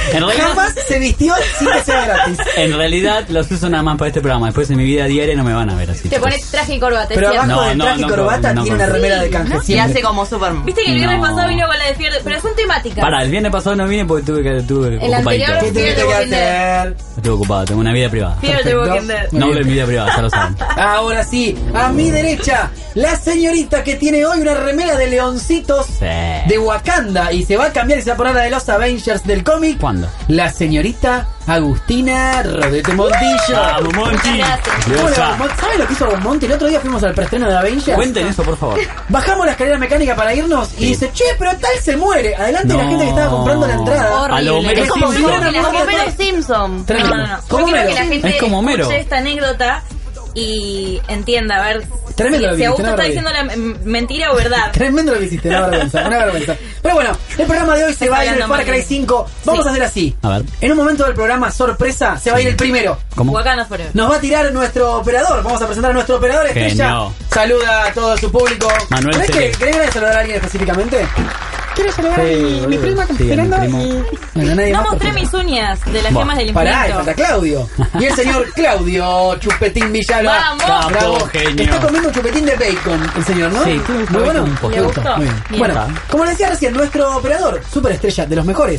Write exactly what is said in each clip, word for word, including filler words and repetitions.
En realidad, Jamás se vistió sin que sea gratis. en realidad los uso nada más para este programa. Después en mi vida diaria no me van a ver así. Te pones traje y corbata, es Pero cierto. abajo No, del no, traje y no, corbata no, tiene no, una remera sí, de canje. ¿no? Y siempre. hace como Superman. Viste que el viernes No. pasado vino con la de Fear, pero son temáticas. Para, el viernes pasado no vine porque tuve que tuve El ocupadito. anterior- ¿Qué tuviste que hacer? Estuve ocupado, tengo una vida privada. Fear the Perfecto. Walking Dead. Muy No bien. hablo de mi vida privada, ya lo saben. Ahora sí, a mi derecha, la señorita que tiene hoy una remera de leoncitos Sí. de Wakanda y se va a cambiar y se va a poner la de los Avengers del cómic. ¿Cuándo? La señorita Agustina Rodete Montillo. Vamos, Monty. Gracias. ¿Cómo le va, Diosa. Mon- ¿Sabe lo que hizo Bon Monty? El otro día fuimos al preestreno de Avengers. Cuenten eso, por favor. Bajamos la escalera mecánica para irnos y Sí. dice, che, pero tal se muere. Adelante la No. gente que estaba comprando la entrada. Horrible. A lo Homero Es como, Simpson. como que la Como gente- Homero Simpson. No, Tremendo. no, no. ¿Cómo Yo quiero que Homero? la gente Es como Homero. escuche esta anécdota y entienda, a ver Tremendo lo si, que si hiciste, Augusto no, está Robbie. diciendo la m- mentira o verdad. Tremendo lo que hiciste, una vergüenza, una vergüenza. Pero bueno, el programa de hoy se Está va a ir el hablando Far mal Cry de- cinco. Vamos Sí. a hacer así. A ver. En un momento del programa sorpresa se va a ir el primero. ¿Cómo? Wakanda Forever. Nos va a tirar nuestro operador. Vamos a presentar a nuestro operador estrella. Genio. Saluda a todo su público. Manuel ¿Querés, Cele. que, ¿Querés ganas de saludar a alguien específicamente? Quiero saludar a mi, mi boludo. prima que me Sí, está a mi esperando. primo. y- Bueno, nadie No más, mostré perfecto. mis uñas de las Buah, gemas del Pará, y infinito. falta Claudio. Y el señor Claudio Chupetín Villalba. Vamos. Bravo. Capo, genio. Está comiendo un chupetín de bacon el señor, ¿no? Sí, sí, muy bueno. un poco. Me gustó. ¿Le gustó? Muy bien. Bien. Bueno, como les decía recién, nuestro operador, superestrella, de los mejores,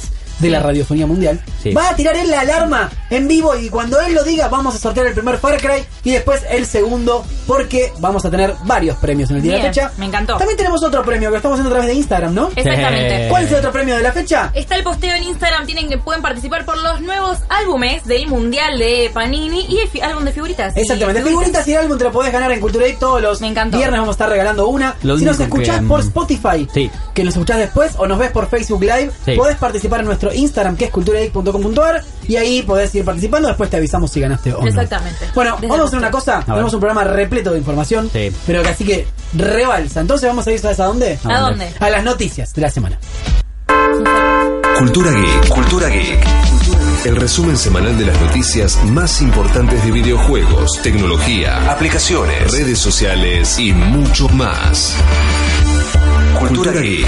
de la radiofonía mundial, Sí. va a tirar él la alarma en vivo y cuando él lo diga vamos a sortear el primer Far Cry y después el segundo porque vamos a tener varios premios en el día Bien, de la fecha. me encantó. También tenemos otro premio que lo estamos haciendo a través de Instagram, ¿no? Exactamente. Sí. ¿Cuál es el otro premio de la fecha? Está el posteo en Instagram, tienen que pueden participar por los nuevos álbumes del Mundial de Panini y el fi- álbum de figuritas. Exactamente, Y figuritas y el álbum te lo podés ganar en Cultura Geek todos los Me encantó. viernes, vamos a estar regalando una. Lo Si nos único escuchás que, por mm, Spotify, sí. que nos escuchás después o nos ves por Facebook Live, Sí. podés participar en nuestro Instagram que es culturageek punto com punto a r y ahí podés ir participando, después te avisamos si ganaste o no. Exactamente. Bueno, Desde vamos a hacer el una cosa, ver. tenemos un programa repleto de información, Sí. pero que así que rebalsa. Entonces vamos a ir, ¿sabes a dónde? ¿A dónde? A las noticias de la semana. Cultura Geek. Cultura Geek. El resumen semanal de las noticias más importantes de videojuegos, tecnología, aplicaciones, redes sociales y mucho más. Cultura Geek.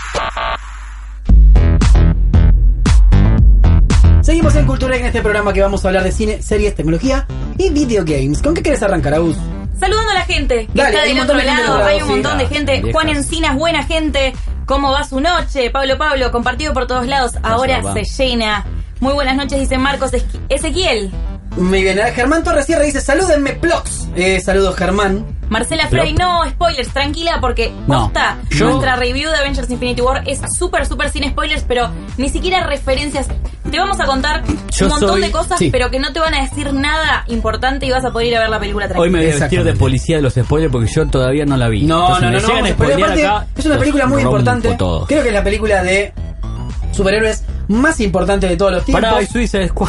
Seguimos en Cultura Geek en este programa que vamos a hablar de cine, series, tecnología y videogames. ¿Con qué querés arrancar, Agus? Saludando a la gente que Dale, está hay un del montón otro de gente lado, del otro hay lado, un montón sí. de gente. Viejas. Juan Encinas, buena gente. ¿Cómo va su noche? Pablo Pablo, compartido por todos lados. Ahora papá. se llena. Muy buenas noches, dice Marcos Esqui- Ezequiel. Muy bien, Germán Torres Sierra dice, salúdenme, Plox. Eh, saludos, Germán. Marcela Frey, no spoilers, tranquila, porque No. posta, Yo- nuestra review de Avengers Infinity War es súper, súper sin spoilers, pero ni siquiera referencias. Te vamos a contar Yo un montón soy- de cosas, sí. pero que no te van a decir nada importante y vas a poder ir a ver la película tranquila. Hoy me voy a vestir de Exactamente. policía de los spoilers porque yo todavía no la vi. No, Entonces no, me no, no. llegan a vamos a spoilear. spoilear Aparte, acá, es una los película muy rompo importante. todo. Creo que es la película de superhéroes más importante de todos los tiempos. Pará, y Suiza Squad.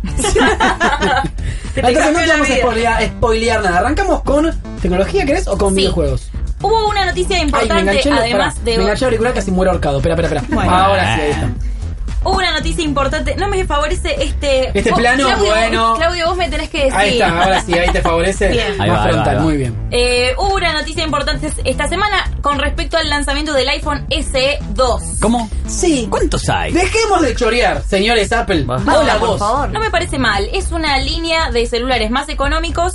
Que te Entonces no cambió te la vamos a vida. spoilear, spoilear nada. ¿Arrancamos con tecnología, querés, o con Sí. videojuegos? Hubo una noticia Ay, me importante, enganché, lo- además pará, de... me enganché el auricular, casi muero ahorcado. Espera, espera, espera. Bueno. Ahora sí, ahí está. Hubo una noticia importante. No me favorece este... Este vos, plano, Claudio, bueno. Claudio, vos me tenés que decir... Ahí está, ahora sí, ahí te favorece. Bien. Ahí Más va, ahí va, frontal, ahí va. muy bien. Eh, hubo una noticia importante esta semana con respecto al lanzamiento del iPhone S E dos. ¿Cómo? Sí. ¿Cuántos hay? Dejemos de chorear, señores Apple. Basta. Hola, por vos. favor. No me parece mal. Es una línea de celulares más económicos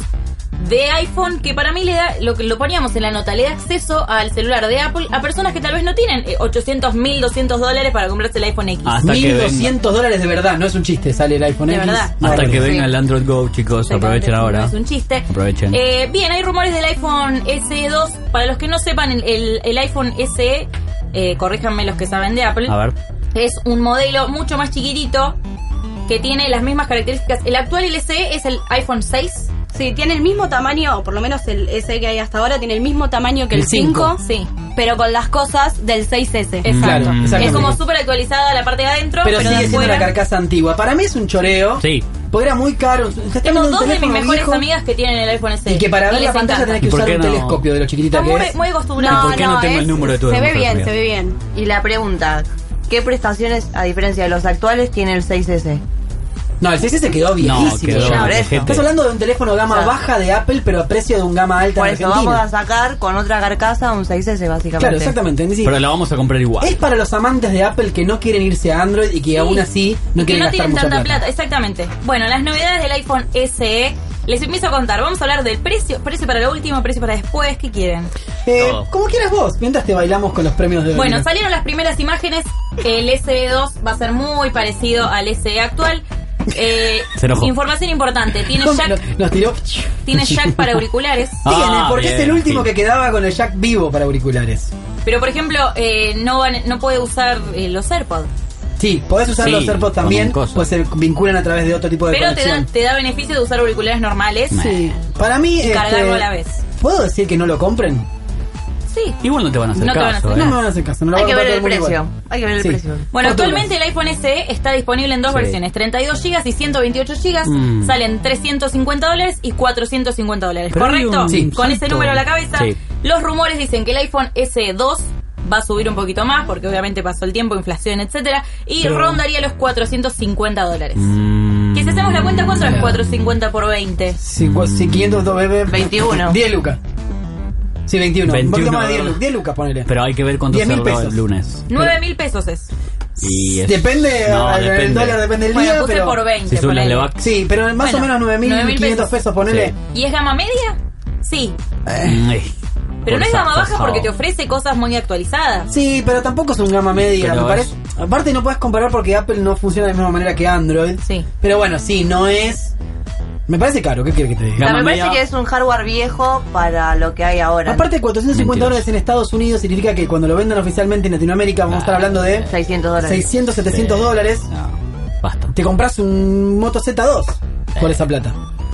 de iPhone que para mí le da, lo que lo poníamos en la nota, le da acceso al celular de Apple a personas que tal vez no tienen eh, ochocientos, mil doscientos dólares para comprarse el iPhone X. Hasta que mil venga, doscientos dólares de verdad, no es un chiste, sale el iPhone De X. verdad. No, hasta no, que no. venga el Android Go, chicos. Aprovechen No ahora. es un chiste. Aprovechen. Eh, bien, hay rumores del iPhone S E dos. Para los que no sepan, el, el- el iPhone S E, eh, corríjanme los que saben de Apple, A ver. es un modelo mucho más chiquitito que tiene las mismas características. El actual el S E es el iPhone seis. Sí, tiene el mismo tamaño, o por lo menos el S E que hay hasta ahora, tiene el mismo tamaño que el, El cinco. cinco, Sí, pero con las cosas del seis ese. exacto. Claro, Mm. exactamente. Es como súper actualizada la parte de adentro, Pero, pero, sigue de siendo afuera. la carcasa antigua. Para mí es un choreo. Sí. Porque era muy caro. Se está Tengo viendo un dos de mis teléfono mejores viejo, amigas que tienen el iPhone S E. y que para ver les la pantalla encanta. tenés que ¿Y por usar qué un no? telescopio de lo chiquitita Está que muy, es. muy acostumbrado. ¿Y por qué no tengo el número de tu Se ve mejor bien, amiga? se ve bien. Y la pregunta, ¿qué prestaciones, a diferencia de los actuales, tiene el seis ese? No, el seis ese quedó viejísimo. quedó ya. vejete. Estás hablando de un teléfono gama O sea, baja de Apple, pero a precio de un gama alta Por en eso Argentina. vamos a sacar con otra carcasa un seis ese, básicamente. Claro, exactamente. Es decir, Pero la vamos a comprar igual. es para los amantes de Apple que no quieren irse a Android y que Sí. aún así no que quieren no gastar tienen mucha tanta plata. plata. Exactamente. Bueno, las novedades del iPhone S E. Les empiezo a contar. Vamos a hablar del precio. Precio para lo último, precio para después. ¿Qué quieren? Eh, Todo. como quieras vos, mientras te bailamos con los premios de Bueno, Olivia. salieron las primeras imágenes. El S E dos va a ser muy parecido al S E actual. Eh, Se enojó. información importante. Tiene Nos- jack, nos tiró. tiene jack para auriculares. Ah, Tiene, porque bien, es el último sí. que quedaba con el jack vivo para auriculares. Pero, por ejemplo, eh, no, van, no puede usar eh, los AirPods. Sí, podés usar Sí, los AirPods con también, un coso. pues se vinculan a través de otro tipo de Pero te da, conexión. te da beneficio de usar auriculares normales. Meh. Sí, para mí. Y este, cargarlo a la vez. ¿Puedo decir que no lo compren? Sí. Igual no te van a hacer No te van a caso, hacer ¿eh? No me van a hacer caso, no lo Hay va que a ver comprar el todo mundo precio. igual. Hay que ver el Sí. precio. Bueno, Fortunas. actualmente el iPhone S E está disponible en dos Sí. versiones, treinta y dos gigas y ciento veintiocho gigas. Mm. Salen trescientos cincuenta dólares y cuatrocientos cincuenta dólares. Pero hay ¿Correcto? un Sí. Con ese salto. número a la cabeza, Sí. los rumores dicen que el iPhone S E dos va a subir un poquito más porque obviamente pasó el tiempo, inflación, etcétera, y Pero- rondaría los cuatrocientos cincuenta dólares. Mm. Que si hacemos la cuenta, ¿cuánto es cuatrocientos cincuenta por veinte? Si, si quinientos dos bebé. veintiuno. diez lucas. Sí, veintiuno. Un poquito veintiuno. más de diez lucas. diez lucas, ponele. Pero hay que ver cuánto diez mil cerró pesos. el lunes. nueve mil pesos es. Y es- Depende, No, el, el depende. dólar depende del Bueno, día, puse pero... por veinte. Si sube las ponele. Levac. Sí, pero más Bueno, o menos nueve mil quinientos pesos, ponele. Sí. ¿Y es gama media? Sí. Mm, ey. Pero Por no es esa gama baja cosa. porque te ofrece cosas muy actualizadas. Sí, pero tampoco es un gama media, Pero me parece. es- Aparte no puedes comparar porque Apple no funciona de la misma manera que Android. Sí. Pero bueno, sí, no es... Me parece caro, ¿qué quiere que te diga? O sea, Gama me parece media. que es un hardware viejo para lo que hay ahora. Aparte, cuatrocientos cincuenta Mentiroso. dólares en Estados Unidos significa que cuando lo vendan oficialmente en Latinoamérica vamos a estar hablando de seiscientos dólares. seiscientos, setecientos Sí. dólares. No, basta. Te compras un Moto Z dos por esa plata.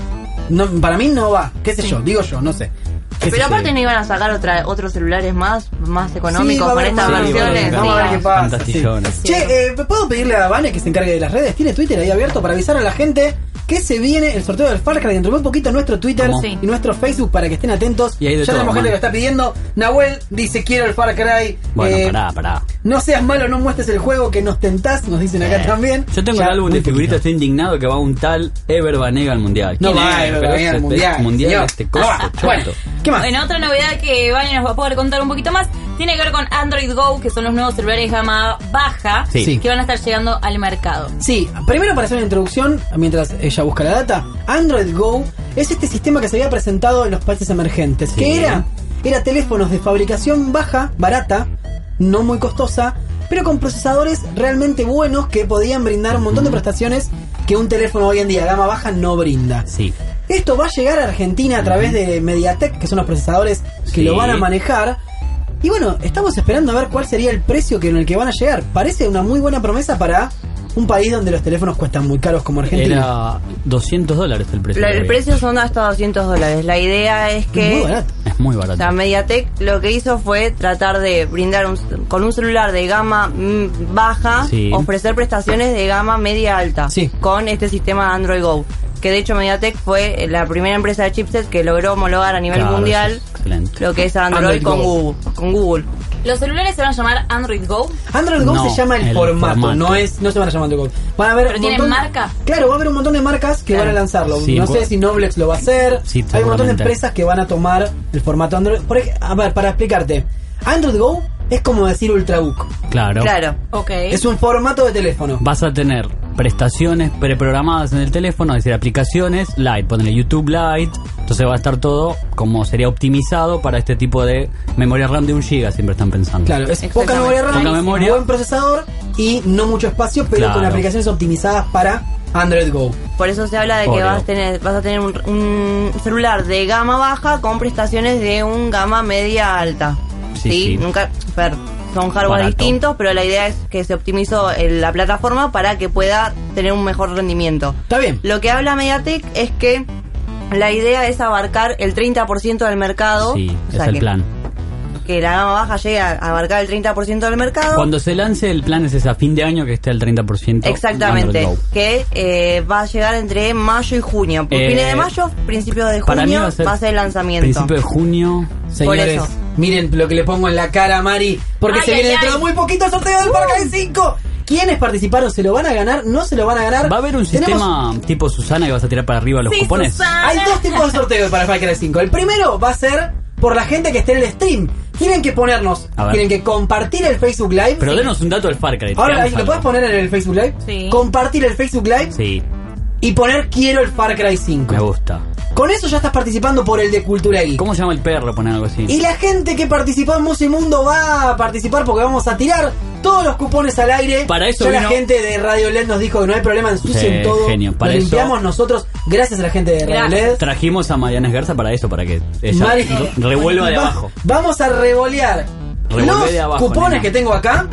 No, para mí no va, qué sé yo, digo yo, no sé. ¿Qué sé Pero yo? aparte no iban a sacar otra, otros celulares más, más Sí, equeconómicos va a con haber estas más. Sí, versiones. va a Vamos a ver qué pasa. Fantastillones. sí. Che, eh, ¿puedo pedirle a Vane que se encargue de las redes? ¿Tiene Twitter ahí abierto para avisar a la gente que se viene el sorteo del Far Cry dentro de un poquito en nuestro Twitter ¿Cómo? Sí. y nuestro Facebook para que estén atentos? Y hay de ya todo, tenemos gente man. que lo está pidiendo. Nahuel dice quiero el Far Cry. Bueno, Eh, pará, pará. No seas malo, no muestres el juego que nos tentás, nos dicen acá también. Yo tengo Ya, el álbum muy de figuritas, poquito. estoy indignado que va un tal Ever Banega al mundial. No ¿Quién va es? Ever Pero Banega al este- mundial, este mundial señor. este No coso, va. choto. Bueno, ¿qué más? Bueno, otra novedad que Vani nos va a poder contar un poquito más tiene que ver con Android Go, que son los nuevos celulares gama baja Sí. Sí. que van a estar llegando al mercado. Sí, primero para hacer una introducción, mientras ella busca la data, Android Go es este sistema que se había presentado en los países emergentes. Sí. ¿Qué era? Era teléfonos de fabricación baja, barata, no muy costosa, pero con procesadores realmente buenos que podían brindar un montón de prestaciones que un teléfono hoy en día gama baja no brinda. Sí. Esto va a llegar a Argentina a través de MediaTek, que son los procesadores que Sí. lo van a manejar. Y bueno, estamos esperando a ver cuál sería el precio que en el que van a llegar. Parece una muy buena promesa para un país donde los teléfonos cuestan muy caros como Argentina. Era doscientos dólares el precio. La- que el había. precio son hasta doscientos dólares. La idea es Es que... muy barato. Es muy O barato. sea, MediaTek lo que hizo fue tratar de brindar un, con un celular de gama mm, baja, Sí. ofrecer prestaciones de gama media alta Sí. con este sistema Android Go. Que de hecho MediaTek fue la primera empresa de chipset que logró homologar a nivel Claro, mundial eso es excelente. lo que es Android, Android con, Go. Google, con Google. Los celulares se van a llamar Android Go. Android Go No, se llama el, el formato, formato. no es no se van a llamar Android Go. Van a haber ¿Pero un tienen montón- marca? Claro, va a haber un montón de marcas que Claro. van a lanzarlo. Sí, no gu- sé si Noblex lo va a hacer. Sí, Hay un montón de seguramente. empresas que van a tomar el formato Android. Por ej- a ver, para explicarte, Android Go es como decir Ultrabook. Claro. Claro. Ok. Es un formato de teléfono. Vas a tener prestaciones preprogramadas en el teléfono, es decir, aplicaciones Lite, ponele YouTube Lite, entonces va a estar todo como sería optimizado para este tipo de memoria RAM de un giga, siempre están pensando. Claro, es poca Exactamente. memoria RAM, Poca memoria. buen procesador y no mucho espacio, pero Claro. con aplicaciones optimizadas para Android Go. Por eso se habla de que Oreo. vas a tener, vas a tener un, un celular de gama baja con prestaciones de un gama media alta. Sí, Sí, sí. nunca, ver, son hardware Barato. distintos, pero la idea es que se optimizó el- la plataforma para que pueda tener un mejor rendimiento. Está bien. Lo que habla MediaTek es que la idea es abarcar el treinta por ciento del mercado. Sí, o es sea, el que, plan. que la gama baja llegue a abarcar el treinta por ciento del mercado. Cuando se lance el plan es ese a fin de año que esté al treinta por ciento. Exactamente, Android Go. que eh, va a llegar entre mayo y junio. Por Eh, fines de mayo, principios de Para mí junio, va a ser, va a ser el lanzamiento. Principio de junio. Señores, eso. miren lo que le pongo en la cara a Mari, porque Ay, se ay, viene dentro ay. de muy poquito el sorteo del Far Cry cinco. ¿Quiénes participaron? ¿Se lo van a ganar? ¿No se lo van a ganar? ¿Va a haber un Tenemos- sistema tipo Susana que vas a tirar para arriba los Sí, cupones? Susana. Hay dos tipos de sorteos para Far Cry cinco. El primero va a ser por la gente que esté en el stream. Tienen que ponernos, A ver. tienen que compartir el Facebook Live. Pero denos un dato del Far Cry. Ahora, tiramos ¿lo algo. puedes poner en el Facebook Live? Sí. Compartir el Facebook Live Sí, y poner quiero el Far Cry cinco. me gusta. Con eso ya estás participando por el de Cultura Geek. ¿Cómo se llama el perro? Poner algo así. Y la gente que participó en Musimundo va a participar porque vamos a tirar todos los cupones al aire. Para eso ya la vino- gente de Radio L E D nos dijo que no hay problema, ensucien Sí, todo. genio. Para Lo eso- limpiamos nosotros, gracias a la gente de Radio Gracias. L E D. Trajimos a Mariana Esgarza para eso, para que ella Mari- re- revuelva de Va- abajo. Vamos a revolear Revolvé los de abajo, cupones nena. que tengo acá.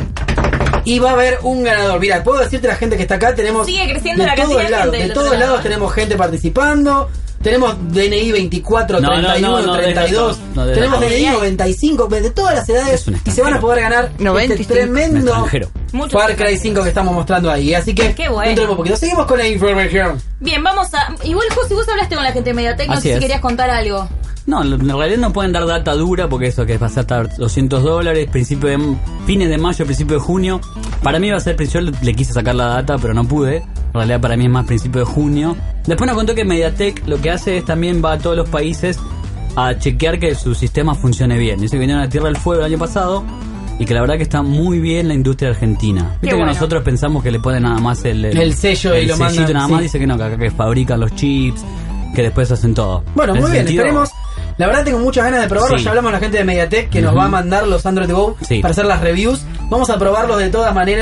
Y va a haber un ganador. Mira, puedo decirte la gente que está acá. Tenemos Sigue creciendo de la todos cantidad de lados, gente de del todos otro lado. lados tenemos gente participando. Tenemos D N I veinticuatro, No, no, treinta y uno, no, no, treinta y dos. deja- no, deja- tenemos D N I Ay, ay. noventa y cinco, de todas las edades. Es un Y se van a extranjero. poder ganar noventa y este cinco. Un tremendo extranjero. Mucho Far Cry extranjero. cinco que estamos mostrando ahí. Así que Qué bueno. dentro de un poquito. Seguimos con la información. Bien, vamos a... Igual, José, vos hablaste con la gente de MediaTek, no Así sé si es. querías contar algo. No, en realidad no pueden dar data dura porque eso que va a estar doscientos dólares, principio de fines de mayo, principio de junio. Para mí va a ser principio, le, le quise sacar la data, pero no pude. En realidad para mí es más principio de junio. Después nos contó que MediaTek lo que hace es también va a todos los países a chequear que su sistema funcione bien. Dice que vinieron a Tierra del Fuego el año pasado y que la verdad que está muy bien la industria argentina. Viste que bueno. nosotros pensamos que le ponen nada más el, El sello y el lo sellito mandan, nada sí. más. Dice que no, que acá que fabrican los chips, que después hacen todo. Bueno, En muy ese bien, sentido, esperemos. La verdad tengo muchas ganas de probarlo. Sí. Ya hablamos con la gente de MediaTek que nos Ujú. va a mandar los Android Go Sí. para hacer las reviews. Vamos a probarlos de todas maneras.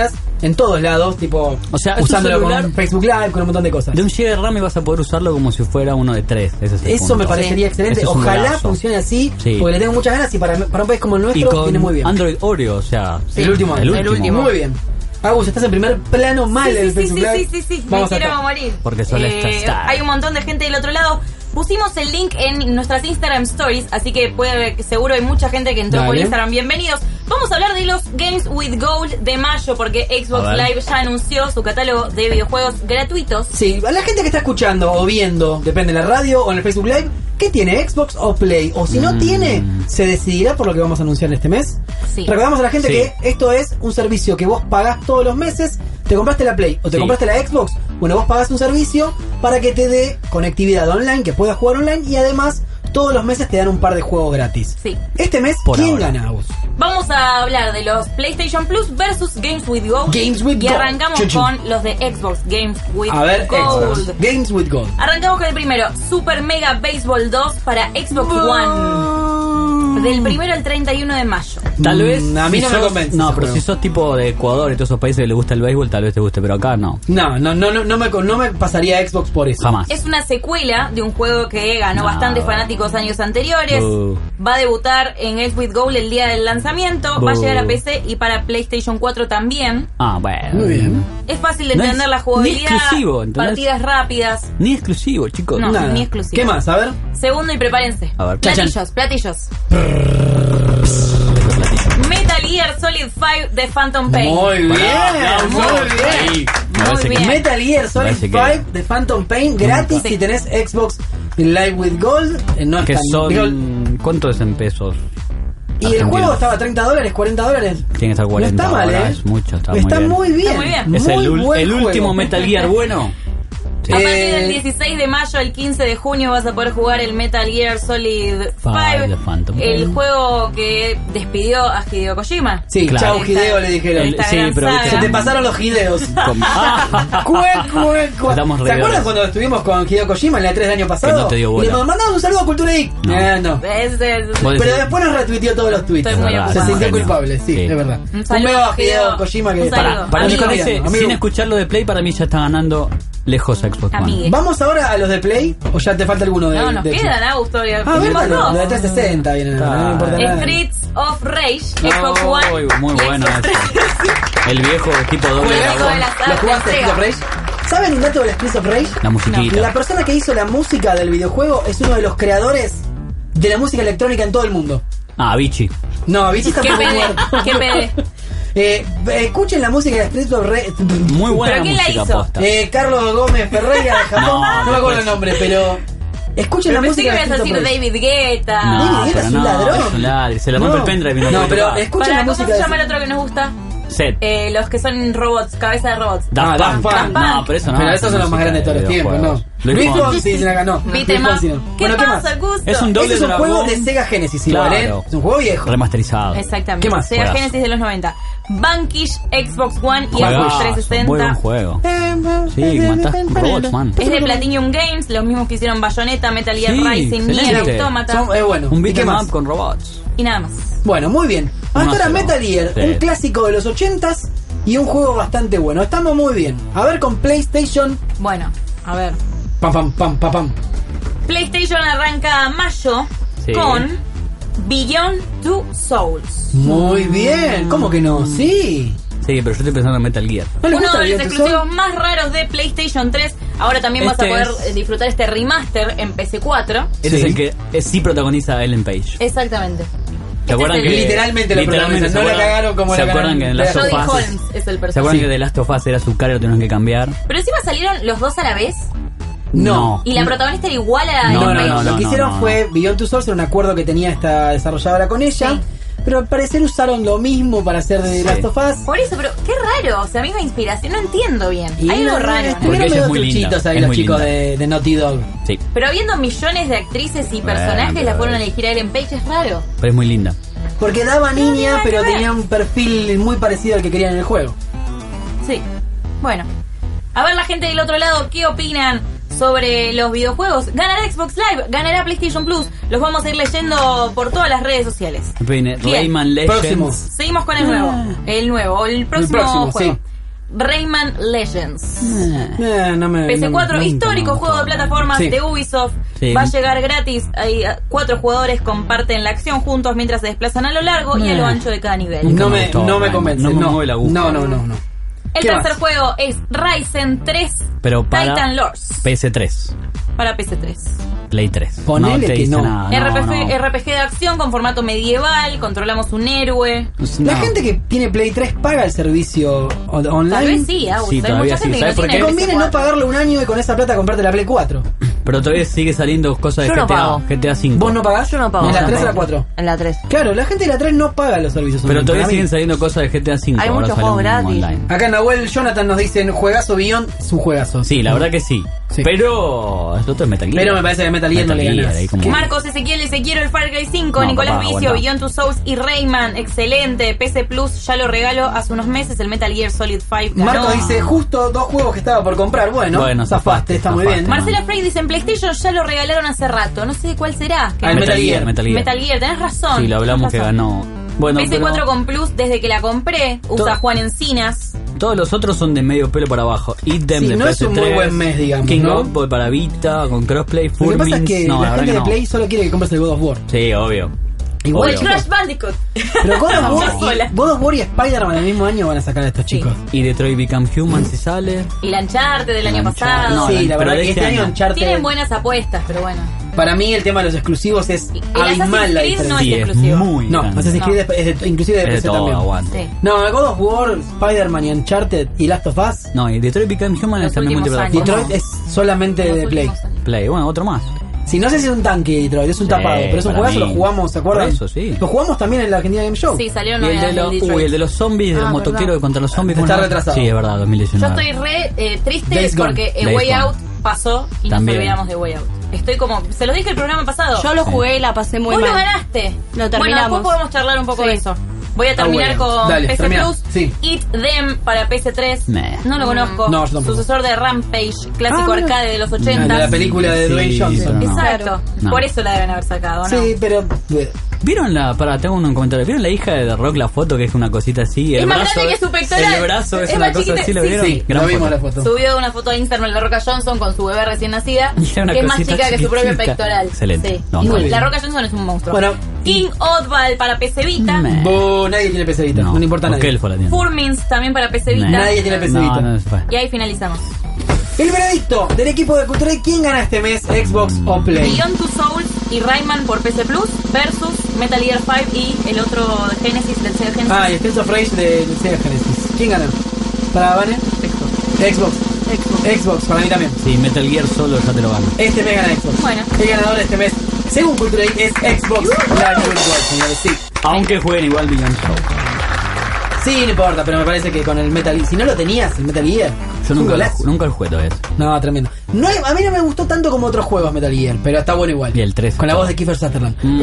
en todos lados, tipo O sea, es un usándolo celular- con Facebook Live, con un montón de cosas. De un giga de RAM vas a poder usarlo como si fuera uno de tres. Ese es el Eso punto. me parecería Sí. excelente. Eso es un Ojalá golazo. funcione así, Sí. porque le tengo muchas ganas y para, para un país como el Y nuestro con viene muy bien. Android Oreo, o sea... el último, el año. último. Muy bien. Agus, estás en primer plano mal Sí, el sí, Facebook sí, Live. sí, sí, sí, Vamos me a quiero estar. morir. Porque solo está Star. Hay un montón de gente del otro lado. Pusimos el link en nuestras Instagram Stories, así que puede, seguro hay mucha gente que entró por Dale. Instagram. Bienvenidos. Vamos a hablar de los Games with Gold de mayo, porque Xbox A ver. Live ya anunció su catálogo de videojuegos gratuitos. Sí, a la gente que está escuchando o viendo, depende de la radio o en el Facebook Live, ¿qué tiene? ¿Xbox o Play? O si no Mm. tiene, se decidirá por lo que vamos a anunciar este mes. Sí. Recordamos a la gente Sí. que esto es un servicio que vos pagás todos los meses. ¿Te compraste la Play o te Sí. compraste la Xbox? Bueno, vos pagás un servicio para que te dé conectividad online, que puedas jugar online y además todos los meses te dan un par de juegos gratis. Sí. Este mes, Por ¿quién ahora. gana, Agus? Vamos a hablar de los PlayStation Plus versus Games with Gold. Games with y Gold. arrancamos Chun, chun. con los de Xbox Games with A ver, Gold. Xbox. Games with Gold. Arrancamos con el primero, Super Mega Baseball dos para Xbox One. Del primero al treinta y uno de mayo. Tal Mm, vez... a mí si no me sos- convence No, ese pero juego. si sos tipo de Ecuador y todos esos países que les gusta el béisbol, tal vez te guste, pero acá no. No, no, no, no, no me, no me pasaría a Xbox por eso. Jamás. Es una secuela de un juego que ganó No. bastantes fanáticos años anteriores. Uh. Va a debutar en Games with Gold el día del lanzamiento. Va a Uh. llegar a P C y para PlayStation cuatro también. Ah, bueno. Muy bien. Es fácil de No entender es la jugabilidad. ni exclusivo, ¿entendés? Partidas rápidas. Ni exclusivo, chicos. No. Nada. ni exclusivo. ¿Qué más? A ver. Segundo y prepárense. A ver. Platillos, platillos. Metal Gear Solid cinco de Phantom Pain. Muy bien. Pará, Muy aplausos. bien. Ahí. Me Muy parece que- bien. Metal Gear Solid parece que- cinco de Phantom Pain gratis Sí. si tenés Xbox Live with Gold. Eh, No es Que tan- digo, son... ¿Cuánto es en pesos? y el Argentinos? juego estaba a treinta dólares, cuarenta dólares. Tiene que estar cuarenta No está mal, ahora, ¿eh? es mucho, está, Está muy bien. muy bien. Está muy bien. Es el, Muy ul- buen el juego. último Metal Gear bueno. Sí. A partir del Eh, dieciséis de mayo al quince de junio vas a poder jugar el Metal Gear Solid Five de cinco, Phantom el Pain. juego que despidió a Hideo Kojima. Sí, Claro. chau Hideo le dijeron. El- Esta sí, gran pero saga. Se te pasaron los Hideos. Como- Ah. Cuec, cuec, cuec. Estamos ¿Se re acuerdan horas. cuando estuvimos con Hideo Kojima en la E tres del año pasado? Que no te dio y bola. le mandamos un saludo a Cultura Geek. No. Eh, no. Es- es- Vos Pero decís- después nos retuiteó todos los tweets. Estoy muy Se ocupada. sintió Genio. culpable, sí, Sí. es verdad. Un saludo, beso a Hideo Hideo. Kojima que Un saludo. Para, para mí Amigo con mío, ese, amigo. sin escucharlo de Play, para mí ya está ganando lejos a Xbox One. Amigue. ¿Vamos ahora a los de Play o ya te falta alguno de No, nos de quedan, Augusto. Ah, Tenemos verdad, dos. los de trescientos sesenta vienen, no me importa nada. Streets of Rage, No, Xbox One. muy y bueno Xbox ese. El viejo tipo doble Juego dragón. de la ¿Lo jugaste entrega. Streets of Rage? ¿Saben un dato del Streets of Rage? La musiquita. La persona que hizo la música del videojuego es uno de los creadores de la música electrónica en todo el mundo. Ah, Vichy. No, Avicii está ¿Qué poco pede? muerto. ¿Qué pede? Eh, escuchen la música de Streets of Rage. Muy buena ¿Pero quién la música hizo? posta. Eh, Carlos Gómez Ferreira de Japón. No, No, me acuerdo después- el nombre, pero escuchen Pero la pensé que música me de ibas a Streets decir of Rage. David Guetta. David No, Guetta pero es un no, ladrón. es un ladrón. Se le rompe el pendrive y no No, puede pero tocar. escuchen Para, la ¿cómo música se de llama el otro que nos gusta? Set. Eh, los que son robots, cabeza de robots. Daft Ah, Daft Punk. Punk. No, pero eso no. Pero es esos son los más música grandes de todos los tiempos, videojuegos. ¿no? Luis Luis Fonsi. Fonsi dicen acá, no. Beat Luis 'em up. Fonsi no. ¿Qué Bueno, ¿qué pasa, más? Augusto? Es un doble Ese es un dragón. juego de Sega Genesis igual, Claro. ¿eh? Es un juego viejo. Remasterizado. Exactamente. ¿Qué más? Sega Juegazo. Genesis de los noventa. Vanquish, Xbox One y Juegazo. Xbox trescientos Muy buen sesenta. juego. Sí, matás robots, man. Es de Platinum Games, los mismos que hicieron Bayonetta, Metal Gear Sí, Rising, Nier excelente. Automata Son- es bueno. Un ¿Y beat qué 'em más? up con robots. y nada más. Bueno, muy bien. Hasta Uno ahora cero. Metal Gear, Sí. un clásico de los ochentas y un juego bastante bueno. Estamos muy bien. A ver con PlayStation. Bueno, a ver. Pam, pam, pam, pam, pam. PlayStation arranca mayo Sí. con Beyond Two Souls. Muy bien. ¿Cómo que no? Sí. Sí, pero yo estoy pensando en Metal Gear. ¿No le Uno gusta de los Beyond Two exclusivos Souls? más raros de PlayStation tres. Ahora también vas a Este poder es- eh, disfrutar este remaster en P C cuatro. Ese Sí. es el que eh, sí protagoniza a Ellen Page. Exactamente. ¿Se acuerdan Este es que el- Literalmente lo literalmente protagonizan, no se la acuerdan- cagaron como ¿Se la acuerdan cagaron que en Last de of Jodie Us Holmes es el ¿Se personaje. acuerdan que de Last of Us era su cara y lo tuvieron que cambiar? Pero encima salieron los dos a la vez. No. Y la protagonista era igual a No, No, Ellen no, Page. no, no, Lo que no, hicieron no, fue Beyond Two Souls, era un acuerdo que tenía esta desarrolladora con ella. Sí. Pero al parecer usaron lo mismo para hacer de Sí. Last of Us. Por eso, pero qué raro. O sea, misma inspiración. No entiendo bien. Y Hay algo no, raro. ¿no? Porque Estuvieron ella medio es muy linda, truchitos ahí es los muy chicos linda. de, de Naughty Dog. Sí, Pero habiendo millones de actrices y personajes, Bueno, la fueron a pero- elegir a Ellen Page. Es raro. pero es muy linda. Porque daba niña, nada pero que ver. tenía un perfil muy parecido al que querían en el juego. Sí. Bueno. A ver la gente del otro lado, ¿qué opinan sobre los videojuegos? ¿Ganará Xbox Live? ¿Ganará PlayStation Plus? Los vamos a ir leyendo por todas las redes sociales. Después viene Bien. Rayman Legends. Próximo. Seguimos con el nuevo. El nuevo, el próximo, próximo, juego. sí. Rayman Legends. Eh, no me, P S cuatro, no me- histórico nunca me juego de gustó. plataformas Sí. de Ubisoft. Sí. Va a llegar gratis. Hay uh, cuatro jugadores comparten la acción juntos mientras se desplazan a lo largo y a lo Eh. ancho de cada nivel. Nunca no me me, gustó, no me Rayman. convence. No me no, mueve la aguja. no, no, no, no. El ¿Qué tercer más? juego es Ryzen tres Pero para Titan Lords P S tres, para P S tres. Play tres. Ponele no te que dice no. nada, R P G, no. R P G de acción con formato medieval, controlamos un héroe. La No. gente que tiene Play tres paga el servicio o- online. Tal vez sí, Agus. Sí, Hay todavía mucha sí. gente que ¿Sabes no por Te tiene conviene P S no cuatro. pagarle un año y con esa plata comprarte la Play cuatro. Pero todavía sigue saliendo cosas de Yo no G T A, pago. G T A cinco. ¿Vos no pagás? Yo no pago. ¿En la No tres o la pago. cuatro? En la tres. Claro, la gente de la tres no paga los servicios Pero online. todavía Para mí. siguen saliendo cosas de G T A cinco. Hay ahora muchos sale juegos un gratis. online. Acá Nahuel Jonathan nos dice, juegazo Beyond es un juegazo. Sí, la verdad que sí. Sí. Pero el otro es Metal Gear. Pero me parece que Metal Gear no le ganas. ahí como- ¿Qué? Marcos Ezequiel Ezequiel el Far Cry cinco, No, Nicolás papá, Vicio, aguanta. Beyond Two Souls y Rayman, excelente. P C Plus ya lo regalo hace unos meses, el Metal Gear Solid cinco ganó. Marco dice, justo dos juegos que estaba por comprar. Bueno, Bueno, zafaste, zafaste, está muy zafaste. bien. Marcela Frey dice, en PlayStation ya lo regalaron hace rato, no sé cuál será. Que- Ah, el Metal, Metal Gear, Gear. Metal Gear. Metal Gear, tenés razón. Sí, lo hablamos tenés que razón. ganó. Bueno, P S cuatro pero con Plus, desde que la compré, usa To- Juan Encinas. todos los otros son de medio pelo para abajo. Idem Sí, de no es P S tres, un muy buen mes, digamos, King ¿no? of Boy para Vita, con crossplay, Lo que Full pasa es que no, la verdad gente que de no. Play solo quiere que compres el God of War. Sí, obvio. O Igual, el chicos, Crash Bandicoot. pero God of, No. War Sola. y, God of War y Spider-Man el mismo año van a sacar a estos Sí. chicos. Y Detroit Become Human si sale. Y la Uncharted del año Uncharted. pasado. No, sí, la- la pero verdad de que este este año año. Uncharted, Tienen buenas apuestas, pero bueno. para mí el tema de los exclusivos es Y el abismal la Assassin's Creed no diferencia. es Sí, es exclusivo. muy No, grande. Assassin's No. Creed es, es de- inclusive de Es P de C todo, también. aguante. Sí. No, el God of War, Spider-Man y Uncharted y Last of Us, No, y Detroit Become Human Los es también últimos multiplataforma. Detroit es solamente Los de Play. últimos años. Play, bueno, otro más. Si no sé si es un tanque Detroit, es un Sí, tapado, pero es un para juegazo, mí. lo jugamos, ¿se acuerdan? Por eso, sí. Lo jugamos también en la Argentina Game Show. Sí, salieron Y el de, novedades los, del Detroit. uy, el de los zombies, de los Ah, motoqueros verdad. contra los zombies. Está ¿cómo era? retrasado. Sí, es verdad, dos mil Yo diecinueve. estoy re eh, triste Days Gone. porque eh, Days Way Gone. Out pasó y También. nos olvidamos de Way Out. Estoy como, se lo dije el programa pasado. Yo lo jugué y la pasé muy Vos mal. lo ganaste. Lo Bueno, terminamos. después podemos charlar un poco Sí. de eso. Voy a terminar Ah, bueno. con Dale, P C termina. Plus. Sí. Eat Them para P S tres. Meh. No lo conozco. No, yo tampoco. Sucesor de Rampage, clásico Ah, mira. arcade de los La, ochenta. la película de Sí, Dwayne Johnson. pero no. Exacto. No. Por eso la deben haber sacado, ¿no? Sí, pero eh, ¿Vieron la, para, tengo un comentario, ¿vieron la hija de The Rock la foto que es una cosita así? Es El más brazo, grande que su pectoral. El brazo es, Es una más cosa chiquita. así, ¿lo Sí, vieron? sí, Gran lo vimos foto. la foto. Subió una foto de Instagram de La Roca Johnson con su bebé recién nacida, Y era una que es más cosita chica que su propio chiquitita. pectoral. Excelente. Sí. No, Y muy bien. La Roca Johnson es un monstruo. Bueno, King Oddball para P C Vita. Meh. bo, nadie tiene P C Vita, no, le importa a porque nadie. él fue la tiene. Furmins también para P C Vita. Meh. Nadie tiene P C No, Vita. no, se fue. Y ahí finalizamos. El veredicto del equipo de Cultura, ¿quién gana este mes? ¿Xbox o Play? Beyond Two Souls y Rayman por P C Plus versus Metal Gear cinco y el otro de Genesis del Sega Genesis. Ah, y Streets of Rage de de Sega Genesis. ¿Quién gana? ¿Para Vane? Xbox. Xbox. Xbox, para mí también. Sí, Metal Gear solo ya te lo gano. Este mes gana Xbox. Bueno. El ganador de este mes, según Cultura, es Xbox Live Worldwide, señores. Sí. Aunque jueguen igual Beyond Soul. Sí, no importa, pero me parece que con el Metal Gear, si no lo tenías, el Metal Gear, es Yo un nunca, lo, golazo. nunca lo jugué todavía. No, tremendo. No, a mí no me gustó tanto como otros juegos Metal Gear, pero está bueno igual. Y el tres. Con la voz de Kiefer Sutherland. Mm,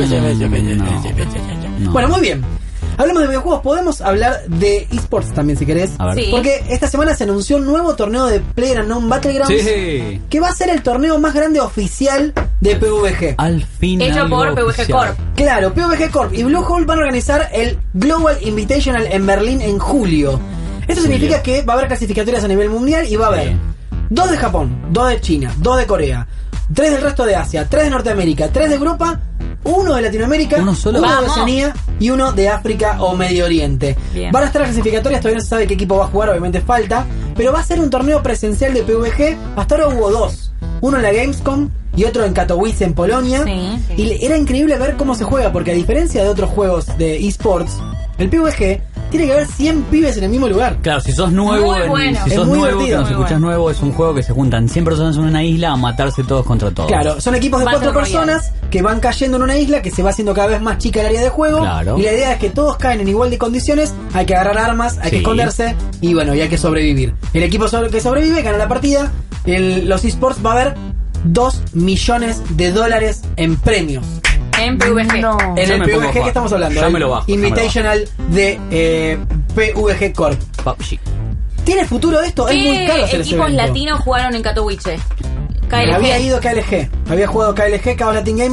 no. Bueno, muy bien. Hablamos de videojuegos, podemos hablar de esports también si querés. A ver. Sí. Porque esta semana se anunció un nuevo torneo de PlayerUnknown Battlegrounds Sí. que va a ser el torneo más grande oficial de P V G. Al fin. Hecho algo por P V G oficial. Corp. Claro, P V G Corp y Bluehole van a organizar el Global Invitational en Berlín en julio. Esto Julio. significa que va a haber clasificatorias a nivel mundial y va a haber Sí. dos de Japón, dos de China, dos de Corea, tres del resto de Asia, tres de Norteamérica, tres de Europa, uno de Latinoamérica, ¿Uno solo? de Vamos. Oceanía y uno de África o Medio Oriente. Bien. Van a estar las clasificatorias, todavía no se sabe qué equipo va a jugar, obviamente falta, pero va a ser un torneo presencial de P V G. Hasta ahora hubo dos, uno en la Gamescom y otro en Katowice en Polonia. Sí, sí. Y le- era increíble ver cómo se juega, porque a diferencia de otros juegos de esports, el P V G tiene que haber cien pibes en el mismo lugar. Claro, si sos nuevo, Muy en- bueno. si Es sos muy nuevo, que divertido. nos Muy escuchás bueno. nuevo, es un juego que se juntan cien personas en una isla a matarse todos contra todos. Claro, son equipos de Battle cuatro Royale. personas que van cayendo en una isla que se va haciendo cada vez más chica el área de juego. Claro. Y la idea es que todos caen en igual de condiciones, hay que agarrar armas, hay que Sí. esconderse y bueno, y hay que sobrevivir. El equipo sobre- que sobrevive gana la partida. En los esports va a haber dos millones de dólares en premios. En P V G. No. En Ya el me P V pongo a G que jugar. estamos hablando. Ya el me lo bajo, ya me lo Invitational de eh, P V G Corp. P U B G. ¿Tiene futuro esto? Es muy caro hacer ese equipos evento. latinos jugaron en Katowice? K L G. Había ido K L G, había jugado K L G, Chaos Latin Gamers,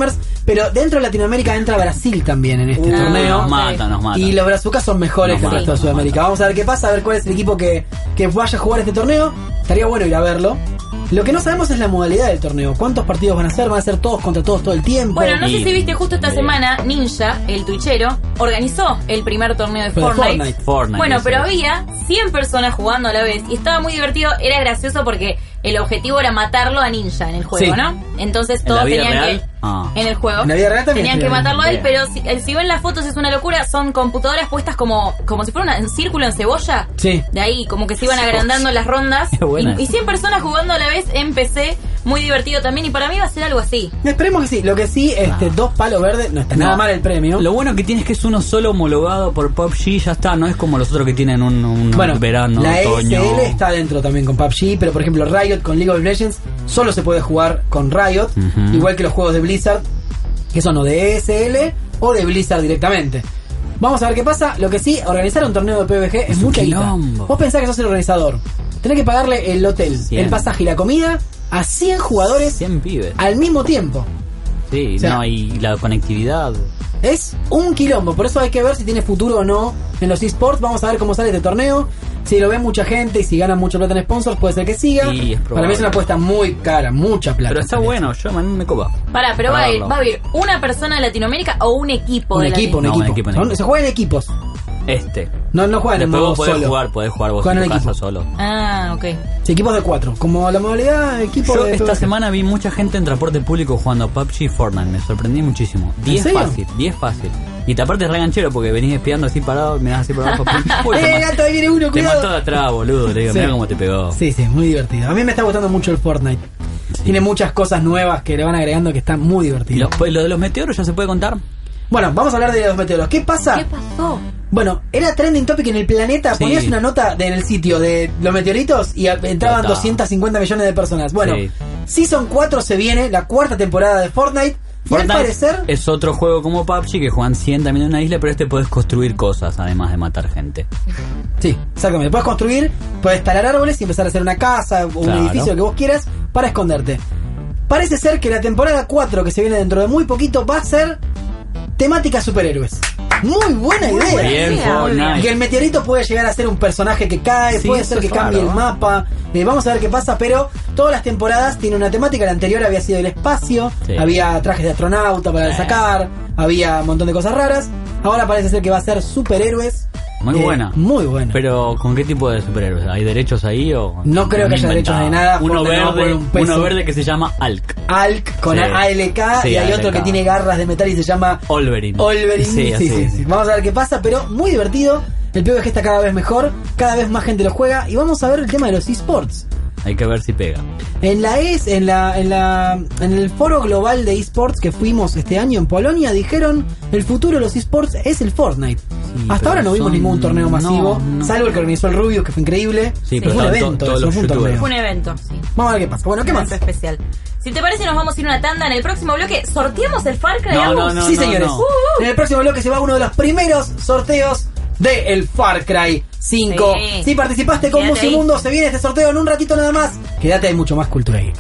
Pero dentro de Latinoamérica entra Brasil también en este Uh, torneo. nos mata, nos mata. Y los brazucas son mejores Nos que el mata, resto de nos Sudamérica. mata. Vamos a ver qué pasa, a ver cuál es el equipo que, que vaya a jugar este torneo. Estaría bueno ir a verlo. Lo que no sabemos es la modalidad del torneo. ¿Cuántos partidos van a ser? ¿Van a ser todos contra todos todo el tiempo? Bueno, no sé Y- si viste justo esta Bien. semana, Ninja, el twitchero, organizó el primer torneo de Pero de Fortnite. Fortnite. Fortnite, Bueno, eso pero es. había cien personas jugando a la vez y estaba muy divertido. Era gracioso porque el objetivo era matarlo a Ninja en el juego, Sí. ¿no? Entonces ¿En todos la vida tenían real? que... Ah. En el juego. En la vida real también tenían que estaría matarlo a él, bien. pero si, eh, si ven las fotos es una locura. Son computadoras puestas como, como si fuera una- un círculo en cebolla. Sí. De ahí, como que se iban agrandando las rondas. Qué buena Y, y esa. cien personas jugando a la vez en P C. Muy divertido también. Y para mí va a ser algo así. Esperemos que sí. Lo que sí, este, dos palos verdes, no está nada No. mal el premio. Lo bueno que tiene es que es uno solo homologado por P U B G, ya está, no es como los otros que tienen un, un Bueno, verano, la otoño. E S L está dentro también con P U B G, pero por ejemplo Riot con League of Legends solo se puede jugar con Riot, Ujú. igual que los juegos de Blizzard, que son o de E S L o de Blizzard directamente. Vamos a ver qué pasa. Lo que sí, organizar un torneo de P V G es, Es un mucha guita. quilombo. Vos pensás que sos el organizador. Tenés que pagarle el hotel, cien. el pasaje y la comida a cien jugadores cien pibes. al mismo tiempo. Sí, o sea, no, y la conectividad. Es un quilombo, por eso hay que ver si tiene futuro o no en los eSports. Vamos a ver cómo sale este torneo. Si lo ve mucha gente y si gana mucho plata en sponsors, puede ser que siga. Sí, es probable. Para mí es una apuesta muy cara, mucha plata. Pero está sale. bueno, yo man, me copa. Pará, pero va a, ir, Pagarlo. va a ir una persona de Latinoamérica o un equipo Un de equipo, un No, un equipo. equipo, un Son- equipo. Se juega en equipos. Este. No, no juegan en Después modo vos podés solo. jugar, podés jugar vos Juegan en en tu casa equipo. solo. Ah, ok. Sí, equipos de cuatro. Como la modalidad equipo Yo de esta P V G. semana vi mucha gente en transporte público jugando P U B G y Fortnite, me sorprendí muchísimo. diez serio? fácil, diez fácil. Y te aparte es re ganchero porque venís espiando así parado, mirás así por abajo. Uy, te ¡Eh, ma- gato, ahí viene uno, te cuidado! mató de atrás, boludo. Le digo, Sí. mirá cómo te pegó. Sí, sí, muy divertido. A mí me está gustando mucho el Fortnite. Tiene muchas cosas nuevas que le van agregando que están muy ¿Y divertidos. los- lo de los meteoros ya se puede contar? Bueno, vamos a hablar de los meteoros. ¿Qué pasa? ¿Qué pasó? Bueno, era trending topic en el planeta. Sí. Ponías una nota de- en el sitio de los meteoritos y a- entraban Total. doscientos cincuenta millones de personas. Bueno, Sí. Season cuatro se viene, la cuarta temporada de Fortnite. Y al Fortnite parecer, es otro juego como P U B G que juegan cien también en una isla, pero este podés construir cosas además de matar gente. sí, exactamente. Puedes construir, puedes talar árboles y empezar a hacer una casa o un Claro. edificio, lo que vos quieras, para esconderte. Parece ser que la temporada cuatro, que se viene dentro de muy poquito, va a ser temática superhéroes. Muy buena idea. buena Bien, idea, muy Fortnite. Y que el meteorito puede llegar a ser un personaje que cae, Sí, puede eso ser que es cambie raro, el ¿eh? mapa. Eh, vamos a ver qué pasa, pero todas las temporadas tienen una temática. La anterior había sido el espacio, Sí. había trajes de astronauta para Sí. sacar, había un montón de cosas raras. Ahora parece ser que va a ser superhéroes. Muy Eh, buena. Muy buena. Pero ¿con qué tipo de superhéroes? ¿Hay derechos ahí o...? No creo que haya derechos de nada, Uno Fortnite no va a poner verde, un peso. uno verde que se llama Alk. Alk con Sí. A L K Sí, y hay A L K. otro que tiene garras de metal y se llama Olverine. Olverine. Sí, Sí, así. sí, sí. Vamos a ver qué pasa, pero muy divertido. El P V G está cada vez mejor, cada vez más gente lo juega y vamos a ver el tema de los esports. Hay que ver si pega. En la ES, en la, en la, en el foro global de esports que fuimos este año en Polonia, dijeron el futuro de los esports es el Fortnite. Hasta pero ahora no vimos son- ningún torneo masivo, no, no. salvo el que organizó el Rubius, que fue increíble. Sí, fue pero un estaban evento, to- todos eso los fue un torneo. youtubers. Fue un evento, sí. Vamos a ver qué pasa. Bueno, ¿qué Un más? evento especial. Si te parece, nos vamos a ir a una tanda en el próximo bloque. ¿Sorteamos el Far Cry? No, Agus? no, no. Sí, señores. no. En el próximo bloque se va uno de los primeros sorteos de el Far Cry cinco. Sí. Si participaste con Quédate ahí. Musimundo, se viene este sorteo en un ratito nada más. Quédate, hay mucho más cultura geek.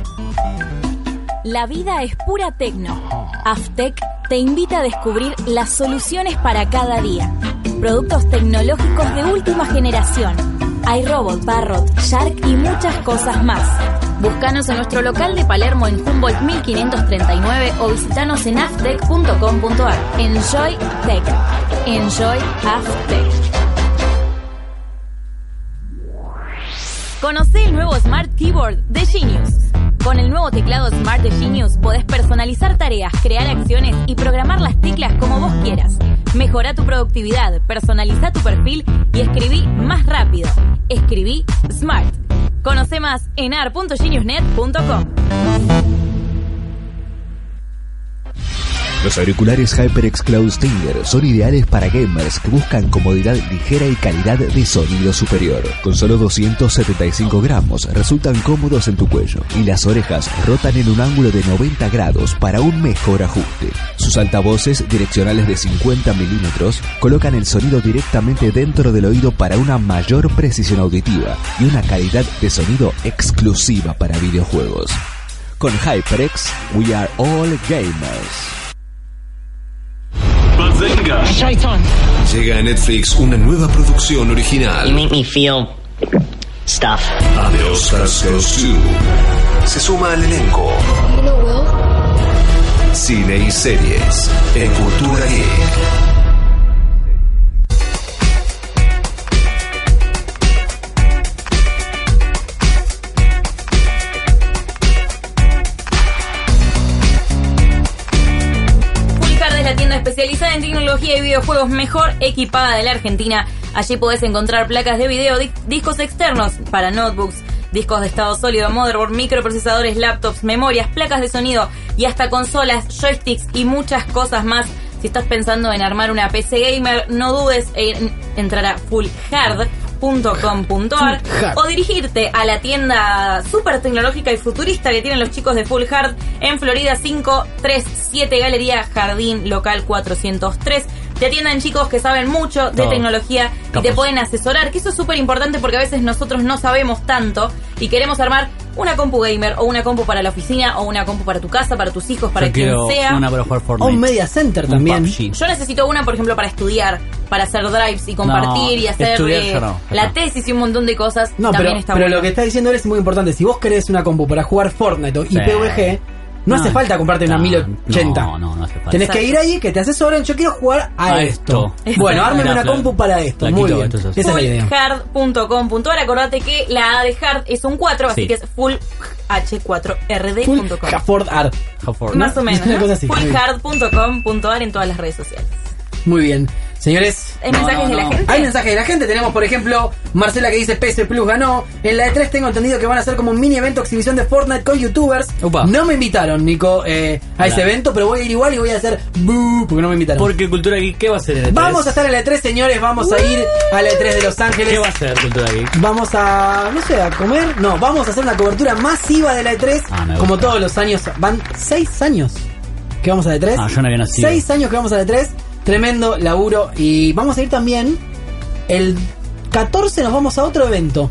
La vida es pura tecno. Aftec te invita a descubrir las soluciones para cada día. Productos tecnológicos de última generación. Hay robot, Parrot, Shark y muchas cosas más. Búscanos en nuestro local de Palermo en Humboldt mil quinientos treinta y nueve o visitanos en aftec punto com punto ar. Enjoy Tech. Enjoy Aftec. Conoce el nuevo Smart Keyboard de Genius. Con el nuevo teclado Smart de Genius podés personalizar tareas, crear acciones y programar las teclas como vos quieras. Mejora tu productividad, personaliza tu perfil y escribí más rápido. Escribí Smart. Conoce más en ar punto genius net punto com. Los auriculares HyperX Cloud Stinger son ideales para gamers que buscan comodidad ligera y calidad de sonido superior. Con solo doscientos setenta y cinco gramos resultan cómodos en tu cuello y las orejas rotan en un ángulo de noventa grados para un mejor ajuste. Sus altavoces direccionales de cincuenta milímetros colocan el sonido directamente dentro del oído para una mayor precisión auditiva y una calidad de sonido exclusiva para videojuegos. Con HyperX, we are all gamers. Bazinga. Llega a Netflix una nueva producción original. You make me feel stuff. A The Oscars Goes To. Se suma al elenco. Cine y series en Cultura Geek. Especializada en tecnología y videojuegos mejor equipada de la Argentina. Allí podés encontrar placas de video, di- discos externos para notebooks, discos de estado sólido, motherboard, microprocesadores, laptops, memorias, placas de sonido y hasta consolas, joysticks y muchas cosas más. Si estás pensando en armar una P C gamer, no dudes en entrar a full hard punto com punto a r o dirigirte a la tienda súper tecnológica y futurista que tienen los chicos de Full Hard en Florida quinientos treinta y siete, Galería Jardín, local cuatrocientos tres. Te atiendan chicos que saben mucho de Todo. tecnología y Capos. te pueden asesorar, que eso es súper importante porque a veces nosotros no sabemos tanto y queremos armar una compu gamer o una compu para la oficina o una compu para tu casa, para tus hijos, para Yo quien quiero sea. una para jugar O Fortnite. un media center Un también. P U B G. Yo necesito una, por ejemplo, para estudiar, para hacer drives y compartir No, y hacer estudiar eh, yo no, yo la no. tesis y un montón de cosas. No, también pero, está pero bueno. lo que está diciendo él es muy importante. Si vos querés una compu para jugar Fortnite y Sí. P U B G, no, No, hace falta comprarte una no, mil ochenta. No, no, no hace falta. Tenés que ir ahí, que te asesoren. Yo quiero jugar a, A esto. esto. Bueno, ármenme Mira, una Fla- compu para esto. Flaquito, Muy bien. esto es así. Esa es la idea. full hard punto com punto a r. Acordate que la A de hard es un cuatro, así Sí. que es full h cuatro r d Full punto com. Hafford Art. Half-Fortnite. Más o menos. Una ¿no? cosa así. full hard punto com punto a r en todas las redes sociales. Muy bien. Señores, ¿Hay No, mensajes no, de la no. gente? hay mensajes de la gente. Tenemos, por ejemplo, Marcela que dice P S Plus ganó. En la E tres tengo entendido que van a hacer como un mini evento exhibición de Fortnite con youtubers. Upa. No me invitaron, Nico, eh, a ese Claro. evento, pero voy a ir igual y voy a hacer boo, porque no me invitaron. Porque Cultura Geek, ¿qué va a hacer en el Vamos a estar en la E tres, señores. Vamos a ir a la E tres de Los Ángeles. ¿Qué va a hacer Cultura Geek? Vamos a, no sé, a comer. No, vamos a hacer una cobertura masiva de la E tres. Ah, me como gusta. todos los años. Van seis años que vamos a la E tres. Ah, yo no había nacido. Seis años que vamos a la E tres. Tremendo laburo. Y vamos a ir también. El catorce nos vamos a otro evento.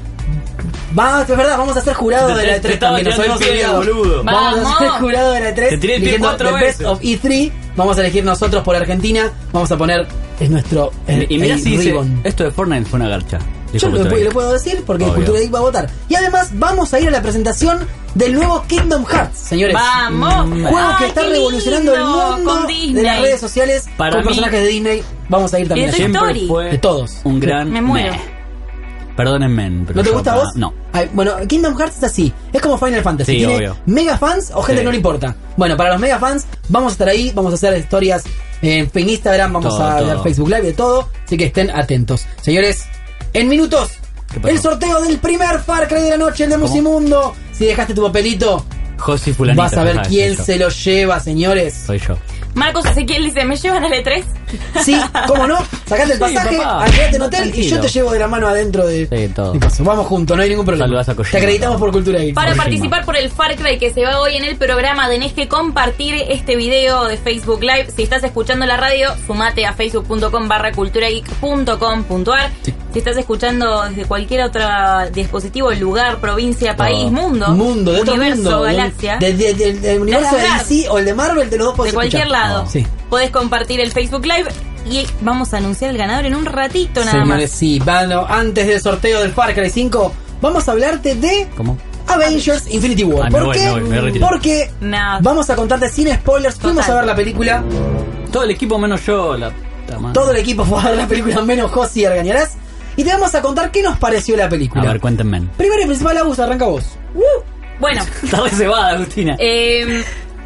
Va, es verdad, vamos a ser jurado Te- de la te E tres estaba también. Nos tirando habíamos el pie, olvidado. boludo. Vamos a Vamos. ser jurado de la E tres. Te tiré el pie eligiendo cuatro The Best veces. of E tres. Vamos a elegir nosotros por Argentina. Vamos a poner. Es nuestro. el- Y mira el si dice, ribbon. esto de Fortnite fue una garcha. Dijo Yo lo, Cultura lo Geek. puedo decir porque Obvio. Cultura Geek va a votar. Y además vamos a ir a la presentación del nuevo Kingdom Hearts, señores. ¡Vamos! Un juego que ¡Ay, está qué revolucionando el lindo! mundo Con de Disney. las redes sociales Para con mí- personajes de Disney. Vamos a ir también Y de allá. Toy Siempre Story. fue De todos. un gran Me muero. meh. Perdónenme, pero ¿No te yo gusta a para- vos? No. Ay, bueno, Kingdom Hearts es así. Es como Final Fantasy. Sí, Tiene obvio. mega fans o gente Sí. que no le importa. Bueno, para los mega fans vamos a estar ahí. Vamos a hacer historias en Instagram. Vamos Todo, a todo. ver Facebook Live de todo. Así que estén atentos. Señores, en minutos, ¿Qué pasó? el sorteo del primer Far Cry de la noche, el de ¿Cómo? Musimundo. Si dejaste tu papelito, Josi Fulanita. vas a ver ya sabes, quién soy se lo lleva, señores. yo. Soy yo. Marcos Ezequiel dice, ¿me llevan al E tres? Sí, cómo no, sacate el Sí, pasaje, papá. quedate en hotel y Tranquilo. yo te llevo de la mano adentro de... Sí, todo. de paso. Vamos juntos, no hay ningún problema. Saludás a Kojima. Te acreditamos por Cultura Geek. Para Kojima. participar por el Far Cry que se va hoy en el programa, tenés que compartir este video de Facebook Live. Si estás escuchando la radio, sumate a facebook.com barra culturageek.com.ar. Sí. Si estás escuchando desde cualquier otro dispositivo, lugar, provincia, Todo. país, mundo, Mundo, de otro universo, mundo. galaxia, De- de- de- del universo de las D C o el de Marvel, de los dos de podés cualquier escuchar. lado, Sí. podés compartir el Facebook Live y vamos a anunciar el ganador en un ratito nada Señores, más. sí, bueno, antes del sorteo del Far Cry cinco, vamos a hablarte de ¿Cómo? Avengers Infinity War. Ah, me ¿Por voy, qué? me voy, me retiro. Porque Nada. vamos a contarte sin spoilers. Fuimos Total. a ver la película. Todo el equipo menos yo, la puta madre. Todo el equipo fue a ver la película menos Josi y Argañarás. Y te vamos a contar qué nos pareció la película. A ver, cuéntenme. Primero y principal, Agus, arranca vos. Bueno, Está reservada, Agustina. Eh,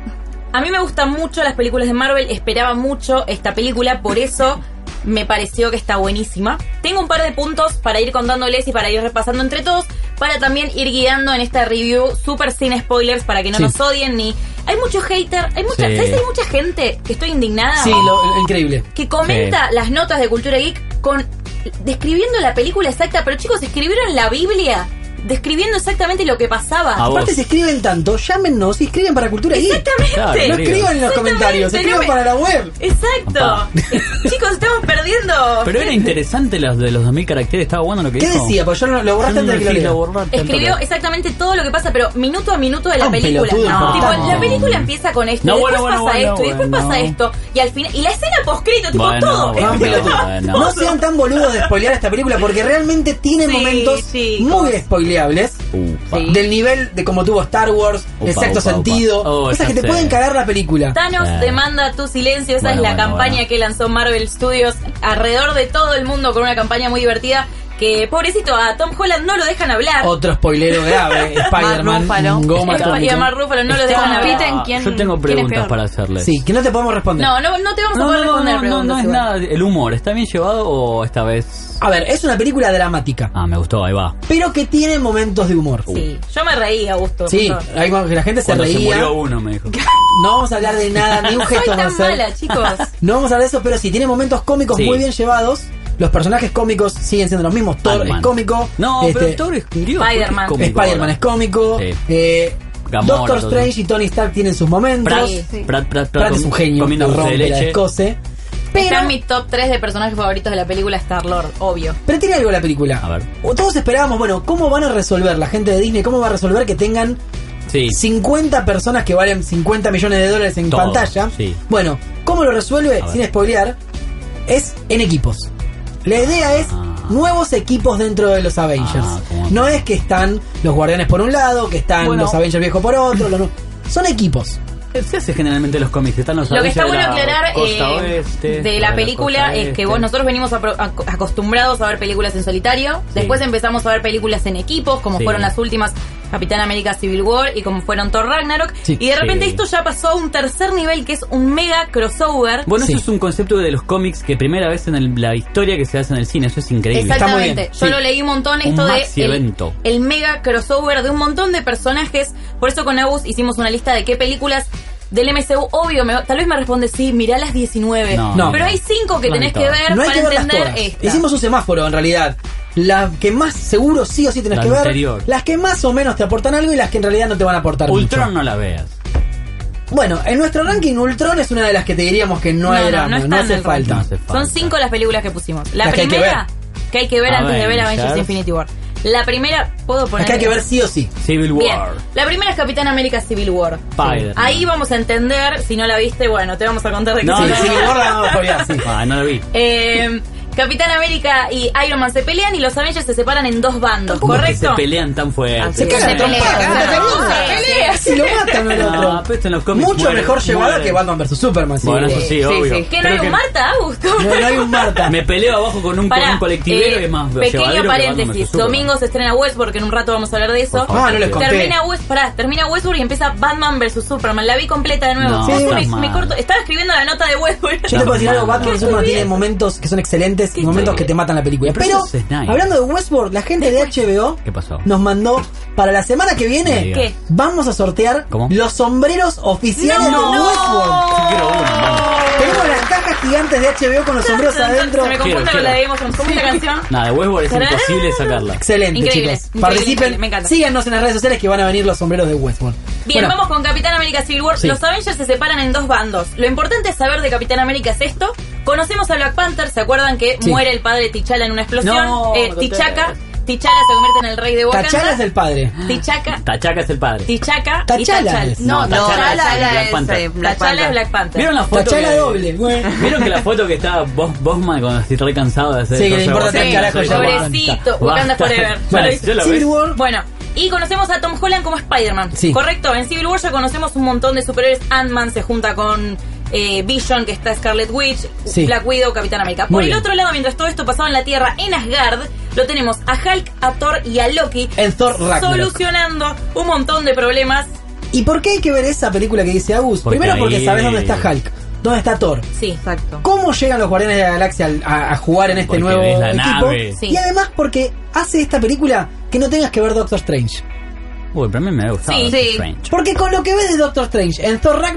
a mí me gustan mucho las películas de Marvel, esperaba mucho esta película, por eso me pareció que está buenísima. Tengo un par de puntos para ir contándoles y para ir repasando entre todos, para también ir guiando en esta review súper sin spoilers, para que no Sí. nos odien ni... Hay muchos haters, hay mucha, Sí. ¿sabes? Hay mucha gente que estoy indignada, Sí, lo, lo increíble. que comenta las notas de Cultura Geek con describiendo la película exacta, pero chicos, escribieron la Biblia describiendo exactamente lo que pasaba. A Aparte, vos. si escriben tanto, llámennos y escriben para Cultura Geek. Exactamente. Claro, No escriban. escriban en los Exactamente, comentarios, no escriban me- para la web. Exacto. Papá. Chicos, estamos perdiendo. Pero era interesante los de los dos mil caracteres, estaba bueno lo que ¿Qué dijo. decía? Pues yo no, lo borraste Yo no antes de que lo sí, lea. lo borraste, Escribió tanto. exactamente todo lo que pasa, pero minuto a minuto de la Ah, un película. pelotudo No. Tipo, importante. la película empieza con esto, No, y después bueno, bueno, pasa bueno, esto, y después bueno. pasa esto, y al final, y la escena poscrito, tipo Bueno, todo. bueno, Ah, un pelotudo. bueno. No sean tan boludos de spoilear esta película porque realmente tiene Sí, momentos chicos. muy spoileables. Upa. Sí. Del nivel de como tuvo Star Wars, Upa, el sexto upa, upa. sentido, Oh, cosas ya que te sé. pueden cagar la película. Thanos Sí. demanda tu silencio, esa Bueno, es la bueno, campaña bueno. que lanzó Marvel Studios alrededor de todo el mundo con una campaña muy divertida que, pobrecito, a Tom Holland no lo dejan hablar. Otro spoilero grave, Spider-Man, Mark Ruffalo. goma Y a atómica. Mark Ruffalo no lo Está- dejan hablar. Compiten quién- Yo tengo quién es preguntas peor. para hacerles. Sí, que no te podemos responder. No, no, no te vamos a No, poder no, no, responder no, no, preguntas. no es igual. nada. El humor, ¿está bien llevado o esta vez? A ver, es una película dramática, Ah, me gustó, ahí va. pero que tiene momentos de humor. Sí, yo me reí, Augusto. Sí, por favor. hay como que la gente se Cuando se reía. murió uno, me dijo. No vamos a hablar de nada, ni un Soy gesto tan vamos a hacer. mala, chicos. No vamos a hablar de eso, pero sí, tiene momentos cómicos Sí. muy bien llevados. Los personajes cómicos siguen siendo los mismos. Thor Ant-Man. es cómico. No, este, pero Thor escribió. Spider-Man. ¿por qué es cómico Spider-Man ahora? es cómico. Sí. eh, Gamora, Doctor todo. Strange y Tony Stark tienen sus momentos. Pratt, Sí. Pratt, Pratt, Pratt es un genio, comiendo que dulce de rompe la leche. descose. Está Pero, en mi top tres de personajes favoritos de la película Star-Lord, obvio. pero tiene algo la película. A ver. Todos esperábamos, bueno, ¿cómo van a resolver la gente de Disney? ¿Cómo va a resolver que tengan Sí. cincuenta personas que valen cincuenta millones de dólares en Todo, pantalla? sí. Bueno, ¿cómo lo resuelve? A ver. Sin spoilear, es en equipos. La idea es Ah. nuevos equipos dentro de los Avengers. Ah, ¿cómo? No es que están los Guardianes por un lado, que están Bueno. los Avengers viejos por otro. los nu- Son equipos. Se hace generalmente en los cómics. Están los Lo que está Avengers bueno de la aclarar costa eh, oeste, de la película costa es que este. vos, nosotros venimos apro- ac- acostumbrados a ver películas en solitario, Sí. después empezamos a ver películas en equipos, como Sí. fueron las últimas Capitán América Civil War y como fueron Thor Ragnarok, Sí. y de repente Sí. esto ya pasó a un tercer nivel que es un mega crossover. Bueno, Sí. eso es un concepto de los cómics que primera vez en el- la historia que se hace en el cine. Eso es increíble. Exactamente, Está muy bien, yo sí. lo leí un montón esto Un de maxi el, evento. el mega crossover de un montón de personajes. Por eso con Agus hicimos una lista de qué películas del M C U, obvio, me- tal vez me responde sí, mirá las diecinueve, No, No. pero hay cinco que No tenés hay que todas. ver No hay para que verlas entender todas. esta. Hicimos un semáforo en realidad. La que más seguro sí o sí tenés La que ver. anterior. Las que más o menos te aportan algo y las que en realidad no te van a aportar Ultron mucho. no la veas. Bueno, en nuestro ranking Ultron es una de las que te diríamos que no, No, no, era, no no, está en hace el falta. No hace falta. Son cinco las películas que pusimos. La Las que hay que primera, que hay que ver antes de ver Avengers. Avengers Infinity War. La primera, ¿puedo poner? Las que hay que ver sí o sí. Civil Bien, War. la primera es Capitán América Civil War. Spider-Man. Ahí vamos a entender, si no la viste, bueno, te vamos a contar de qué No, se Sí, no, trata. sí, no. War la vamos a spoilear, sí. Ah, no la vi. Eh, Capitán América y Iron Man se pelean y los Avengers se separan en dos bandos, ¿Cómo es que ¿correcto? se pelean tan fuerte? Se cagan Se a trompadas, pelean, se se cagan. pelean. Casi lo matan al No, otro. pero esto en los cómics Mucho muere- mejor llevada muere. que Batman versus Superman. Sí, Bueno, eso sí. sí, Sí, obvio. sí. ¿Que no hay Creo un Marta, Augusto? No, no hay un Marta. Me peleo abajo con un, con Pará, un colectivero eh, y es más pequeño llevadero que Batman paréntesis, versus Superman. domingo se estrena Westworld, que en un rato vamos a hablar de eso. Por favor. Ah, no les conté. Termina West, pará, termina Westworld y empieza Batman versus Superman. La vi completa de nuevo. No, Sí, estás me, mal. me corto, estaba escribiendo la nota de Westworld. Yo te puedo decir algo, Batman ¿Qué vs Superman estoy tiene viendo? momentos que son excelentes y momentos sí. que te matan la película. Pero Pero, eso es Snyder. hablando de Westworld, la gente de H B O ¿Qué pasó? nos mandó para la semana que No viene. digas. ¿Qué? Vamos a sortear ¿Cómo? los sombreros oficiales No. de Westworld. Sí, quiero uno, vamos. Tenemos las cajas gigantes de H B O con los sombreros adentro. Se me Quiero, confunde con quiero. la de Game of Thrones. ¿Cómo es la canción? Nada, de Westworld es Tarará. imposible sacarla. Excelente, Increíble, chicos. increíble, Participen, increíble, me encanta. síganos en las redes sociales que van a venir los sombreros de Westworld. Bien, Bueno, vamos con Capitán América Civil War. Sí. Los Avengers se separan en dos bandos. Lo importante es saber de Capitán América es esto. Conocemos a Black Panther, ¿se acuerdan que Sí. muere el padre de T'Challa en una explosión? No, eh, no T'Chaka, te- T'Challa se convierte en el rey de Wakanda. T'Challa es del padre. T'Chaka, Tachaca es el padre. T'Chaka y T'Challa T'Challa. es. No, No, no, T'Challa es T'Challa Black es Panther. eh, Black T'Challa es Panther. Black Panther. ¿Vieron la foto T'Challa que... doble, güey. ¿Vieron que la foto que está Bos, Bosman cuando estoy re cansado de hacer Sí, que le cosas importa de tres Wakanda? carajos Soy ya. Pobrecito, Basta. Wakanda Forever. Bueno, Ya lo hice. yo la Civil vi. War. Bueno, y conocemos a Tom Holland como Spider-Man. Sí. Correcto, en Civil War ya conocemos un montón de superhéroes. Ant-Man se junta con eh, Vision, que está Scarlet Witch, Sí. Black Widow, Capitán América. Por Muy el bien. otro lado, mientras todo esto pasaba en la Tierra, en Asgard, lo tenemos a Hulk, a Thor y a Loki En Thor Ragnarok. solucionando un montón de problemas. ¿Y por qué hay que ver esa película que dice Agus? Porque Primero porque ahí- sabes dónde está Hulk, dónde está Thor. Sí. Exacto. ¿Cómo llegan los Guardianes de la Galaxia al- a, a jugar en este Porque nuevo ves la equipo? nave. Sí. Y además porque hace esta película que no tengas que ver Doctor Strange. Uy, pero a mí me ha gustado Sí, Doctor sí. Strange. Porque con lo que ves de Doctor Strange en Thor Ragnarok,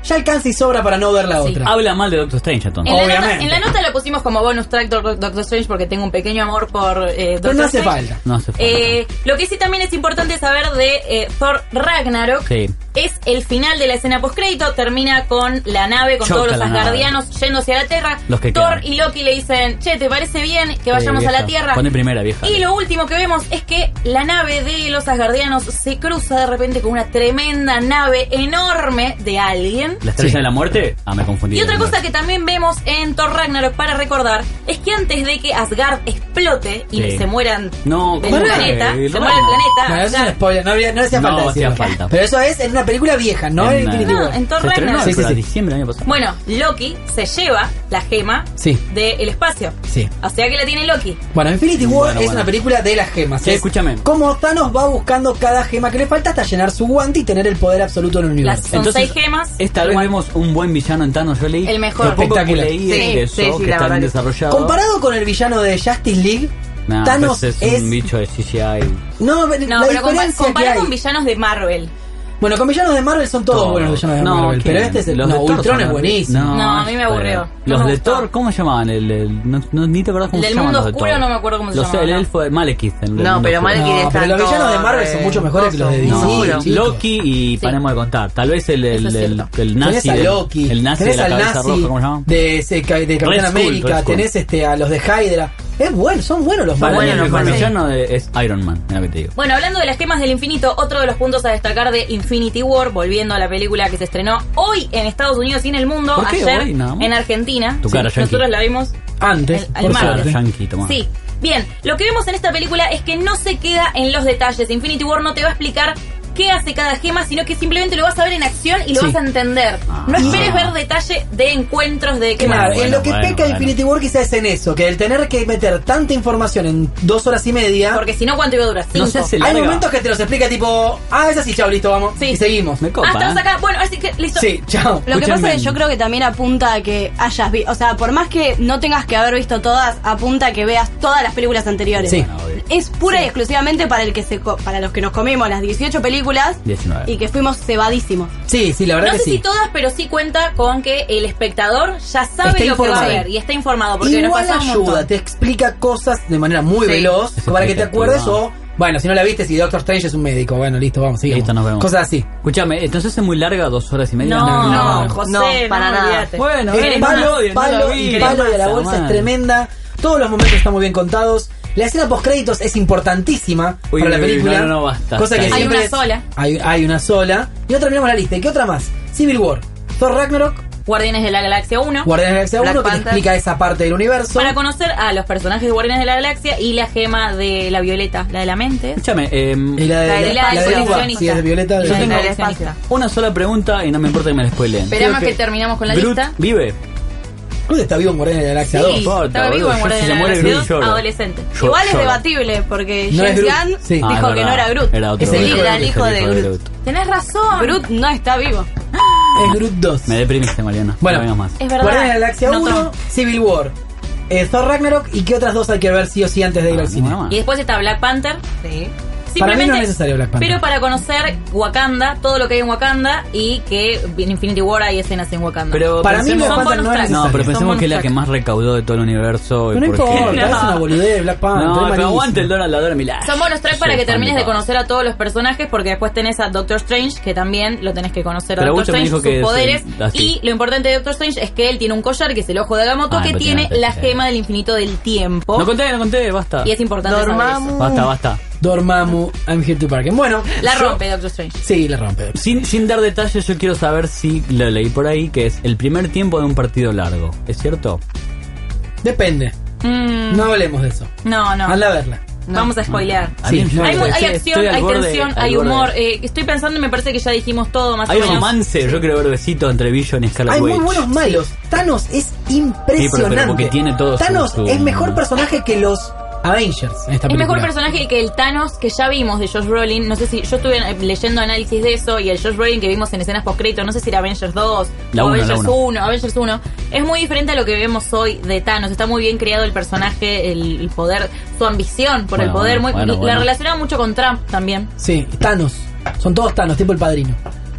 ya alcanza y sobra para no ver la Sí. otra. Habla mal de Doctor Strange entonces. En la, nota, Obviamente. en la nota lo pusimos como bonus track Doctor, Doctor Strange porque tengo un pequeño amor por eh, Doctor Pero no hace Strange. falta. No hace falta. Eh, lo que sí también es importante saber de eh, Thor Ragnarok Sí. es el final de la escena postcrédito. Termina con la nave, con Choca todos los la asgardianos yendo hacia la Tierra. Los que Thor quedan. y Loki le dicen, che, ¿te parece bien que vayamos Sí, a la vieja. Tierra? Pone primera, vieja. Y lo último que vemos es que la nave de los asgardianos se cruza de repente con una tremenda nave enorme de alguien. ¿La estrella Sí. de la muerte? Ah, me confundí. Y otra cosa que también vemos en Thor Ragnarok para recordar es que antes de que Asgard explote y Sí. se mueran No, el ¿cómo planeta, que? se No. muere el planeta. No, eso es un Asgard. spoiler, no, habría- no hacía No, falta hacía decirlo. falta. Pero eso es en una película vieja, no en En, Infinity eh, War. No, en Thor Se estrenó, Ragnarok. Sí, sí, pero a sí. diciembre del año pasado. Bueno, Loki se lleva la gema Sí. del espacio. Sí. O sea que la tiene Loki. Bueno, Infinity War Bueno, es bueno. una película de las gemas. Sí, Es escúchame. Como Thanos va buscando cada gema que le falta hasta llenar su guante y tener el poder absoluto en el Las, universo. son Entonces, seis gemas. Esta vez Igual. vemos un buen villano en Thanos. Yo leí. El mejor. Lo poco que Espectacular. leí Sí, de eso, sí, sí, que la está bien verdad que- desarrollado. Comparado con el villano de Justice League, Nah, Thanos pues es, es... un bicho de C G I. No, No, la pero compa- diferencia que compará hay... con villanos de Marvel. Bueno, con villanos de Marvel son todos Todos. buenos los villanos de No, Marvel, ¿quién? pero este es el... Los no, de Thor Ultron son es buenísimo. No, a mí me aburrió. Los No me de gustó. Thor, ¿cómo se llamaban? El, el- no, no- ni te acordás cómo El se del llaman mundo los de oscuro Thor. no me acuerdo cómo se Los- llamaba, El no. elfo de Malekith. el del No, mundo pero oscuro. Malekith No, está pero los todo, villanos de Marvel eh, son mucho mejores que los de D C. No, Seguro. chicos. Loki y Sí. paremos de contar. Tal vez el, el, Eso es el, cierto. el nazi. Tenés a del- Loki, el nazi de tenés la al cabeza nazi roja, ¿cómo se llama? de, ese ca- de Capitán Red Skull, América, Red Skull. tenés este, a los de Hydra. Es bueno, son buenos los Para malos. mí el bueno, mejor bueno. villano de- es Iron Man, mira lo que te digo. Bueno, hablando de las gemas del infinito, otro de los puntos a destacar de Infinity War, volviendo a la película que se estrenó hoy en Estados Unidos y en el mundo, ¿Por qué ayer hoy, nada más? en Argentina. Tu cara, Sí, yankee. nosotros la vimos Antes, el, el por martes. suerte. Yankee, tomá. Sí. Bien, lo que vemos en esta película es que no se queda en los detalles. Infinity War no te va a explicar qué hace cada gema, sino que simplemente lo vas a ver en acción y lo Sí. vas a entender. Ah. No esperes ver detalle de encuentros de qué Claro, más. en lo que bueno, peca bueno. Infinity War quizás es en eso, que el tener que meter tanta información en dos horas y media, Porque si no, ¿cuánto iba a durar? Cinco. No se hace hay larga. momentos que te los explica tipo, ah, es así, chao, listo, vamos, Sí. y seguimos. Me copa, Ah, estamos ¿eh? acá. Bueno, así que listo. Sí, chao. Lo que Escúchenme. pasa es que yo creo que también apunta a que hayas visto, o sea, por más que no tengas que haber visto todas, apunta a que veas todas las películas anteriores. Sí. Bueno, obvio. Es pura y exclusivamente para el que se co- para los que nos comimos las dieciocho películas diecinueve. y que fuimos cebadísimos. Sí, sí, la verdad No que sé sí. si todas, pero sí cuenta con que el espectador ya sabe Está lo que va a informado. ver y está informado. Porque nos Igual pasó un ayuda, montón. te explica cosas de manera muy Sí. veloz, Es para que te explicativo. acuerdes o, bueno, si no la viste, si Doctor Strange es un médico, bueno, listo, vamos, sigamos. Listo, nos vemos. Cosas así. Escúchame, entonces es muy larga, dos horas y media. No, No, José, no, para no, nada. olvídate. Bueno, El eh, palo, no lo odien, no palo la y vi. palo de la Masa, bolsa es man. tremenda. Todos los momentos están muy bien contados. La escena post créditos es importantísima Uy, para la uy, uy, película. no, no, no, basta, Cosa que está Hay siempre una es- sola. Hay, hay una sola. Y otra miramos la lista. ¿Y qué otra más? Civil War, Thor Ragnarok, Guardianes de la Galaxia uno. Guardianes de la Galaxia Black uno, que te Panther. explica esa parte del universo. Para conocer a los personajes de Guardianes de la Galaxia y la gema de la Violeta, la de la mente. Escúchame, eh, Y la de La la, de la, la de Uva, coleccionista. si es de Violeta. de Yo La tengo del coleccionista. espacio. una sola pregunta y no me importa que me la spoileen. Esperamos Creo que terminamos con la Groot lista. ¿Vive? Groot está vivo en Guardianes de la Galaxia Sí, dos. importa, estaba boludo. vivo en Yo, Guardianes si de se la muere Galaxia Groot, dos, lloro. adolescente. Yo- Igual es lloro. debatible porque No James es Groot, Gunn sí. Ah, dijo es que no verdad. era Groot. Era otro Es el Groot, hijo de- es el hijo de Groot. Tenés razón. Groot no está vivo. Es Groot dos. Me deprimiste, Mariana. Bueno. no vengas más. Es verdad. Guardianes de la Galaxia No uno, tomo. Civil War, eh, Thor Ragnarok y qué otras dos hay que ver sí o sí antes de ir Ah, al cine. nada más. Y después está Black Panther. Sí. Para mí no es Simplemente- necesario Black Panther. Pero para conocer Wakanda, todo lo que hay en Wakanda y que en Infinity War hay escenas en Wakanda. Pero Para mí pensemos- Black son Panther bonus no es tracks. necesario. No, pero Son pensemos que es la bonus que track. más recaudó de todo el universo. Pero no porque- importa, No. es una boludez, Black Panther. No, es pero malísimo. aguante el Donald Ladora Milán. Son bonus track para Soy que fan termines de Pablo. conocer a todos los personajes, porque después tenés a Doctor Strange, que también lo tenés que conocer a Pero Doctor Gucho me Strange, dijo sus que poderes. es así. Y lo importante de Doctor Strange es que él tiene un collar, que es el ojo de Agamotto, Ah, que pero tiene tiene la una gema del infinito del tiempo. No conté, no conté, basta. Y es importante saber Dormammu. eso. Basta, basta. Dormammu, I'm here to park. Bueno, La yo- rompe Doctor Strange. Sí, la rompe. Sin, sin dar detalles, yo quiero saber si lo leí por ahí, que es el primer tiempo de un partido largo. ¿Es cierto? Depende. Mm, No hablemos de eso. no, no. Anda a verla. Vamos a spoilear. Alguien- Sí, no, Hay, mu- estoy- hay acción, estoy al hay borde- tensión, al hay borde. humor. Eh, estoy pensando y me parece que ya dijimos todo más Hay o menos. romance, yo quiero ver besitos entre Vision y Scarlet Hay muy Witch. buenos malos. Thanos es impresionante. Sí, pero- pero porque tiene todo su- Thanos su- es mejor personaje que los Avengers en esta Es película. mejor personaje que el Thanos que ya vimos de Josh Brolin. No sé si yo estuve eh, leyendo análisis de eso y el Josh Brolin que vimos en escenas post-crédito, no sé si era Avengers dos La o uno, la Avengers uno. uno, Avengers uno. Es muy diferente a lo que vemos hoy de Thanos. Está muy bien creado el personaje, el, el poder, su ambición por Bueno, el poder. bueno, muy, bueno, la bueno. relacionaba mucho con Trump también. Sí, Thanos. Son todos Thanos, tipo el padrino.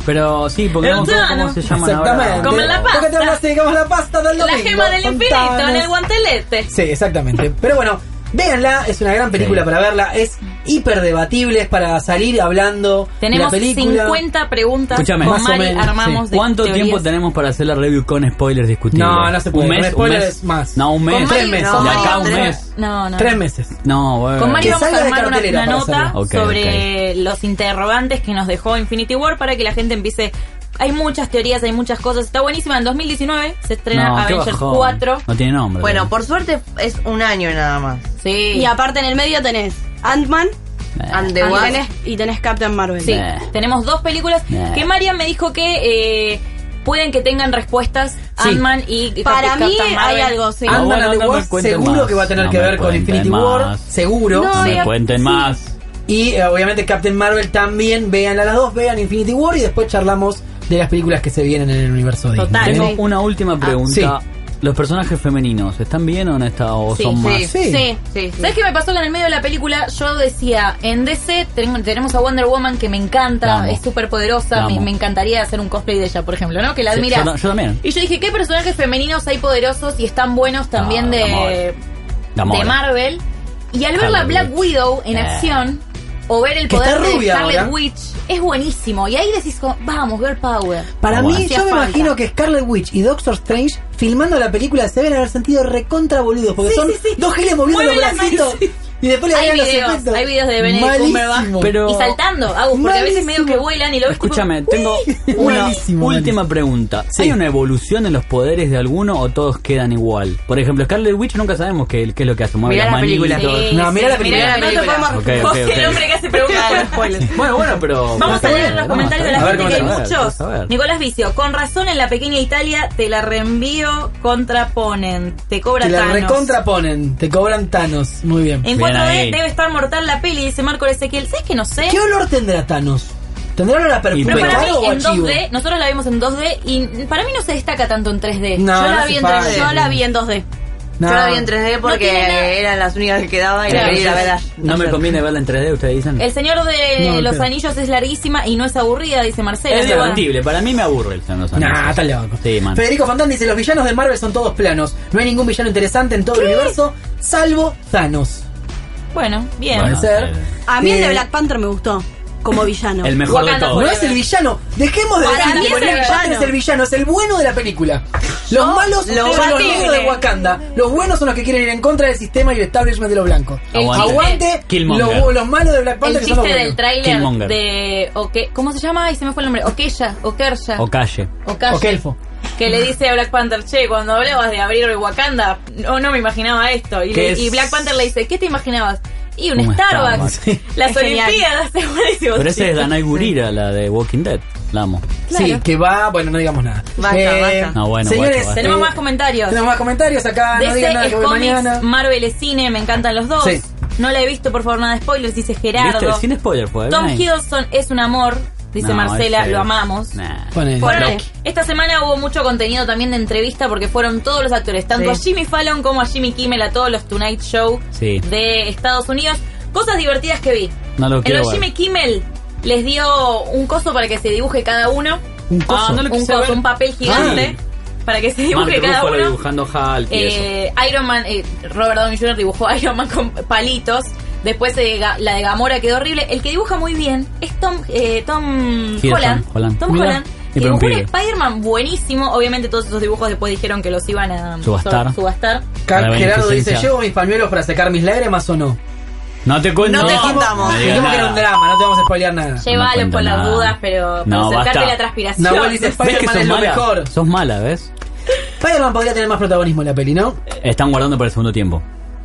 Pero sí, pongamos todo Thanos. cómo se llaman Exactamente. ahora. Comen la pasta. ¿Por qué te hablas así? Como la pasta del La domingo. gema del con infinito en Thanos. el guantelete. Sí, exactamente. Pero bueno, véanla, es una gran película Sí. para verla, es hiper debatible, es para salir hablando Tenemos de la película. cincuenta preguntas. Escúchame. Con Más o Mari menos, armamos sí. de ¿Cuánto teorías. tiempo tenemos para hacer la review con spoilers discutibles? No, no se puede. ¿Un mes? Con spoilers ¿Un mes? más. No, un mes. Con Mari, Tres meses. con De Mari acá a un vamos a- mes. No, no. Tres meses. No, bueno. Con Mari Que vamos a salga de armar una, cartelera una para nota hacerlo. Ok, sobre los interrogantes que nos dejó Infinity War para que la gente empiece. Hay muchas teorías, hay muchas cosas. Está buenísima. En dos mil diecinueve se estrena No, qué Avengers bajón. cuatro. No tiene nombre. Bueno, por suerte es un año nada más. Sí. Y aparte en el medio tenés Ant-Man Eh. And the y Wasp. tenés, y tenés Captain Marvel. Sí, Nah. tenemos dos películas Nah. que Marian me dijo que eh, pueden que tengan respuestas Sí. Ant-Man y Para Captain mí Marvel. hay algo, sí. Ah, Ant-Man bueno, and the no me Wasp cuenten seguro más. que va a tener No que me ver con cuenten Infinity más. War, seguro. No me ya- cuenten sí. más. Y eh, obviamente Captain Marvel también, véanla las dos, vean Infinity War y después charlamos de las películas que se vienen en el universo de Total. Disney. Tengo una última pregunta. sí. ¿Los personajes femeninos están bien o no están, o Sí, son sí. más? Sí. Sí. Sí, sí. ¿Sabes qué me pasó que en el medio de la película? Yo decía, en D C ten- tenemos a Wonder Woman que me La encanta, amo. es súper La poderosa, me, amo. me encantaría hacer un cosplay de ella, por ejemplo, ¿no? Que la Sí, admiras. yo, yo también. Y yo dije, ¿qué personajes femeninos hay poderosos y están buenos también Ah, de, Gamora. de Marvel? Y al ver la Harley Black Witch. Widow en Eh. acción, o ver el Que poder está de rubia Scarlet ahora. Witch, es buenísimo. Y ahí decís, como, vamos, girl power. Para Ah, mí, bueno. yo Hacía me falta. imagino que Scarlet Witch y Doctor Strange filmando la película se deben haber sentido recontra boludos porque Sí, son sí, sí. dos giles moviendo los Mueven las bracitos manos, sí. y después le Hay agregan los videos, efectos. hay videos de Benedict Cumberbatch. Malísimo. Pero- Y saltando, Agus, porque a veces medio Malísimo. que vuelan y lo ves tipo, Escúchame, tengo Uy, una malísimo, última pregunta. Sí. ¿Hay una evolución en los poderes de alguno o todos quedan igual? Por ejemplo, Scarlet Witch nunca sabemos qué, qué es lo que hace. Mueve Mirá las la película. manitos. Sí, No, mirá la sí, película. mirá No te podemos Ok, Vos, ok, el ok. hombre que hace preguntas con spoilers. Bueno, bueno, pero... Vamos Está a leer bien, los no, comentarios de está la bien. gente, A que ver, hay comentarios, muchos. a ver. Nicolás Vicio, con razón en la pequeña Italia te la reenvío, contraponen, te cobra Te la Thanos. recontraponen, te cobran Thanos. Muy bien. En Bien cuatro D ahí. debe estar mortal la peli, dice Marco Ezequiel. ¿Sabes que no sé? ¿Qué olor tendrá Thanos? ¿Tendrá olor a perfume Pero para mí caro o a en chivo? dos D, nosotros la vimos en dos D y para mí no se destaca tanto en tres D. No, Yo no la hace vi en falta. tres D. Yo la vi en dos D. No. Yo la vi en tres D porque tiene nada. eran las únicas que quedaba y Claro. la quería ir a ver. No me conviene verla en tres D, ustedes dicen. El Señor de No, los pero- Anillos es larguísima y no es aburrida, dice Marcela. Es Pero bueno. debatible, para mí me aburre el Señor de los Anillos. Nah, está loco. Sí, man. Federico Fontán dice, los villanos de Marvel son todos planos. No hay ningún villano interesante en todo el universo, salvo Thanos. Bueno, bien. Puede Bueno, ser. eh, A mí el de Eh, Black Panther me gustó como villano. El mejor Wakanda de No todos. es el villano. Dejemos de Para decir mí que es el Black Panther villano. es el villano, es el bueno de la película. Los malos lo son los debatible. negros de Wakanda. Los buenos son los que quieren ir en contra del sistema y el establishment de los blancos. El Aguante. Aguante Killmonger. los, los malos de Black Panther El que son los chiste buenos. del tráiler Killmonger. de Oke- ¿cómo se llama? Ay, se me fue el nombre. Okeya, Okersha, O calle. Okaye, O Kelfo. que le dice a Black Panther, che, cuando hablabas de abrir Wakanda, no, no me imaginaba esto. Y, ¿Qué le- es? y Black Panther le dice, ¿qué te imaginabas? Y un, Un Starbucks. Starbucks. Las Es genial. Olimpiadas, es buenísimo. Pero ese es Danai Gurira, la de Walking Dead. La amo. Sí, Claro. que va, bueno, no digamos nada. Basta, basta. No, bueno, señores, guacho, basta. Tenemos eh, más comentarios. Tenemos más comentarios acá, no D digan nada C que es voy cómics, mañana. Marvel es cine, me encantan los dos. Sí. No la he visto, por favor, nada de spoilers, dice ¿Viste? Gerardo. Sin spoiler fue. Tom bien ahí. Hiddleston es un amor, dice No, Marcela, ese- lo amamos. Nah. Ponele. Bueno, Loki. esta semana hubo mucho contenido también de entrevista porque fueron todos los actores, tanto Sí. a Jimmy Fallon como a Jimmy Kimmel, a todos los Tonight Show Sí. de Estados Unidos. Cosas divertidas que vi. No lo En quiero los ver. Jimmy Kimmel les dio un coso para que se dibuje cada uno. Un coso. Ah, no lo Un quise coso, ver. un papel gigante para que se dibuje Mark cada Ruffalo uno. dibujando Hulk y eso. Eh, Iron Man, eh, Robert Downey junior dibujó Iron Man con palitos. Después eh, Ga- la de Gamora quedó horrible. El que dibuja muy bien es Tom, eh, Tom Hiddleston, Holland. Holland. Tom Mirá. Holland. Y Que pero un dibujó un pibe. Spider-Man buenísimo. Obviamente todos esos dibujos después dijeron que los iban a Subastar. so- subastar. Ca- Para Gerardo dice, beneficencia. ¿llevo mis pañuelos para secar mis lágrimas o no? No te cuento. No te dijimos- contamos. no digas Dijimos que era un nada. drama, no te vamos a spoilear nada. Llévalo cuento por las nada. dudas, pero para No, acercarte basta. la transpiración. Nahuel dice, ¿Ves que Spider-Man sos es lo mala? mejor. Sos mala, ¿ves? Spider-Man podría tener más protagonismo en la peli, ¿no? Están guardando para el segundo tiempo.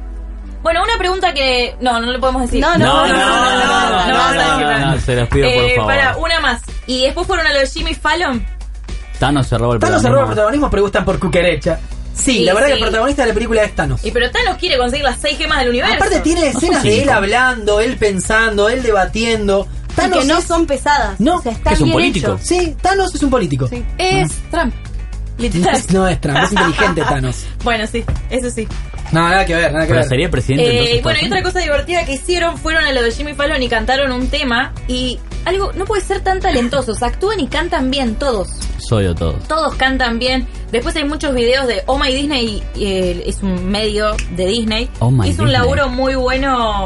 Bueno, una pregunta que... No, no le podemos decir. No, No, no, no, no, no, no, no vamos a decir no, nada. no, se los pido por Eh, favor. Para, una más. Y después fueron a lo de Jimmy Fallon. Thanos se robó el Thanos se roba el protagonismo. protagonismo, preguntan por Cucaracha. Sí, Sí, la verdad sí. que el protagonista de la película es Thanos. Y pero Thanos quiere conseguir las seis gemas del universo. Aparte tiene son escenas de él cinco. hablando, él pensando, él debatiendo. Y Thanos que no es- son pesadas. No, o sea, que están es un bien político. hechos. Sí, Thanos es un político. Sí. Es Trump. No Literal. es, no es Trump, es inteligente Thanos. Bueno, sí, eso sí. No, nada que ver, nada que Pero ver. sería presidente Eh, entonces. bueno, y Estados otra cosa divertida que hicieron fueron a lo de Jimmy Fallon y cantaron un tema. Y algo, no puede ser tan talentosos, actúan y cantan bien todos. Soy de todos. Todos cantan bien. Después hay muchos videos de Oh My Disney, eh, es un medio de Disney. Oh My Hizo un Disney. laburo muy bueno.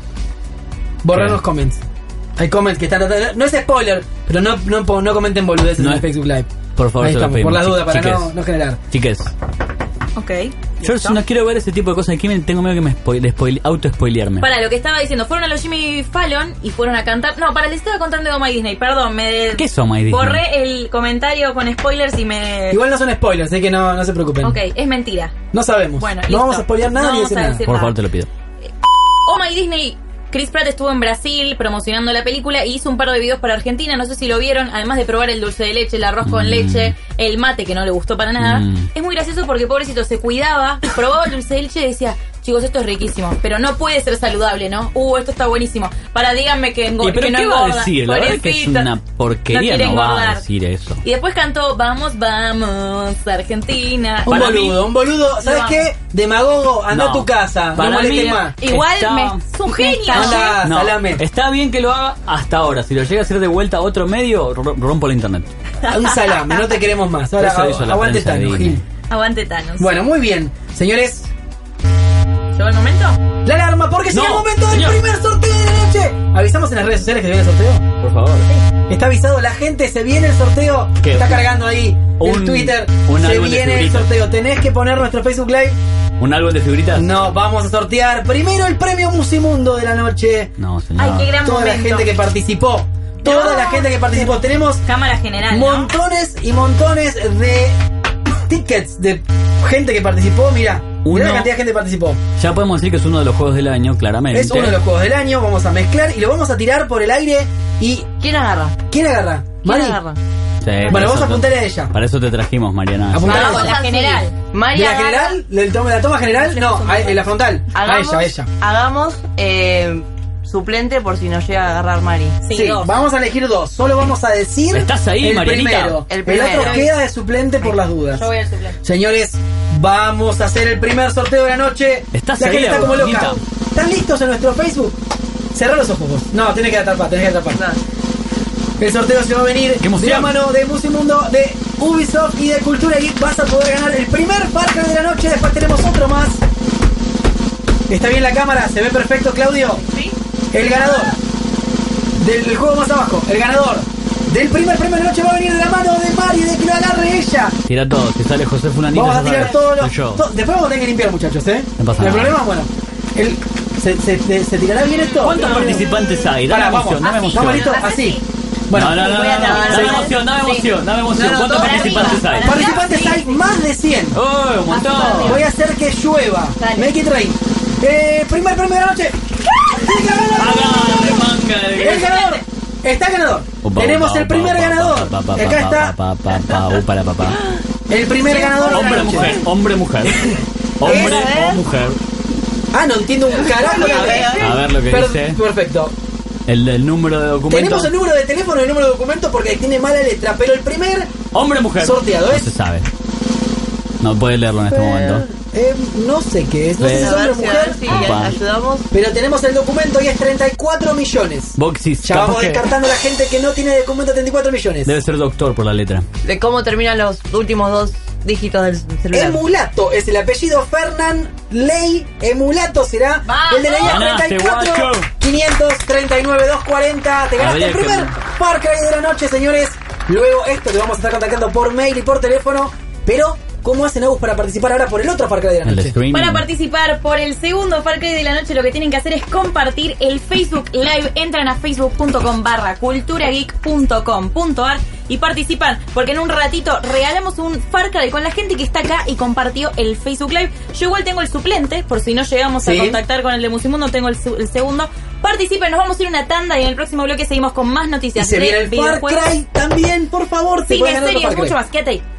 Borrar ¿Qué? los comments. Hay comments que están... No es spoiler, pero no, no, no comenten boludeces No en es- Facebook Live. Por favor, Ahí se lo estamos, pedimos. por las dudas, para Chiques. no, no generar. Chiques, Ok. yo si no quiero ver ese tipo de cosas aquí, me tengo miedo que me spoil, de spoil- auto-spoilearme. Para lo que estaba diciendo, fueron a los Jimmy Fallon y fueron a cantar. No, para les estaba contando de Oh My Disney, perdón, me. ¿Qué es Oh My Disney? Borré el comentario con spoilers y me. Igual no son spoilers, así que no, no se preocupen. Ok, es mentira. No sabemos. Bueno, no listo. vamos a spoilear nada No ni vamos decir a nada. decir Por nada. favor, te lo pido. Oh My Disney, Chris Pratt estuvo en Brasil promocionando la película y hizo un par de videos para Argentina, no sé si lo vieron, además de probar el dulce de leche, el arroz con Mm. leche, el mate que no le gustó para nada. Mm. Es muy gracioso porque pobrecito se cuidaba, probaba el dulce de leche y decía, chicos, esto es riquísimo, pero no puede ser saludable, ¿no? Uh, esto está buenísimo. Para díganme que, engor- ¿Y pero que no qué va a engorda. decir? La verdad es que es Pobrecito. una porquería, quiere no, va a engordar. decir eso. Y después cantó, vamos, vamos, Argentina. Un Para boludo, mí- un boludo. ¿Sabes No. qué? Demagogo, anda No. a tu casa. Para no molestes mí- más. Igual Está- me... Es un genio. Anda, No, salame. está bien que lo haga hasta ahora. Si lo llega a hacer de vuelta a otro medio, ro- rompo la internet. Un salame, no te queremos más. Ahora, Eso hizo la aguante prensa de Tano, Disney. Gil. Aguante Thanos. Bueno, muy bien. Señores, ¿Llegó el momento? la alarma porque No, llega el momento del señor. primer sorteo de la noche. Avisamos en las redes sociales que se viene el sorteo. Por favor. Está avisado la gente, se viene el sorteo. ¿Qué? Está cargando ahí el Un- Twitter. un Se álbum de viene el figuritas. sorteo. Tenés que poner nuestro Facebook Live. ¿Un álbum de figuritas? No, vamos a sortear primero el premio Musimundo de la noche. No, señor. Ay, qué gran Toda la momento. gente que participó. Toda No. la gente que participó. Tenemos Cámara general, ¿no? montones y montones de tickets de gente que participó. Mira, Uno- mira la cantidad de gente que participó. Ya podemos decir que es uno de los juegos del año, claramente. Es uno de los juegos del año. Vamos a mezclar y lo vamos a tirar por el aire. ¿Y ¿Quién agarra? quién agarra? ¿Quién Mari. agarra? Sí, para Bueno, vamos eso a te- apuntarle a ella. Para eso te trajimos, Mariana. Apuntar a Vamos, ella. la general. ¿De María la agarra- general? ¿Del toma- ¿De la toma general? No, a, en la frontal. A Hagamos, ella, a ella. hagamos eh, suplente por si nos llega a agarrar Mari. Sí, Sí, dos. vamos a elegir dos. Solo vamos a decir ¿Estás ahí, el Marianita? primero. El El, primero. otro queda de suplente por las dudas. Yo voy al suplente. Señores, vamos a hacer el primer sorteo de la noche. ¿Estás la ahí, gente está como loca. Agustinita? ¿Están listos en nuestro Facebook? Cerrá los ojos vos. No, tenés que atrapar, tenés que atrapar. El sorteo se va a venir ¡Qué emoción! de la mano de Musimundo, de Ubisoft y de Cultura Geek. Vas a poder ganar el primer Far Cry de la noche. Después tenemos otro más. ¿Está bien la cámara? ¿Se ve perfecto, Claudio? ¿Sí? El ganador del, del juego más abajo, el ganador del primer premio de la noche va a venir de la mano de Mari, de que lo agarre ella. Tira todo. Si sale José Fulanito, Vamos a ya tirar sabes, todo lo. soy yo. to- después vamos a tener que limpiar, muchachos, ¿eh? No pasa el nada. problema, bueno. El, se, se, se, se tirará bien esto? ¿Cuántos participantes hay? Dame Pará, emoción, vamos. dame emoción. ¿Estamos listos? Así. Así. Bueno, no, no, no, voy no, a no, terminar. dame Sí. emoción, dame Sí. emoción, dame emoción. No, no, ¿Cuántos para participantes arriba, hay? para participantes hay más de cien. ¡Oh, un montón! Voy a hacer que llueva. Dale. Make it rain. Eh, primer premio de la noche. El ganador. ¡Hágale, manga de- El ganador. Está el ganador. Upa, Tenemos upa, el primer upa, ganador. upa, upa, Acá upa, está upa, upa, upa, upa, la papá. el primer ganador de la Hombre, noche. mujer, hombre, mujer. Hombre ¿Eh? o mujer. Ah, no entiendo un carajo. lo que- A ver lo que Per- dice. Perfecto. El, el número de documento. Tenemos el número de teléfono y el número de documento porque tiene mala letra, pero el primer Hombre o mujer. sorteado No es. se sabe. No puede leerlo en este momento. Eh, no sé qué es, no sé si Ve. es A hombre ver o si, a mujer, ver si Opa. ayudamos. pero tenemos el documento y es treinta y cuatro millones. Boxis. Ya capaz vamos que descartando a la gente que no tiene documento treinta y cuatro millones. Debe ser doctor por la letra. De cómo terminan los últimos dos dígitos del celular. Emulato es el apellido Fernán Ley. Emulato será ¡Vamos! el de la I A Ganaste, treinta y cuatro guacho. quinientos treinta y nueve doscientos cuarenta. Te ganaste Habría el que- primer Far Cry de la noche, señores. Luego esto te vamos a estar contactando por mail y por teléfono. Pero, ¿cómo hacen Agus para participar ahora por el otro Far Cry de la El noche? streaming. Para participar por el segundo Far Cry de la noche, lo que tienen que hacer es compartir el Facebook Live. Entran a facebook.com barra culturageek.com.ar y participan, porque en un ratito regalamos un Far Cry con la gente que está acá y compartió el Facebook Live. Yo igual tengo el suplente, por si no llegamos Sí. a contactar con el de Musimundo, tengo el, su- el segundo. Participen, nos vamos a ir a una tanda y en el próximo bloque seguimos con más Y noticias se de viene el Far videojuegos, Cry también, por favor. te cine, puedes ganar otro series, Far Cry. mucho más. Quédate ahí.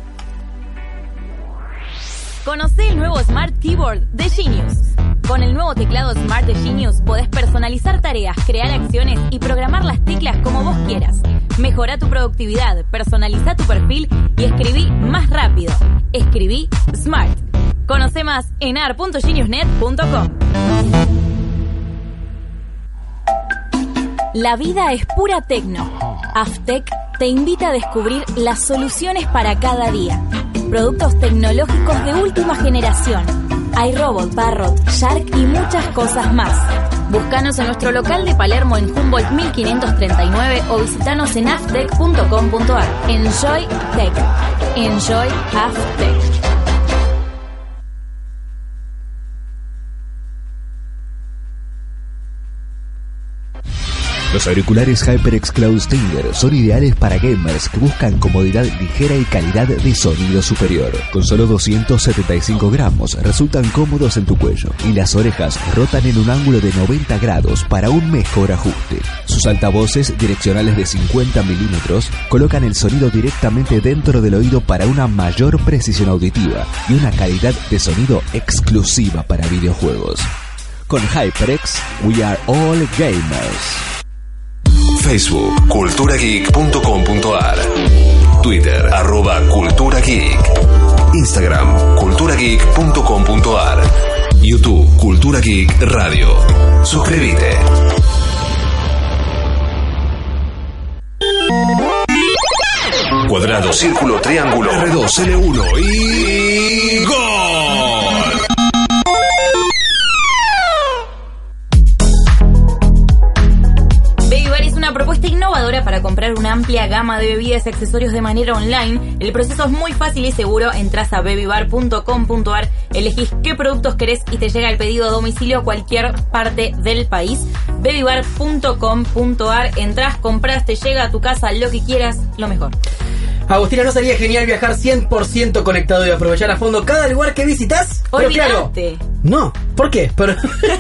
Conocé el nuevo Smart Keyboard de Genius. Con el nuevo teclado Smart de Genius podés personalizar tareas, crear acciones y programar las teclas como vos quieras. Mejora tu productividad, personaliza tu perfil y escribí más rápido. Escribí Smart. Conoce más en ar punto genius net punto com. La vida es pura tecno. Aftec te invita a descubrir las soluciones para cada día. Productos tecnológicos de última generación. iRobot, Parrot, Shark y muchas cosas más. Búscanos en nuestro local de Palermo en Humboldt mil quinientos treinta y nueve o visitanos en aftec punto com punto ar. Enjoy Tech. Enjoy Aftec. Los auriculares HyperX Cloud Stinger son ideales para gamers que buscan comodidad ligera y calidad de sonido superior. Con solo doscientos setenta y cinco gramos resultan cómodos en tu cuello y las orejas rotan en un ángulo de noventa grados para un mejor ajuste. Sus altavoces direccionales de cincuenta milímetros colocan el sonido directamente dentro del oído para una mayor precisión auditiva y una calidad de sonido exclusiva para videojuegos. Con HyperX, we are all gamers. Facebook, cultura geek punto com punto ar. Twitter, arroba Cultura Geek. Instagram, cultura geek punto com punto ar. YouTube, Cultura Geek Radio. Suscríbete. Cuadrado, círculo, triángulo, R dos, L uno y... ¡Gol! Propuesta innovadora para comprar una amplia gama de bebidas y accesorios de manera online. El proceso es muy fácil y seguro. Entras a baby bar punto com punto ar, elegís qué productos querés y te llega el pedido a domicilio a cualquier parte del país. baby bar punto com punto ar, entras, compras, te llega a tu casa lo que quieras, lo mejor. Agustina, ¿no sería genial viajar cien por ciento conectado y aprovechar a fondo cada lugar que visitas? Pero claro, no, ¿por qué? Pero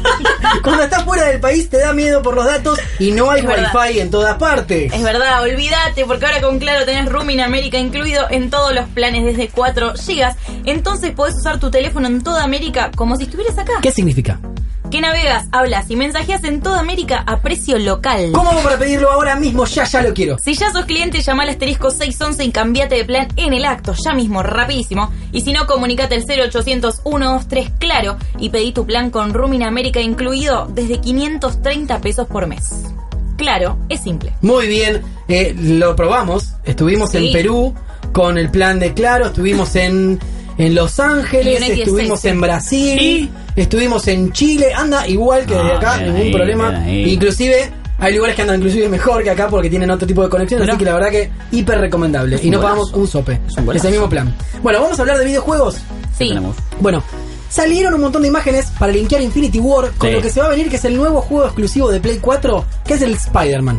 cuando estás fuera del país te da miedo por los datos y no hay wifi en todas partes. Es verdad, olvídate, porque ahora con Claro tenés Roaming América incluido en todos los planes desde cuatro gigas. Entonces podés usar tu teléfono en toda América como si estuvieras acá. ¿Qué significa? Que navegas, hablas y mensajeas en toda América a precio local. ¿Cómo hago para pedirlo ahora mismo? Ya, ya lo quiero. Si ya sos cliente, llama al asterisco seiscientos once y cambiate de plan en el acto, ya mismo, rapidísimo. Y si no, comunicate al cero ochocientos, ciento veintitrés Claro y pedí tu plan con Roaming América incluido desde quinientos treinta pesos por mes. Claro, es simple. Muy bien, eh, lo probamos. Estuvimos sí. en Perú con el plan de Claro, estuvimos en... en Los Ángeles, estuvimos en Brasil, ¿y? Estuvimos en Chile, anda igual que desde acá, ah, ningún ahí, problema. Inclusive hay lugares que andan inclusive mejor que acá porque tienen otro tipo de conexión, ¿no? Así que la verdad que hiper recomendable. Y no pagamos un sope. Es el mismo plan. Bueno, vamos a hablar de videojuegos. Sí. Bueno, salieron un montón de imágenes para linkear Infinity War con sí. lo que se va a venir, que es el nuevo juego exclusivo de Play cuatro, que es el Spider-Man.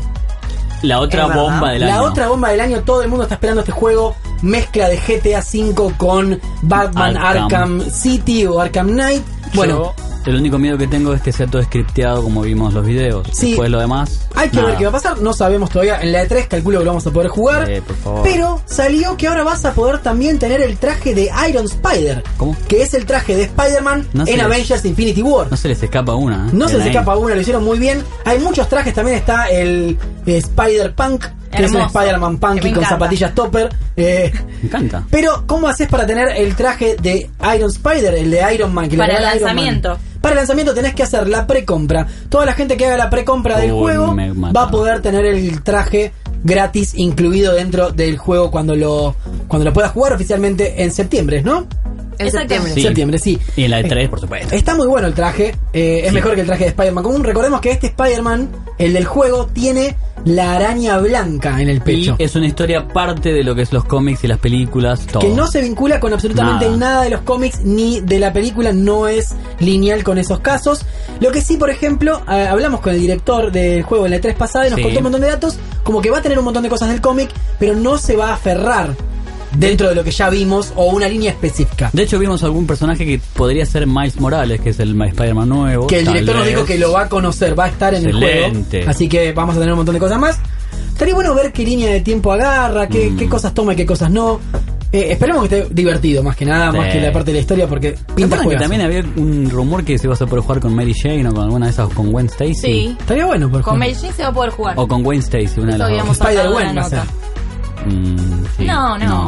La otra bomba del la año. La otra bomba del año, todo el mundo está esperando este juego. Mezcla de G T A cinco con Batman Arkham, Arkham City o Arkham Knight. Bueno, yo, el único miedo que tengo es que sea todo scripteado como vimos los videos. Sí, después lo demás, hay que nada. ver qué va a pasar. No sabemos todavía. En la E tres calculo que lo vamos a poder jugar. Sí, por favor. Pero salió que ahora vas a poder también tener el traje de Iron Spider. ¿Cómo? Que es el traje de Spider-Man no en Avengers les, Infinity War. No se les escapa una. ¿eh? No se les ahí. escapa una, lo hicieron muy bien. Hay muchos trajes, también está el eh, Spider-Punk, que hermoso, es un Spider-Man punky con zapatillas topper. Eh, me encanta. Pero, ¿cómo haces para tener el traje de Iron Spider, el de Iron Man? Que para le el lanzamiento. Para el lanzamiento tenés que hacer la precompra. Toda la gente que haga la precompra del oh, juego va a poder tener el traje gratis incluido dentro del juego cuando lo cuando lo puedas jugar oficialmente en septiembre, ¿no? En septiembre. Sí. Septiembre, sí. Y en la E tres, por supuesto. Está muy bueno el traje. Eh, es sí. mejor que el traje de Spider-Man común. Recordemos que este Spider-Man, el del juego, tiene la araña blanca en el pecho. Y es una historia aparte de lo que es los cómics y las películas, todo. Que no se vincula con absolutamente nada, nada de los cómics ni de la película. No es lineal con esos casos. Lo que sí, por ejemplo, eh, hablamos con el director del juego en la E tres pasada y nos sí. contó un montón de datos. Como que va a tener un montón de cosas del cómic, pero no se va a aferrar dentro de lo que ya vimos o una línea específica. De hecho vimos algún personaje que podría ser Miles Morales, que es el Spider-Man nuevo. Que el director nos dijo que lo va a conocer, va a estar en Excelente. el juego. Así que vamos a tener un montón de cosas más. Estaría bueno ver qué línea de tiempo agarra, qué, mm. qué cosas toma y qué cosas no. Eh, esperemos que esté divertido, más que nada, sí. más que la parte de la historia, porque pinta juegazo. También había un rumor que se iba a poder jugar con Mary Jane o con alguna de esas, con Gwen Stacy. Sí. Estaría bueno. Por con Mary Jane se va a poder jugar. O con Gwen Stacy, una de las dos. Spider-Gwen va a ser. Mm, sí. No, no. No, no creo.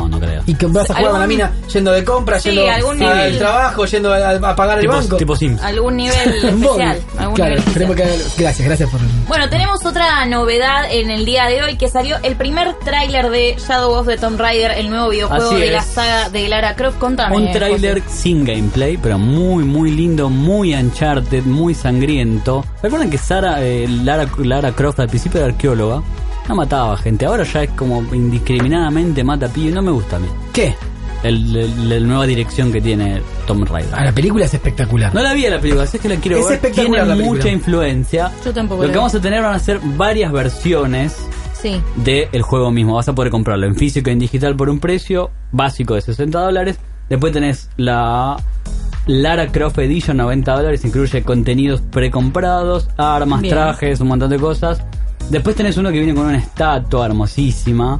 Y que vas a jugar con la mina yendo de compra, Sí, yendo algún al nivel. trabajo, yendo a, a pagar el Tipo, banco. tipo Sims. Algún nivel Un móvil. especial. Algún Claro, nivel especial. tenemos que... Gracias, gracias por... Bueno, tenemos otra novedad en el día de hoy, que salió el primer tráiler de Shadow of the Tomb Raider, el nuevo videojuego Así de la es. saga de Lara Croft. Contame, Un tráiler José. sin gameplay, pero muy, muy lindo, muy Uncharted, muy sangriento. Recuerden que Sara, eh, Lara, Lara Croft al principio era arqueóloga, no mataba gente, ahora ya es como indiscriminadamente mata pibes, no me gusta a mí. ¿Qué? El, el- la nueva dirección que tiene Tomb Raider. Ah, la película es espectacular. No la vi a la película, así que la quiero Es ver. espectacular Tiene la película. mucha influencia. Yo tampoco Lo la que vi. vamos a tener van a ser varias versiones Sí. del juego mismo. Vas a poder comprarlo en físico y en digital por un precio básico de sesenta dólares. Después tenés la Lara Croft Edition, noventa dólares. Incluye contenidos precomprados, armas, Bien. trajes, un montón de cosas. Después tenés uno que viene con una estatua hermosísima.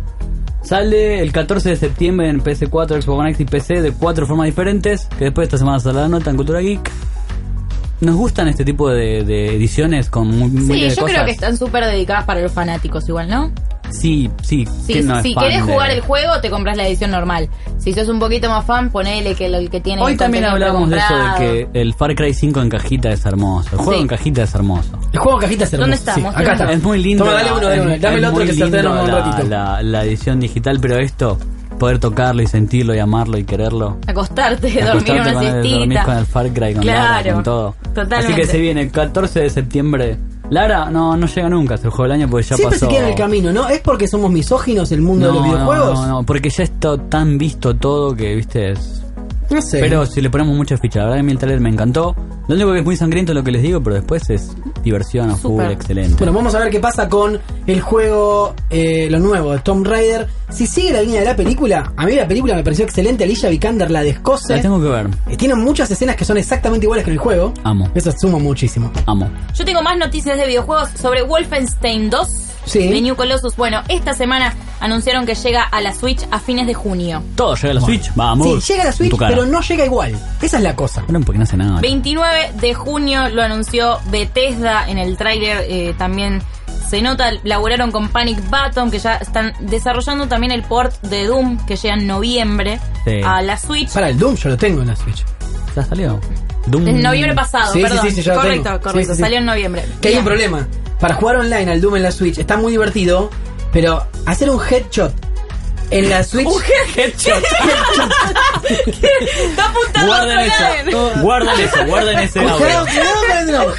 Sale el catorce de septiembre en P S cuatro, Xbox One X y P C de cuatro formas diferentes. Que después esta semana sale la nota en Cultura Geek. Nos gustan este tipo de, de ediciones con muy, muy Sí, de yo cosas. creo que están súper dedicadas para los fanáticos igual, ¿no? Sí, sí. Sí, ¿quién no es si fan querés de- jugar el juego, te compras la edición normal. Si sos un poquito más fan, ponele que lo el que tiene Hoy el también contenido hablábamos de eso, de comprado. que el Far Cry cinco en cajita es hermoso. El juego Sí. en cajita es hermoso. El juego en cajita es hermoso. ¿Dónde está? Sí, Mostrame. acá está. Es muy lindo. Toma, dale la- uno, dale uno. es- Dame el es otro muy que se lindo tenemos un la, ratito. la, la edición digital, pero esto, poder tocarlo y sentirlo y amarlo y quererlo. Acostarte, dormir Acostarte una con el, dormir siestita. con el Far Cry, con Claro, Lara, con todo. totalmente. Así que se viene el catorce de septiembre. Lara no, no llega nunca hasta el juego del año porque ya Siempre pasó. se queda en el camino, ¿no? ¿Es porque somos misóginos el mundo no, de los videojuegos? No, no, no, porque ya está tan visto todo que, viste, es... No sé. Pero si le ponemos mucha ficha, la verdad que a mí el trailer me encantó. Lo único que es muy sangriento es lo que les digo, pero después es diversión a full, Súper. excelente. Bueno, vamos a ver qué pasa con el juego, eh, lo nuevo de Tomb Raider. Si sigue la línea de la película, a mí la película me pareció excelente. Alicia Vikander la descoce. La tengo que ver. Eh, Tiene muchas escenas que son exactamente iguales que en el juego. Amo, Eso suma muchísimo. amo. Yo tengo más noticias de videojuegos sobre Wolfenstein dos Sí. de New Colossus. Bueno, esta semana anunciaron que llega a la Switch a fines de junio. Todo llega a la Switch, vamos. Sí, llega a la En Switch, tu cara. pero no llega igual. Esa es la cosa. Bueno, porque no hace nada. veintinueve de junio lo anunció Bethesda en el tráiler. Eh, también se nota, laburaron con Panic Button, que ya están desarrollando también el port de Doom, que llega en noviembre Sí. a la Switch. Para el Doom, yo lo tengo en la Switch. ¿Ya salió? Doom. En noviembre pasado, Sí, sí, perdón. sí, sí, ya lo correcto, tengo. correcto. Sí, sí, sí. Salió en noviembre. Que hay Bien. un problema. Para jugar online al Doom en la Switch está muy divertido, pero hacer un headshot en la Switch. Un Headshot. Está apuntando a Guarden otro eso. lado. Guarden eso, guarden ese Cuidado, audio. cuidado con el drone.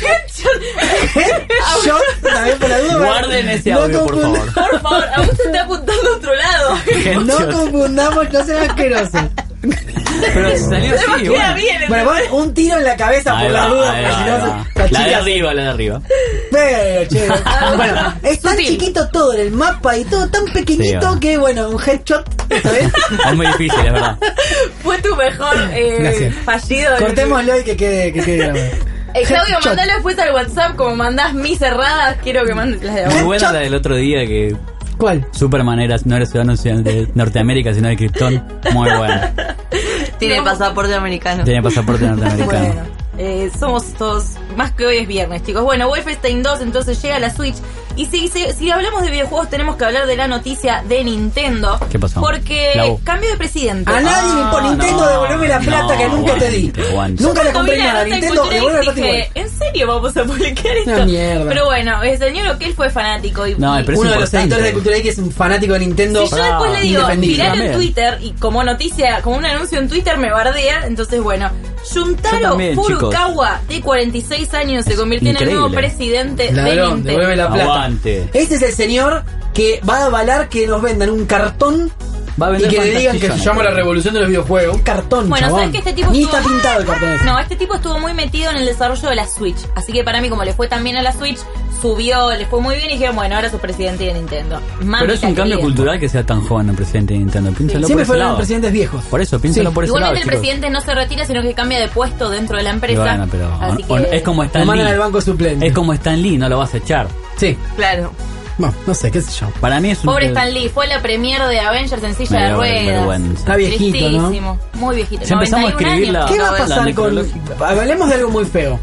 Headshot, también por la duda. Guarden ese No audio, por confund- favor. Por favor, a usted está apuntando a otro lado. No Headshot. confundamos, no sea asqueroso. Pero si salió así, Queda bueno. bien. Bueno, bueno, un tiro en la cabeza Ahí por va, la duda, ahí porque va, si ahí no, va. las La de chicas- arriba, la de arriba. Pero, che, bueno, es tan Sutil. chiquito todo en el mapa y todo tan pequeñito Sí, va. que, bueno, un headshot, esta vez. Es muy difícil, es verdad. Fue tu mejor eh, Gracias. fallido. Cortémoslo y que quede, que quede grabado. Eh, Claudio, Headshot. mandalo después al WhatsApp, como mandás mis cerradas, quiero que mandes las de Muy abajo. buena la del otro día que ¿Cuál? Superman era, no era ciudadano de Norteamérica, sino de Krypton. Muy buena. Tiene pasaporte americano. Tenía pasaporte norteamericano. Bueno, eh, somos todos, más que hoy es viernes, chicos. Bueno, Wolfenstein dos entonces llega a la Switch. Y si, si, si hablamos de videojuegos, tenemos que hablar de la noticia de Nintendo. ¿Qué pasó? Porque La U. cambio de presidente. A nadie le importa. Ah, Nintendo, no, devolveme la plata no, que nunca te di. aguante, aguante. Nunca le Cuando compré vi la nada a nota en Nintendo, Cultura devuelve la Geek plata igual. dije, ¿en serio vamos a publicar esto? Una mierda. Pero bueno, el señor O'Kell fue fanático y, No, y- pero es Uno de los importante. editores de Cultura Geek es un fanático de Nintendo. si yo después le digo independiente. viral en También. Twitter y como noticia, como un anuncio en Twitter me bardea, entonces bueno, Yo Shuntaro también, Furukawa, de cuarenta y seis años, se convirtió en el nuevo increíble. presidente de Ladrón, devuelve Nintendo. la plata. Aguante. Este es el señor que va a avalar que nos vendan un cartón Va a y vender que le digan que se fantastillones. llama la revolución de los videojuegos. Un cartón, Bueno, chabón. ¿saben que este tipo Ni estuvo- está pintado el cartón ese. No, este tipo estuvo muy metido en el desarrollo de la Switch. Así que para mí, como le fue tan bien a la Switch, subió, le fue muy bien y dijeron, bueno, ahora sos presidente de Nintendo. Mamita Pero es un cambio querida. cultural que sea tan joven el presidente de Nintendo. Piénsalo por Siempre ese fueron lado. presidentes viejos. Por eso, piénsalo Sí. por ese lado, Igualmente el chicos. presidente no se retira, sino que cambia de puesto dentro de la empresa. Y bueno, pero Así o- que... es como Lo Stan mandan al Lee. banco suplente. Es como Stan Lee, no lo vas a echar. Sí. Claro. No, no sé, qué sé yo. Para mí es un... Pobre Stan Lee, fue la premier de Avengers en silla Me de dio ruedas. vergüenza. Está viejito, ¿no? Tristísimo, muy viejito. Ya empezamos a noventa y un escribir años. la- ¿Qué va a la pasar con...? necrológica. Hablemos de algo muy feo.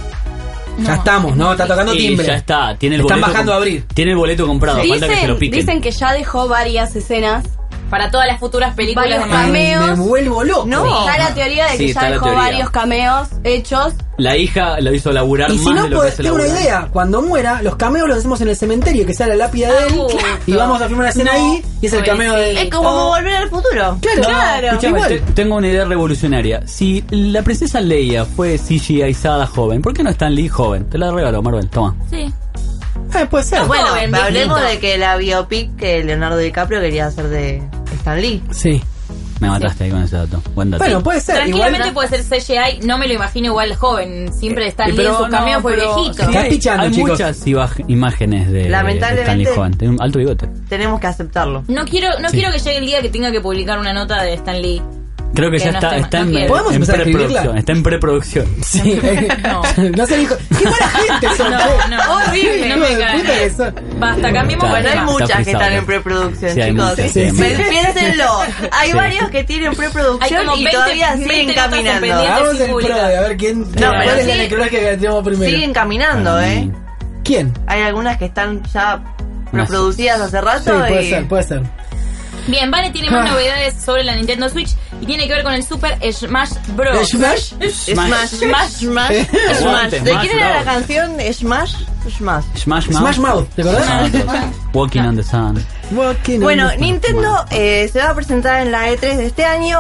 Ya No, estamos, ¿no? Está tocando Y timbre. ya está, tiene el Están boleto bajando com- a abrir. Tiene el boleto comprado, falta que se lo Dicen, piquen. dicen que ya dejó varias escenas Para todas las futuras películas Varios de Marvel. cameos. Me vuelvo loco. No. Está la teoría de que Sí, ya está la dejó teoría. varios cameos hechos. La hija lo hizo laburar Y más si no, de lo que pues, hace tengo una laburar. idea. Cuando muera, los cameos los hacemos en el cementerio, que sea la lápida de él. Justo. Y vamos a filmar una escena No. ahí. Y es el cameo de él. Es como Oh. volver al futuro. Claro, Claro. Escuchame, igual. te- tengo una idea revolucionaria. Si la princesa Leia fue C G I-izada joven, ¿por qué no Stan Lee joven? Te la regalo, Marvel, toma. Sí. Eh, puede ser. No, Bueno, joven, pero hablemos viejito. de que la biopic que Leonardo DiCaprio quería hacer de Stan Lee. Sí. Me mataste ahí con ese dato. Buen dato. Bueno, puede ser. Tranquilamente Igual, puede ser C G I, no me lo imagino igual joven. Siempre está Eh, en pero su no, cameo fue pero viejito. sí, Está hay, pichando, hay chicos. muchas iba- imágenes de, de Lamentablemente- Stan Lee joven. Tiene un alto bigote. Tenemos que aceptarlo. No quiero, no Sí. quiero que llegue el día que tenga que publicar una nota de Stan Lee. Creo que, Que ya no está, esté- está no en, quiero. ¿Podemos en empezar a escribirla? preproducción. Está en preproducción. sí. eh, No. no se dijo. ¡Qué mala gente son! No, che! no, horrible, no me Hijo de caen. puta que son. Basta, cambiemos Está- Bueno, hay de tema. muchas que frisado. están en preproducción, Sí, hay chicos. muchas, sí, hay Pi- muchas. Piénsenlo. Hay Sí. varios que tienen Hay preproducción como y veinte todavía veinte siguen notas en caminando. pendiente. Hagamos el pro pública. de a ver quién. pero ¿Cuál es la sí. necrológica que tenemos primero? Siguen caminando, Para ¿eh? mí. ¿Quién? Hay algunas que están ya Unas- reproducidas hace Sí, rato puede y... ser, puede ser. Bien, Vane tiene más Ah. novedades sobre la Nintendo Switch y tiene que ver con el Super Smash Bros. ¿Smash? Smash, Smash, Smash, Eh. Smash. Aguante, ¿De Smash quién era la Bros. canción? Smash, Smash. Smash Mouth. Smash Mouth, ¿te acordás? Walking on the Sun. Walking on Bueno, the- Nintendo eh, se va a presentar en la E tres de este año.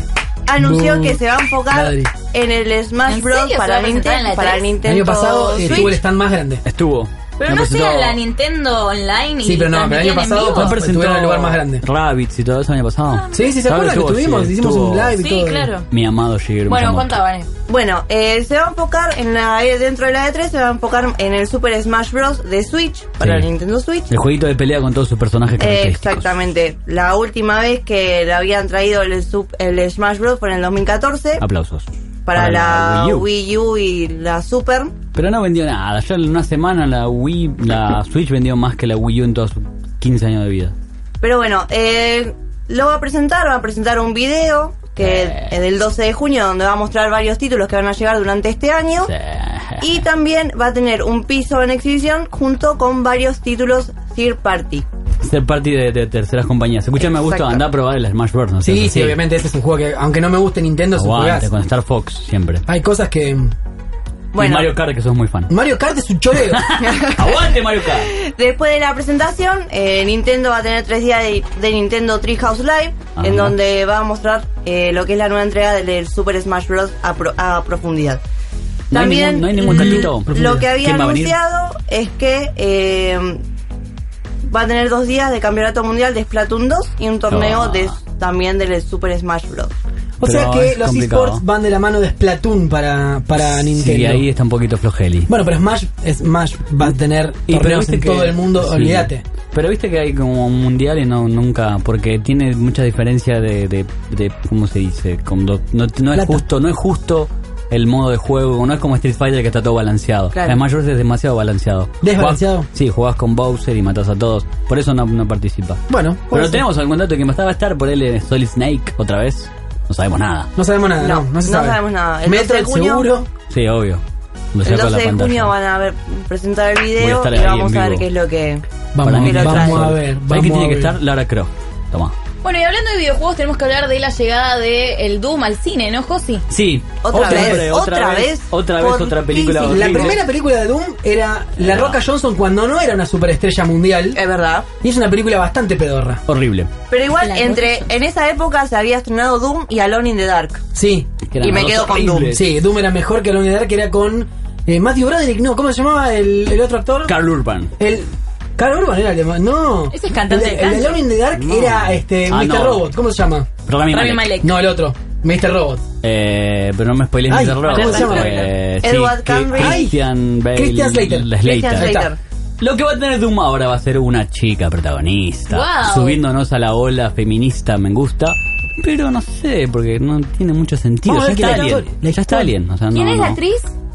Anunció Bu- que se va a enfocar Ladri. en el Smash ¿En Bros. serio se va para, a presentar en la Ninte- E tres? para El Nintendo año pasado eh, Switch. estuvo el stand más grande. Estuvo. Pero Me no presentó- sea la Nintendo Online y Sí, pero no, pero el año transmitían en pasado vivo. pues, No presentó estuvieron en el lugar más grande. Rabbids y todo eso el año pasado. Sí, sí, ¿se ¿Sabes? acuerdan que Estuvo, estuvimos? sí, Hicimos estuvo un live y Sí, todo. claro. Mi amado Shigeru Bueno, Miyamoto. contá, Vane. Bueno, eh, se va a enfocar en la E- dentro de la E tres se va a enfocar en el Super Smash Bros. De Switch para Sí. Nintendo Switch. El jueguito de pelea con todos sus personajes Eh, característicos. exactamente. La última vez que le habían traído el, sub- el Smash Bros. Fue en el dos mil catorce Aplausos. para, la, Wii U. Wii U y la Super. Pero no vendió nada. Ya en una semana la Wii, la Switch vendió más que la Wii U en todos sus quince años de vida. Pero bueno, eh, lo va a presentar, va a presentar un video que Eh. es del doce de junio donde va a mostrar varios títulos que van a llegar durante este año. Sí. Y también va a tener un piso en exhibición junto con varios títulos third party. Ser parte de, de terceras compañías. Escúchame, me gusta Exacto. andar a probar el Smash Bros. ¿no? Sí, Entonces, sí, obviamente ese es un juego que, aunque no me guste Nintendo, es un Aguante, juegazo. con Star Fox siempre. Hay cosas que... Bueno, Y Mario Kart, que sos muy fan. Mario Kart es un choreo. ¡Aguante Mario Kart! después de la presentación, eh, Nintendo va a tener tres días de, de Nintendo Treehouse Live, Ah, en mira. donde va a mostrar eh, lo que es la nueva entrega del, del Super Smash Bros. A, pro- a profundidad. No hay También ningún- no hay ningún l- tantito. lo que había ¿Quién va a venir? anunciado es que eh, va a tener dos días de campeonato mundial de Splatoon dos y un torneo Ah. de, también del Super Smash Bros. O Pero sea que es los complicado. esports van de la mano de Splatoon para, para Nintendo. Sí, ahí está un poquito flojeli. Bueno, pero Smash, Smash va a tener Y pero torneos viste en que- todo el mundo, sí. olvídate. Pero viste que hay como un mundial y no nunca, porque tiene mucha diferencia de, de, de ¿cómo se dice? Cuando no, no es Plata. justo, no es justo el modo de juego, no es como Street Fighter que está todo balanceado. Claro. Además, George es demasiado balanceado. ¿Desbalanceado? Jugás- sí, jugás con Bowser y matas a todos. Por eso no, no participa. Bueno, puede Pero ser. tenemos algún dato de que va a estar por él en Solid Snake otra vez. No sabemos nada. No sabemos nada, no, No, no, se no sabe. sabemos nada. El Metroid doce de junio- seguro. Sí, obvio. Lo El saco a la doce de pantalla. junio van a ver, presentar el Voy a video estar y ahí vamos en a ver vivo. qué es lo que... Vamos, Para mí lo vamos trae. a ver. ¿Sabés Vamos que tiene a que ver. estar? Lara Croft. Toma. Bueno, y hablando de videojuegos, tenemos que hablar de la llegada de el Doom al cine, ¿no, Josi? Sí. Otra Siempre, vez, otra otra vez. vez. Otra vez, ¿Por otra qué película hiciste? La horrible. primera película de Doom era La No. Roca Johnson cuando no era una superestrella mundial. Es verdad. Y es una película bastante pedorra. Horrible. Pero igual, La entre en esa época se había estrenado Doom y Alone in the Dark. Sí. Que eran Y me dos quedo con Doom. horribles. Sí, Doom era mejor que Alone in the Dark, que era con eh, Matthew Broderick, no, ¿cómo se llamaba el, el otro actor? Carl Urban. El Carl Urban era el de... No. Ese es cantante el, de el de country. Alone in the Dark No. era este Ah, mister no. Robot, ¿cómo se llama? Rami Rami Malek. Malek. No, el otro, mister Robot. Eh, pero no me spoilees Ay, mister Robot. ¿cómo se llama? Eh, sí, Edward que- Cambridge. Christian Bale. Christian Slater. Slater. Christian Ahí está. Slater. Lo que va a tener Doom ahora va a ser una chica protagonista. Wow. Subiéndonos a la ola feminista, me gusta. Pero no sé, porque no tiene mucho sentido. Vamos a Ya ver está qué la Alien. historia- la Ya está historia. Alien. O sea, ¿Quién no, es no. la actriz?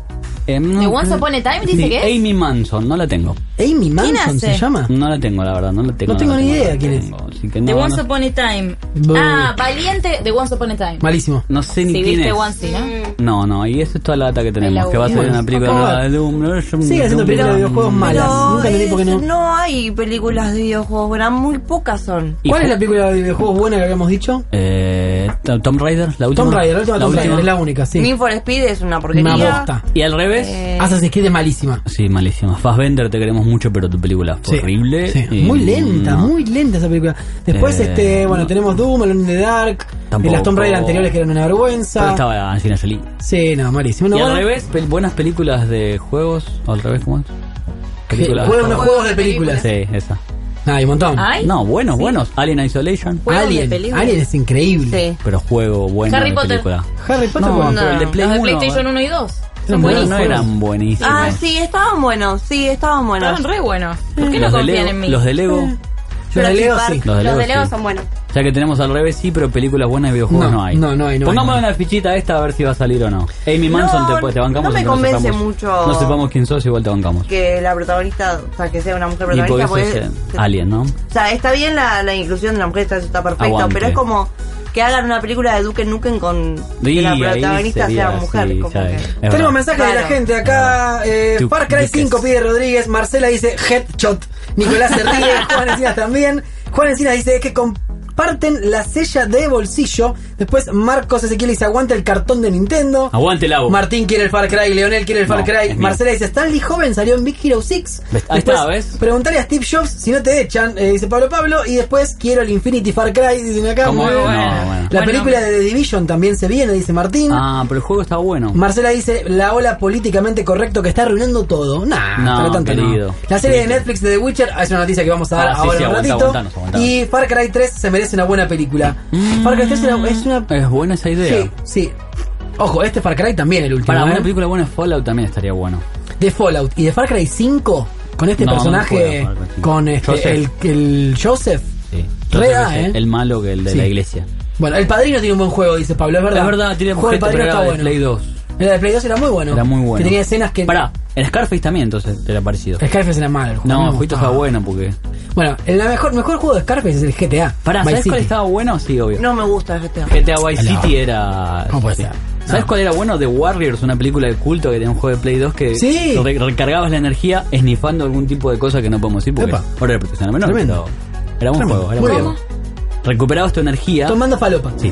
Eh, no, ¿De Once Upon a Time dice sí, que es? Amy Manson, no la tengo. Amy Manson se hace? llama. No la tengo, la verdad, no la tengo. No tengo la ni tengo, idea la quién es. tengo, así que The no, Once no, Upon a Time. Buh. Ah, Valiente de Once Upon a Time. Malísimo. no sé ni Si quién viste es. One, sí, ¿no? No, no, y eso es toda la data que tenemos, la que va a salir bueno. una película Por favor. nueva de Doom. ¿no? Sigue haciendo películas de videojuegos malas. Pero Nunca entendí por qué no. es- no hay películas de videojuegos buenas, muy pocas son. Y ¿Cuál ju- es la película de videojuegos buena que habíamos dicho? Eh, Tomb Raider, la última. Tomb Raider, la última Tomb Raider, es la única, sí. Need for Speed es una porquería. Una bosta. Y al revés. Eh, Assassin's Creed es malísima. Sí, malísima. Fassbender, te queremos mucho, pero tu película fue Sí, horrible. sí. y Muy lenta, no. muy lenta esa película. Después, Eh, este, bueno, no. tenemos Doom, Alone in the Dark, Tampoco. las Tomb Raider anteriores que eran una Pero vergüenza. estaba Angelina Jolie. Sí, no, malísimo. No, y al bueno, revés, pel- buenas películas de juegos. ¿O al revés cómo es? Películas. juegos, unos juegos de películas. Sí, esa. Ah, hay un montón. ¿Ay? No, buenos, buenos. Alien Isolation. ¿Juegos de Alien, películas? Alien es increíble. Sí. Pero juego bueno Harry de Potter. película. Harry Potter, No, bueno, pero el de Play Los de uno, PlayStation uno y dos. Eran Son no, buenos. no buenísimos. eran buenísimos. Ah, sí, estaban buenos, sí, estaban buenos. Estaban re buenos. ¿Por qué no los, de confían Lego, en mí? los de Lego. Los de Lego, sí. Los de Lego, Los de Lego sí. son buenos. O sea que tenemos al revés, sí, pero películas buenas de videojuegos No, no, hay. no, no hay, no hay, Pongámosle no hay. una fichita esta a ver si va a salir o no. Amy Manson, No, te, te bancamos. no me aunque convence sepamos- mucho. No sepamos quién sos, igual te bancamos. Que la protagonista, o sea, que sea una mujer Y porque protagonista, eso pues, es eh, Alien, ¿no? o sea, está bien la, la inclusión de la mujer, está, está perfecto, Aguante. pero es como que hagan una película de Duke Nukem con que Y la ahí protagonista sería, sea mujer. sí, como ya que... es. Es Tenemos verdad. mensajes de la Claro. gente acá. Eh, Duke- Far Cry Duques. cinco pide Rodríguez. Marcela dice Headshot. Nicolás se ríe. Juan Encinas también. Juan Encinas dice que comparten la sella de bolsillo. Después Marcos Ezequiel dice aguanta el cartón de Nintendo. Aguante el agua. Martín quiere el Far Cry, Leonel quiere el Far No, Cry, es mío. Marcela dice Stanley Joven salió en Big Hero seis. ¿Ves? Ahí está, ¿ves? Preguntarle a Steve Jobs si no te echan, eh, dice Pablo Pablo, y después quiero el Infinity Far Cry, dicen acá. ¿Cómo? Muy No, bien. bueno. La Bueno. película de The Division también se viene, dice Martín. Ah, pero el juego está bueno. Marcela dice la ola políticamente correcto que está arruinando todo. Nah, No, para tanto querido. no. La serie de Querido. Netflix de The Witcher es una noticia que vamos a dar Ah, sí, ahora sí, un aguanta, ratito. aguantanos, aguantanos. Y Far Cry tres se merece una buena película. Far Cry tres es una, es una- Es buena esa idea. sí, sí. Ojo, este Far Cry también el último. Para ¿eh? una película buena Fallout también estaría bueno. De Fallout y de Far Cry cinco con este No, no personaje juego Far Cry cinco. con este, Joseph. el, el Joseph. Sí. Re Yo da, sé que ¿eh? es el malo que el de Sí. la iglesia. Bueno, el Padrino tiene un buen juego, dice Pablo, es verdad. Es verdad, tiene el juego del gente, Padrino pero está era de bueno. Play dos. El de Play dos era muy bueno. Era muy bueno. Que tenía escenas que Pará, el Scarface también entonces te era parecido. Scarface era malo. El juego No, me el jueguito gustaba. estaba bueno porque... Bueno, el mejor, mejor juego de Scarface es el G T A. Pará, Vice ¿sabes cuál City. estaba bueno? Sí, obvio. No me gusta el G T A. G T A Vice No. City era... ¿Cómo puede sí. ser? ¿Sabes No. cuál era bueno? The Warriors, una película de culto que tenía un juego de Play dos que Sí. re- recargabas la energía esnifando algún tipo de cosa que no podemos decir porque Epa. ahora era protección a menor, Tremendo. pero era un Tremendo. juego, era Muy un bien. juego. Recuperabas tu energía. Tomando falopa. Sí.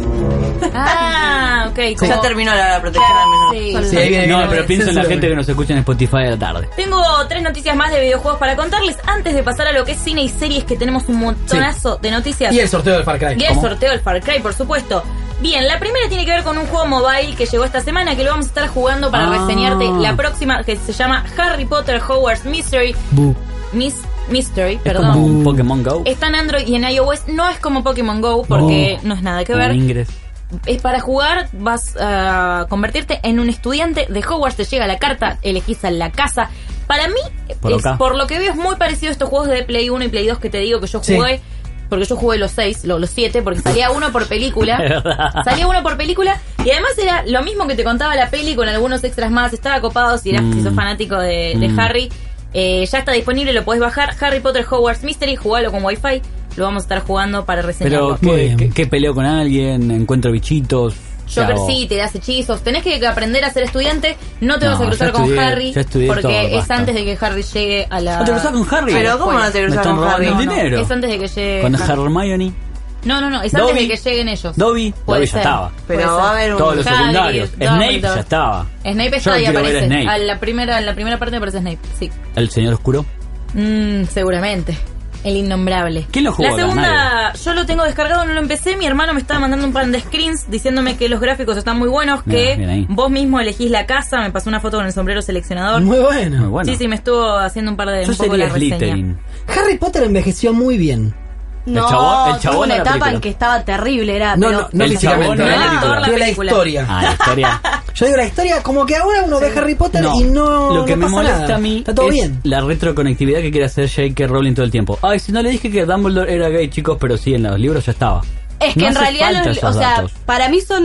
Ah, ok. Ya como- terminó la, la protección al menor. Sí. Sí, ahí viene, No, viene, pero pienso en la censura. gente que nos escucha en Spotify a la tarde. Tengo tres noticias más de videojuegos para contarles antes de pasar a lo que es cine y series, que tenemos un montonazo de noticias. Y el sorteo del Far Cry. Y el ¿Cómo? sorteo del Far Cry, por supuesto. Bien, la primera tiene que ver con un juego mobile que llegó esta semana, que lo vamos a estar jugando para Ah. reseñarte la próxima, que se llama Harry Potter Hogwarts Mystery. Bu. Miss Mystery, Es perdón. como un Pokémon Go. Está en Android y en iOS. No es como Pokémon Go porque no es nada que Como ver. Ingress. Es para jugar, vas a convertirte en un estudiante de Hogwarts, te llega la carta, elegís a la casa. Para mí, Por es- acá. por lo que veo, es muy parecido a estos juegos de Play uno y Play dos que te digo que yo Sí. jugué. Porque yo jugué los seis, lo- los siete, porque salía uno por película. Es verdad. Salía uno por película. Y además era lo mismo que te contaba la peli con algunos extras más. Estaba copado si, eras, Mm. si sos fanático de, de Mm. Harry. Eh, ya está disponible, lo podés bajar. Harry Potter Hogwarts Mystery, jugalo con Wi-Fi. Lo vamos a estar jugando para reseñarlo. Pero, Muy ¿qué, bien. qué, qué peleo con alguien? ¿Encuentro bichitos? Yo ¿Qué hago? sí, te das hechizos. Tenés que aprender a ser estudiante. No te No, vas a cruzar ya con estudié, Harry. ya estudié porque todo, es basta. antes de que Harry llegue a la. ¿No te cruzás con Harry? Pero ¿cómo no te Me cruzas están con robando Harry? el dinero. Es antes de que llegue. Con Harry. Hermione. No, no, no. Es antes Dobby. de que lleguen ellos. Dobby. Puede Dobby ya ser. estaba. Pero Puede va a ser. haber un... Todos los Hagrid, secundarios. Snape Dumbledore. ya estaba. Snape Yo está y quiero ver aparece. Snape. A la primera, en la primera parte me aparece Snape. Sí. ¿El señor oscuro? Mm, seguramente. El innombrable. ¿Quién lo jugó La acá? segunda, yo lo tengo descargado, no lo empecé. Mi hermano me estaba mandando un par de screens diciéndome que los gráficos están muy buenos, Mirá, que bien ahí. vos mismo elegís la casa. Me pasó una foto con el sombrero seleccionador. Muy bueno. Muy bueno. Sí, sí, me estuvo haciendo un par de Yo un poco sería la reseña. Slytherin. Harry Potter envejeció muy bien. No, chabón- el chabón tuvo una de la etapa película. en que estaba terrible, era. No, pero no, no el físicamente. chabón de la ¿no? película. Digo la película. historia. Ah, la historia. Yo digo la historia, como que ahora uno ve Harry Potter No, y no, lo que no me pasa molesta nada. a mí Está todo es bien. la retroconectividad que quiere hacer J K Rowling todo el tiempo. Ay, si no le dije que Dumbledore era gay, chicos, pero sí, en los libros ya estaba. Es que No en hace realidad, falta los- esos o sea, datos. para mí son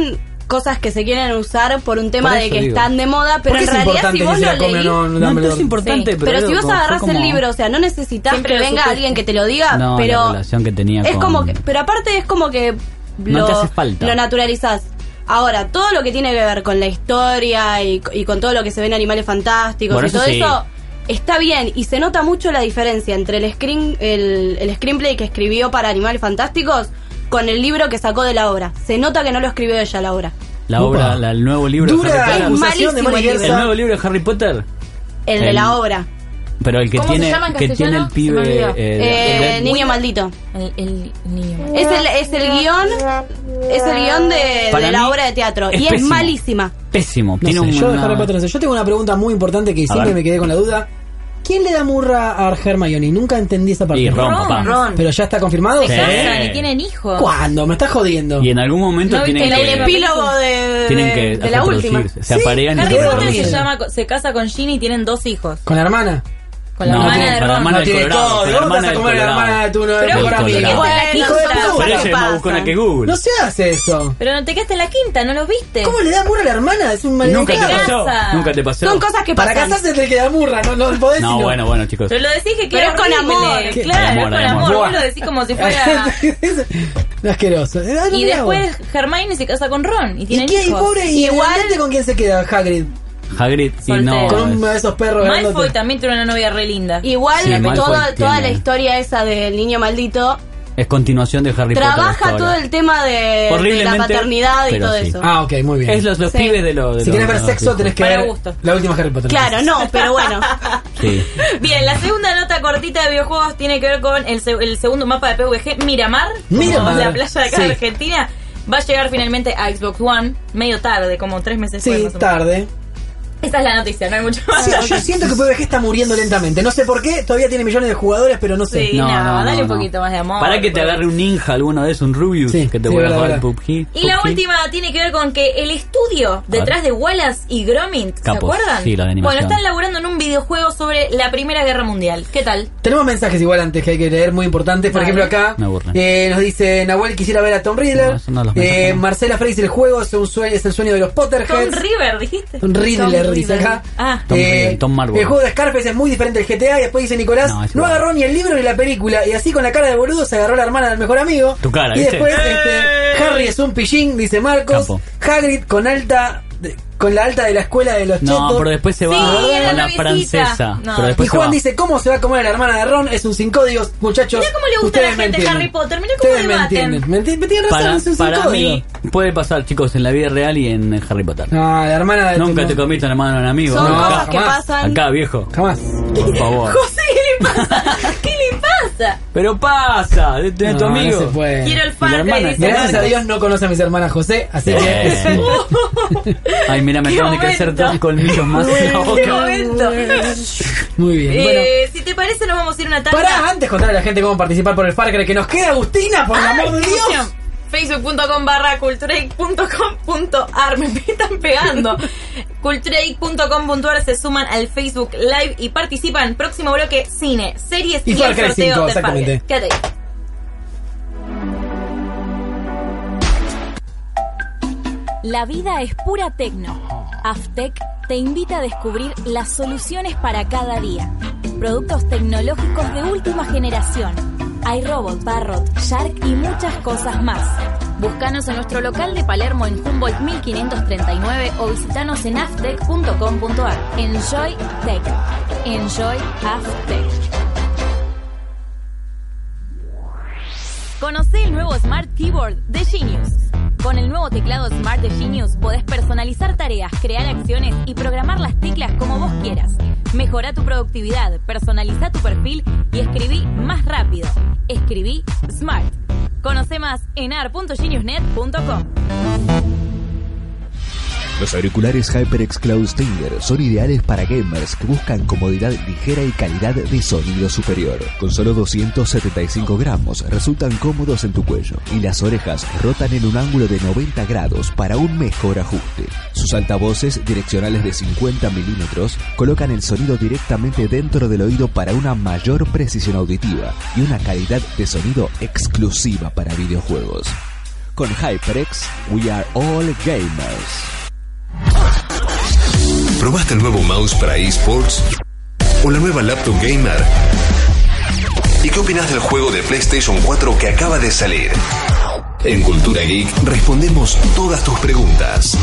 cosas que se quieren usar por un tema Por de eso que digo. están de moda, pero ¿Por qué en es realidad importante si vos que se lo la come o leís... no, no, No, Dumbledore? es importante, Sí. pero, Pero si digo, vos como- agarrás fue como- el libro, o sea, no necesitas Siempre que lo venga supiste. alguien que te lo diga, No, pero la relación que tenía es con... como que, pero aparte es como que No lo, te hace falta. lo naturalizás. Ahora, todo lo que tiene que ver con la historia y, y con todo lo que se ve en Animales Fantásticos Bueno, y todo eso sí. eso está bien y se nota mucho la diferencia entre el screen el, el screenplay que escribió para Animales Fantásticos con el libro que sacó de la obra. Se nota que no lo escribió ella la obra. La obra, la- el nuevo libro Dura de Harry Potter. acusación de malísimo Molly el libro. El Gersa. nuevo libro de Harry Potter. El de El- la obra. Pero el que ¿Cómo se tiene llama en que tiene el castellano? Se me pibe olvidó. eh, Eh, Deadwood. niño maldito. El, el niño. Es el, es el guión es el guión de, Para de la mí obra de teatro es y es pésimo. malísima. Pésimo. No Tiene sé, yo de una- Harry Potter no sé. Yo tengo una pregunta muy importante que siempre ver. me quedé con la duda. ¿Quién le da murra a Hermione? Nunca entendí esa parte. Y Ron, Ron, papá. Ron. Pero ya está confirmado. Se Sí. casan y tienen hijos. ¿Cuándo? Me estás jodiendo. Y en algún momento ¿No tienen viste El que, la epílogo de, tienen que de, de la última. reproducirse. Se Sí, aparean y Harry se Qué Potter se horrible. reproducen. llama, se casa con Ginny y tienen dos hijos. Con la hermana. Con la No, hermana tiene- de con la Ron. hermana No tiene Colorado, todo. con ¿Y la vos vas hermana a del comer a la Colorado. hermana de tu Pero mejor Colorado. amiga? Bueno, Hijo de Pero puta. Pero ella ¿qué es más pasa? buscona que Google. No se hace eso. Pero no te quedaste en la quinta, ¿no lo viste? ¿Cómo le da murra a la hermana? Es un Nunca te maleducado. pasó. casa. Nunca te pasó. Son cosas que Para pasan. casarse te queda murra, no, no podés No, sino- bueno, bueno, chicos. Pero lo decís que Pero queda es con horrible. amor. ¿Qué? Claro, Hay amor, es con hay amor. amor. Vos lo decís como si fuera... Es asqueroso. Eh, Y mirá vos. después Hermione se casa con Ron y ¿Y tienen qué? ¿Y hijos. pobre? ¿Y Igual- realmente con quién se queda Hagrid? Hagrid y Soltero. no. Con es- uno de esos perros Malfoy grandotes. también tiene una novia re linda. Igual Sí, Malfoy toda, toda tiene- la historia esa del niño maldito es continuación de Harry Potter. hasta trabaja ahora. todo el tema de, de la Horriblemente, paternidad y pero todo sí. eso. Ah, ok, muy bien. Es los, los Sí. pibes de los. de Si los- querés ver de los sexo, hijos. tenés que Para ver gusto. la última Harry Potter. Claro, no, pero bueno. Sí. Bien, la segunda nota cortita de videojuegos tiene que ver con el, se- el segundo mapa de P V G, Miramar, como Miramar, la playa de acá de sí. Argentina. Va a llegar finalmente a Xbox One, medio tarde, como tres meses Sí, después, más o menos. tarde. Esta es la noticia, no hay mucho más. Sí, yo siento que P V G está muriendo lentamente. No sé por qué, todavía tiene millones de jugadores, pero no sé. Sí, no, No, no, dale no, un no. poquito más de amor. Para que te por- agarre un ninja alguno de esos, un Rubius, Sí, que te sí, vuelva a verdad, jugar verdad. P U B G. Y la P U B G. última tiene que ver con que el estudio detrás de Wallace y Gromit, ¿se Capos, acuerdan? sí, la de animación. Bueno, están laburando en un videojuego sobre la Primera Guerra Mundial. ¿Qué tal? Tenemos mensajes igual antes que hay que leer, muy importantes. Por Dale. ejemplo, acá Me aburren. eh, nos dice Nahuel quisiera ver a Tom Riddler. No, eso no los eh, mensajes, no. Marcela Frey dice el juego es, un sueño, es el sueño de los Tom Potterheads. River, dijiste. Tom Riddler Tom dice Riddler. acá. Ah. Tom Riddler, Tom Marlborough. El juego de Scarface es muy diferente del G T A. Y después dice Nicolás, No, no, es igual. agarró ni el libro ni la película. Y así con la cara de boludo se agarró la hermana del mejor amigo. Tu cara, Y ¿viste? después este, Harry es un pillín, dice Marcos. Capo. Hagrid con alta de- con la alta de la escuela de los No, chetos. pero después se va Sí, era con la noviecita. francesa. No. Pero Y después se Juan va. dice, ¿cómo se va a comer a la hermana de Ron? Es un sin códigos, muchachos. Mirá cómo le gusta ustedes a la me gente entienden. Harry Potter, mirá cómo Ustedes me debaten. entienden. Me, enti- me tienen razón, Para, es un sin para código. mí puede pasar, chicos, en la vida real y en Harry Potter. No, la hermana de Nunca tu- te comiste la mano de un amigo. Son No, cosas acá, que jamás. pasan. acá, viejo. Jamás. Por favor. José, ¿qué le pasa? ¿Qué le pasa? Pero pasa, de, de No, tu amigo. no se puede. Quiero el Y la Far Cry, hermana, dice Gracias a Marcos. Dios no conoce a mis hermanas José, así Eh. que... Ay, mira, me Qué acaban de crecer momento. dos colmillos más en la Qué boca. momento. Muy bien, bueno. Eh, si te parece, nos vamos a ir a una tanda. Pará, antes contarle a la gente cómo participar por el Far Cry que nos queda, Agustina, por el amor de Dios. Facebook.com barra culturaic punto com punto ar. Me están pegando. culturaic punto com punto ar se suman al Facebook Live y participan. Próximo bloque, cine, series Y y, Far el Cry sorteo cinco, de Far exactamente. Cry. Quédate ahí. La vida es pura tecno. Aftec te invita a descubrir las soluciones para cada día. Productos tecnológicos de última generación. iRobot, Parrot, Shark y muchas cosas más. Búscanos en nuestro local de Palermo en Humboldt mil quinientos treinta y nueve o visitanos en aftec punto com punto ar. Enjoy Tech. Enjoy Aftec. Conoce el nuevo Smart Keyboard de Genius. Con el nuevo teclado Smart de Genius podés personalizar tareas, crear acciones y programar las teclas como vos quieras. Mejora tu productividad, personaliza tu perfil y escribí más rápido. Escribí Smart. Conoce más en ar punto genius net punto com. Los auriculares HyperX Cloud Stinger son ideales para gamers que buscan comodidad ligera y calidad de sonido superior. Con solo doscientos setenta y cinco gramos resultan cómodos en tu cuello y las orejas rotan en un ángulo de noventa grados para un mejor ajuste. Sus altavoces direccionales de cincuenta milímetros colocan el sonido directamente dentro del oído para una mayor precisión auditiva y una calidad de sonido exclusiva para videojuegos. Con HyperX, we are all gamers. ¿Probaste el nuevo mouse para eSports? ¿O la nueva laptop gamer? ¿Y qué opinas del juego de PlayStation cuatro que acaba de salir? En Cultura Geek respondemos todas tus preguntas.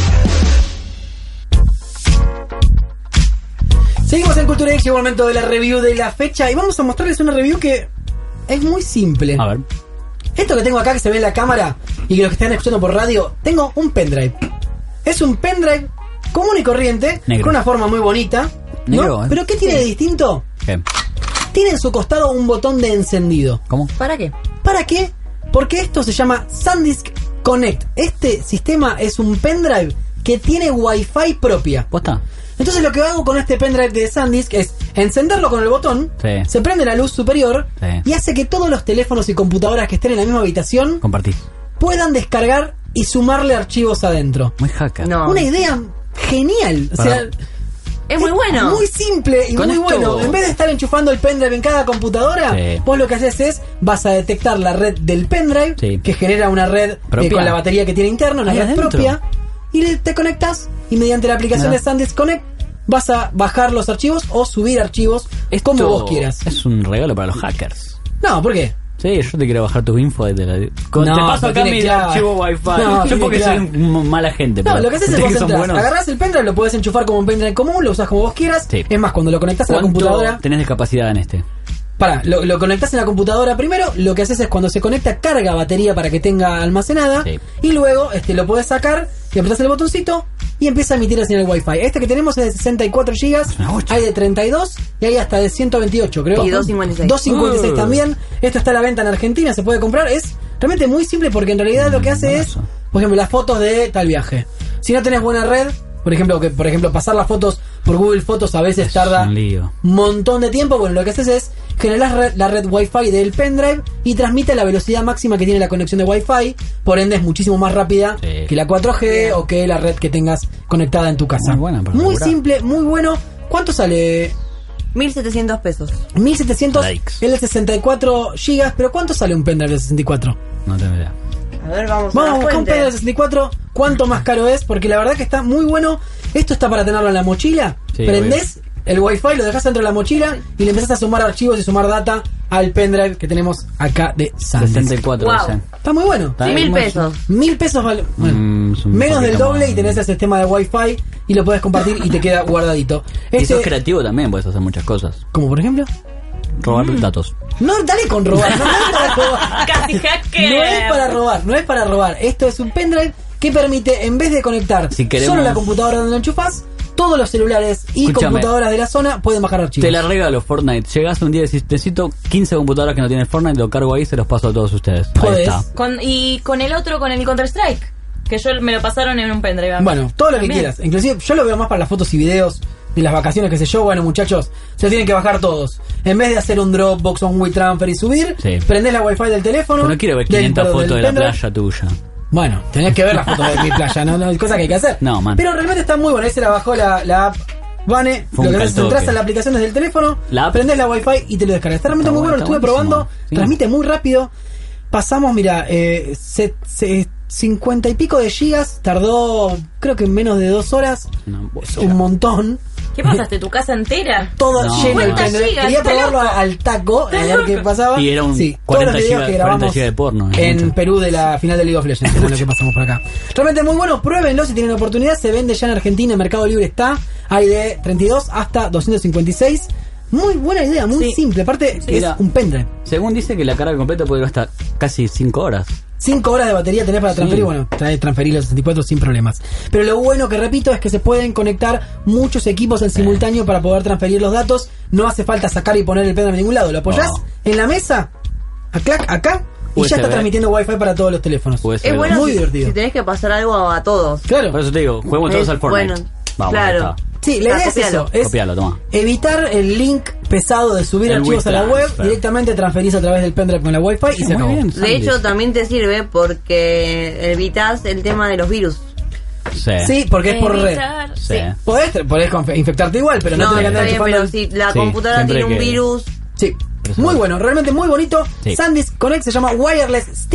Seguimos en Cultura Geek, llegó el momento de la review de la fecha y vamos a mostrarles una review que es muy simple. A ver. Esto que tengo acá que se ve en la cámara y que los que están escuchando por radio, tengo un pendrive. Es un pendrive común y corriente, Negro. con una forma muy bonita, ¿no? Negro, ¿eh? Pero ¿qué tiene de distinto? ¿Qué? Tiene en su costado un botón de encendido. ¿Cómo? ¿Para qué? ¿Para qué? Porque esto se llama SanDisk Connect. Este sistema es un pendrive que tiene Wi-Fi propia. ¿Posta? Entonces lo que hago con este pendrive de SanDisk es encenderlo con el botón, Sí. se prende la luz superior Sí. y hace que todos los teléfonos y computadoras que estén en la misma habitación Compartí. puedan descargar y sumarle archivos adentro. Muy hacker. No. Una idea genial. O sea, Para- Es muy bueno. Muy simple y Con muy esto- bueno. En vez de estar enchufando el pendrive en cada computadora, Sí. vos lo que haces es, vas a detectar la red del pendrive, Sí. que genera una red eh, Propia. con la batería que tiene interna, una Ahí red adentro. propia, y le- te conectas y mediante la aplicación Mirá. de SanDisk Connect vas a bajar los archivos o subir archivos Esto como vos quieras. Es un regalo para los hackers. No, ¿por qué? Sí, yo te quiero bajar tu info de la... Con- No, te paso pero acá tiene mi clave. archivo Wi-Fi. No, yo tiene porque clave. soy un, un mala gente. No, pero lo que haces es ustedes vos que son entras, buenos. agarrás el pendrive, lo podés enchufar como un pendrive común, lo usás como vos quieras. Sí. Es más, cuando lo conectás a la ¿Cuánto computadora... tenés de capacidad en este? Pará, lo, lo conectás en la computadora primero, lo que haces es cuando se conecta carga batería para que tenga almacenada Sí. y luego este lo podés sacar y apretás el botoncito y empieza a emitir la señal Wi-Fi. Este que tenemos es de sesenta y cuatro gigas, una bocha. hay de treinta y dos y hay hasta de ciento veintiocho, creo. Y doscientos cincuenta y seis. doscientos cincuenta y seis Uh. también. Esto está a la venta en Argentina, se puede comprar. Es realmente muy simple porque en realidad lo que hace es, buenazo. por ejemplo, las fotos de tal viaje. Si no tenés buena red, por ejemplo, que por ejemplo pasar las fotos por Google Fotos a veces tarda un lío. montón de tiempo. Bueno, lo que haces es generar red- la red Wi-Fi del pendrive y transmite la velocidad máxima que tiene la conexión de Wi-Fi, por ende es muchísimo más rápida Sí. que la cuatro G o que la red que tengas conectada en tu casa. Muy buena para Muy laburar. simple, muy bueno. ¿Cuánto sale? mil setecientos pesos. mil setecientos, Likes. el de sesenta y cuatro gigas, pero ¿cuánto sale un pendrive de sesenta y cuatro? No tengo idea. A ver, vamos, Vamos a a la buscar un pendrive de fuente. sesenta y cuatro, ¿cuánto más caro es? Porque la verdad que está muy bueno. Esto está para tenerlo en la mochila. Sí, Prendés el Wi-Fi, lo dejas dentro de la mochila y le empezás a sumar archivos y sumar data al pendrive que tenemos acá de SanDisk. sesenta y cuatro. Wow. dicen. Está muy bueno. Está Mil muy- pesos. Mil pesos vale. Bueno, Mm, es un menos del poquito doble más. y tenés el sistema de Wi-Fi y lo podés compartir y te queda guardadito. Y sos Este, creativo también, puedes hacer muchas cosas. como por ejemplo, Robar datos. no, dale con robar, no, no es para robar. Casi hacker. No es para robar, no es para robar. Esto es un pendrive que permite, en vez de conectar Si queremos- solo la computadora donde lo enchufás, todos los celulares y Escúchame. computadoras de la zona pueden bajar archivos. Te la regalo Fortnite. Llegás un día y decís, necesito quince computadoras que no tienen Fortnite, lo cargo ahí y se los paso a todos ustedes. Ahí Podés. está. Con, y con el otro, con el Counter-Strike, que yo me lo pasaron en un pendrive. a mí. Bueno, todo lo que También. quieras. Inclusive yo lo veo más para las fotos y videos de las vacaciones, qué sé yo. Bueno, muchachos, se tienen que bajar todos. En vez de hacer un Dropbox o un WeTransfer y subir, Sí. prendés la Wi-Fi del teléfono. Pero no quiero ver del- quinientas perdón, fotos del de la pendrive. playa tuya. Bueno, tenés que ver las fotos de mi playa, no, no hay cosa que hay que hacer. No, man. Pero realmente está muy bueno. Ahí se la bajó la, la app Vane. Fue Lo un que haces es caltoque. entras a la aplicación desde el teléfono, La app. prendés la Wi-Fi y te lo descargas. Está realmente Está muy bueno, lo bueno, estuve está probando. buenísimo. Sí. Transmite muy rápido. Pasamos, mira, eh, se, se- cincuenta y pico de gigas. Tardó, creo que en menos de dos horas. Una Es bocha. un montón. ¿Qué pasaste? ¿Tu casa entera? Todo No, lleno el no. pendrive. gigas, Quería está probarlo loco. al taco, a ver qué pasaba. Y era un sí, todos cuarenta los videos gigas- que grabamos cuarenta gigas de porno, es en mucho. Perú de la final de League of Legends, es lo que pasamos por acá. Realmente muy bueno, pruébenlo si tienen la oportunidad. Se vende ya en Argentina, en Mercado Libre está. Hay de treinta y dos hasta doscientos cincuenta y seis. Muy buena idea, muy Sí. simple. Aparte, que Mira. es un pendrive. Según dice que la carga completa puede durar hasta casi cinco horas. cinco horas de batería tenés para Sí. transferir, bueno, trae transferir los sesenta y cuatro sin problemas. Pero lo bueno que repito es que se pueden conectar muchos equipos en simultáneo para poder transferir los datos. No hace falta sacar y poner el pendrive en ningún lado. Lo apoyás No. en la mesa, acá, acá, y U S B. ya está transmitiendo Wi-Fi para todos los teléfonos. U S B. Es bueno Muy si, divertido. si tenés que pasar algo a todos. Claro. Por eso te digo, juguemos todos Es al Fortnite. bueno, Vamos, claro. ahí está. Sí, la Ah, idea es copialo. eso, es Copialo, toma. evitar el link pesado de subir El archivos a la web, WeTransfer. directamente transferís a través del pendrive con la Wi-Fi y se Muy acabó. bien. De Sandy. hecho, también te sirve porque evitas el tema de los virus. Sí. Sí, porque es por red. Evitar- Sí. Podés, podés conf- infectarte igual, pero no, No, tenés que está andar bien, enchufando pero el- si la Sí, computadora siempre tiene un que- virus, Sí, Eso muy es. bueno, realmente muy bonito. Sí. SanDisk Connect se llama Wireless Stick.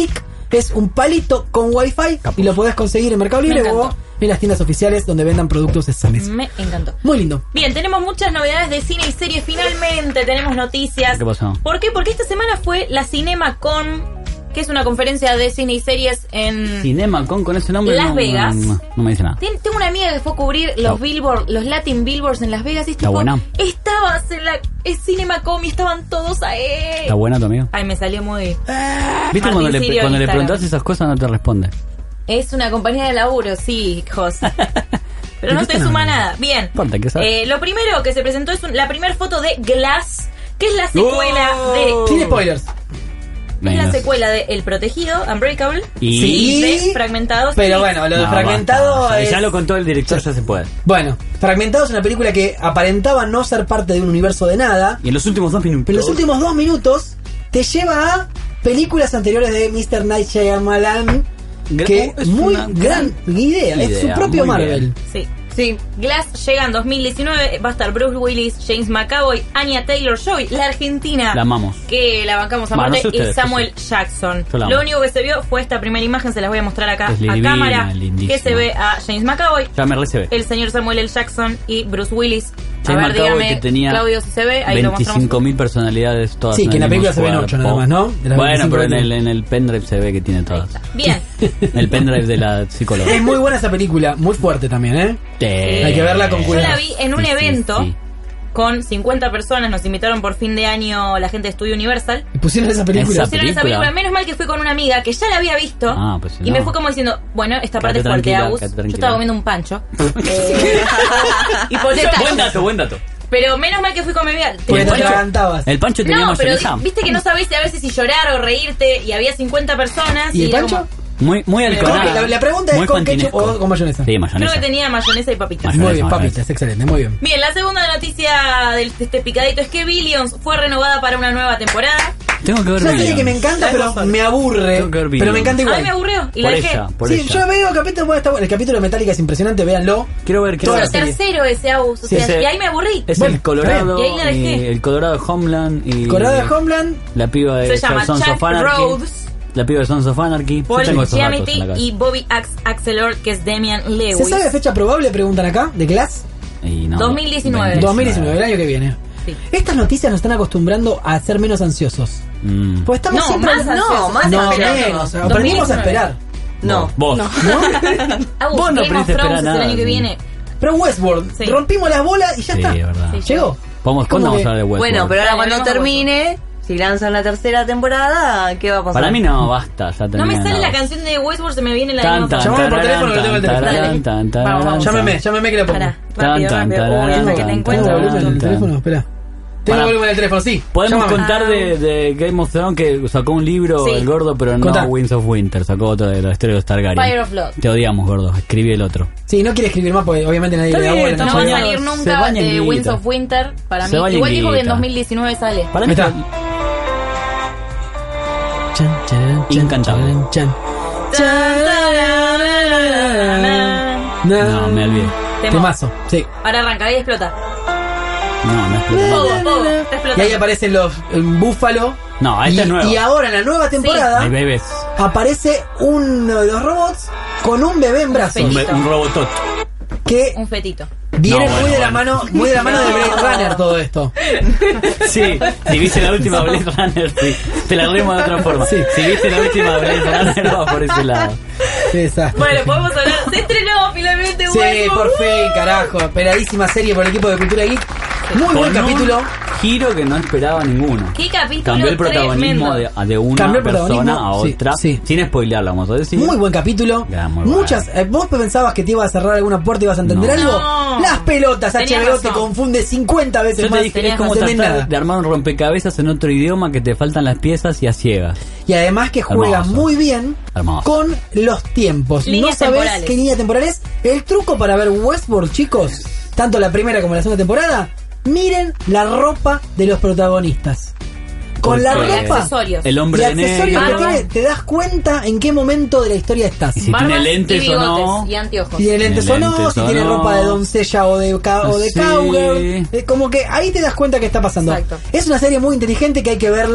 Es un palito con wifi y lo podés conseguir en Mercado Libre o en las tiendas oficiales donde vendan productos de Sames. Me encantó. Muy lindo. Bien, tenemos muchas novedades de cine y series. Finalmente tenemos noticias. ¿Qué pasó? ¿Por qué? Porque esta semana fue la CinemaCon, que es una conferencia de cine y series en CinemaCon, con ese nombre. Las no, Vegas. No, no, no me dice nada. Ten- Tengo una amiga que fue a cubrir los No. Billboard, los Latin Billboards en Las Vegas y ¿Está tipo, buena? estabas en la es CinemaCon y estaban todos ahí. ¿Está buena tu amigo? Ay, me salió muy... ¿Viste Martín cuando le, Sirio, cuando le Instagram. preguntas esas cosas no te responde? Es una compañía de laburo, sí, hijos. Pero no ¿De qué te están suma hablando? nada. Bien. Importa, ¿qué sabes? Eh, lo primero que se presentó es un- la primera foto de Glass, que es la secuela Oh. Sin de... spoilers. Es la Menos. secuela de El Protegido, Unbreakable, Y- y de Fragmentados. Pero y- bueno, lo de No, Fragmentado basta. es... Ya lo contó el director, ya se puede. Bueno, Fragmentado es una película que aparentaba no ser parte de un universo de nada, Y en los últimos dos minutos. pero en los últimos dos minutos te lleva a películas anteriores de mister Night Shyamalan, Gra- que es muy una gran idea, es su idea, propio muy Marvel. bien. Sí. Sí. Glass llega en dos mil diecinueve, va a estar Bruce Willis, James McAvoy, Anya Taylor-Joy, la argentina. La amamos. Que la bancamos a Bueno, muerte, no sé y ustedes, Samuel yo sí. Jackson. Yo la amo. Lo único que se vio fue esta primera imagen, se las voy a mostrar acá Es a divina, cámara, lindísima. que se ve a James McAvoy, Ya me recibe. el señor Samuel L. Jackson y Bruce Willis. A James ver, McAvoy, dígame, que tenía Claudio, si se ve, ahí lo mostramos. veinticinco mil personalidades todas. Sí, que en la el película mismo se ven cuerpo. ocho nada más, ¿no? De las Bueno, veinticinco pero en que el, tiene. en el pendrive se ve que tiene todas. Bien. El pendrive de la psicóloga. Es muy buena esa película, muy fuerte también, ¿eh? Sí. Hay que verla con Yo cuidado. la vi en un Sí, sí, evento sí. con cincuenta personas, nos invitaron por fin de año la gente de Estudio Universal. Y pusieron esa película. Esa Pusieron esa película. película, menos mal que fui con una amiga que ya la había visto Ah, pues si y no. me fue como diciendo, bueno, esta parte es Quédate fuerte, tranquila, Agus. quédate Yo tranquila. estaba comiendo un pancho. Eh, y por eso- Buen dato, buen dato. Pero menos mal que fui con mi amiga. Porque te Bueno, atragantabas. El Pancho tenía no, pero mayonesa. viste que no sabés a veces si llorar o reírte y había cincuenta personas. ¿Y el era Pancho? como- Muy, muy ¿Con alcoholada. qué? La, la pregunta es Muy con ketchup fantinesco. o con mayonesa. Sí, Creo mayonesa. que tenía mayonesa y papitas. Mayonesa. Muy bien, mayonesa. papita, es excelente, muy bien. Bien, la segunda noticia del- de este picadito es que Billions fue renovada para una nueva temporada. Tengo que ver Es una serie Billions. que me encanta, pero me aburre. Tengo que ver Pero me Billions. encanta A mí igual. me aburrió y la Por dejé. ella, por Sí, ella. yo veo capítulo, bueno, está bueno. El capítulo de Metallica es impresionante, véanlo. Quiero ver, quiero Toda ver. la serie. Tercero ese Agus, o Sí, sea, ese- y ahí me aburrí. Es Bueno, el Colorado. está bien. Y ahí la dejé. y el Colorado de Homeland. Y Colorado de Homeland. La piba de Se llama Sons Chuck of Anarchy. Rhodes, La piba de Sons of Anarchy. Yo Paul tengo esos datos en Giamatti la cabeza. y Bobby Ax Axelrod, que es Damian Lewis. ¿Se sabe fecha probable? Preguntan acá, de Glass. Y no, dos mil diecinueve. dos mil diecinueve, el año que viene. Sí. Estas noticias nos están acostumbrando a ser menos ansiosos. Mm. Pues estamos No, siempre... más No, ansiosos. más no, esperando. menos. Aprendimos a esperar. No. Vos. Agus, Vos no Game of aprendiste a esperar Thrones es el nada. año que viene. Pero Westworld, Sí. rompimos las bolas y ya Sí, está. es verdad. Sí. Llegó. Vamos, Es como ¿cuándo vamos que- a hablar de Westworld? Bueno, pero ahora Dale, cuando vamos a termine, si lanzan la tercera temporada, ¿qué va a pasar? Para mí no, basta. Ya No me termina, sale no. la canción de Westworld, se me viene la de Game Tan, of tan, Thrones. Llamame por teléfono, que tengo el teléfono. tan, Dale. tan, tan, Vamos, vamos. tan. Llámeme, llámeme que lo pongo. Pará, Tan, rápido, tan, rápido. tan, Uy, hasta tan, que la tan, encuentro. ¿Tengo volumen en el tan. teléfono? Espera. Tengo Pará. volumen en el teléfono, sí. Podemos Llámame. contar Ah. de, de Game of Thrones que sacó un libro, Sí. el gordo, pero no Contá. Winds of Winter. Sacó otro de la historia de los Targaryen. Fire of Blood. Te odiamos, gordo. Escribí el otro. Sí, no quiere escribir más porque obviamente nadie Está le da bien, bola. está No en va a el bañado. salir Se nunca baña en de guita. Winds of Winter para Se mí. baña en Igual dijo que en guita. dos mil diecinueve sale. Para mí Ahí está. Chan, chan, chan, Incantable. chan, chan. No, me olvidé. Temo. Temazo, sí. Ahora arranca y explota. No, no explota. Todo, todo. Está Y explotando. ahí aparecen los eh, búfalo. No, esta y, es nueva. y ahora en la nueva temporada Hay bebés. aparece uno de los robots con un bebé en brazos. Un, Fetito. be- un robotot. Que Un fetito. viene No, muy bueno, de la bueno. mano, muy de la mano de Blade Runner todo esto. Sí, si viste la última Blade Runner, sí. Te la remo de otra forma. Sí. Si viste la última Blade Runner, va por ese lado. Qué desastre. Bueno, podemos hablar. Se estrenó finalmente Sí, Westworld. por fin, carajo. Esperadísima serie por el equipo de Cultura Geek. Muy buen Con un capítulo. giro que no esperaba ninguno. Qué capítulo Cambió el protagonismo tremendo. de, de una Cambió el persona protagonismo, a sí, otra. sí. Sin spoilearlo, vamos a decir. Muy buen capítulo. Ya, muy Muchas. bueno. eh, ¿Vos pensabas que te iba a cerrar alguna puerta y ibas a entender No. algo? No. Las pelotas, Tenías H B O te razón. confunde cincuenta veces Yo más. te dije, tenías es como no entendés tratar nada. de armar un rompecabezas en otro idioma que te faltan las piezas y a ciegas. Y además que juega Hermoso. muy bien Hermoso. con los tiempos. Líneas no sabés temporales. qué línea temporal es. El truco para ver Westworld, chicos, tanto la primera como la segunda temporada, miren la ropa de los protagonistas. Con la Porque ropa accesorios. El hombre y de accesorios que negro. tiene, te das cuenta en qué momento de la historia estás. Y si Barbas tiene lentes y o bigotes no. y anteojos. Si tiene lentes o no, lentes si o tiene no. ropa de doncella o de, ca- o de Sí. cowgirl. Eh, como que ahí te das cuenta que está pasando. Exacto. Es una serie muy inteligente que hay que verla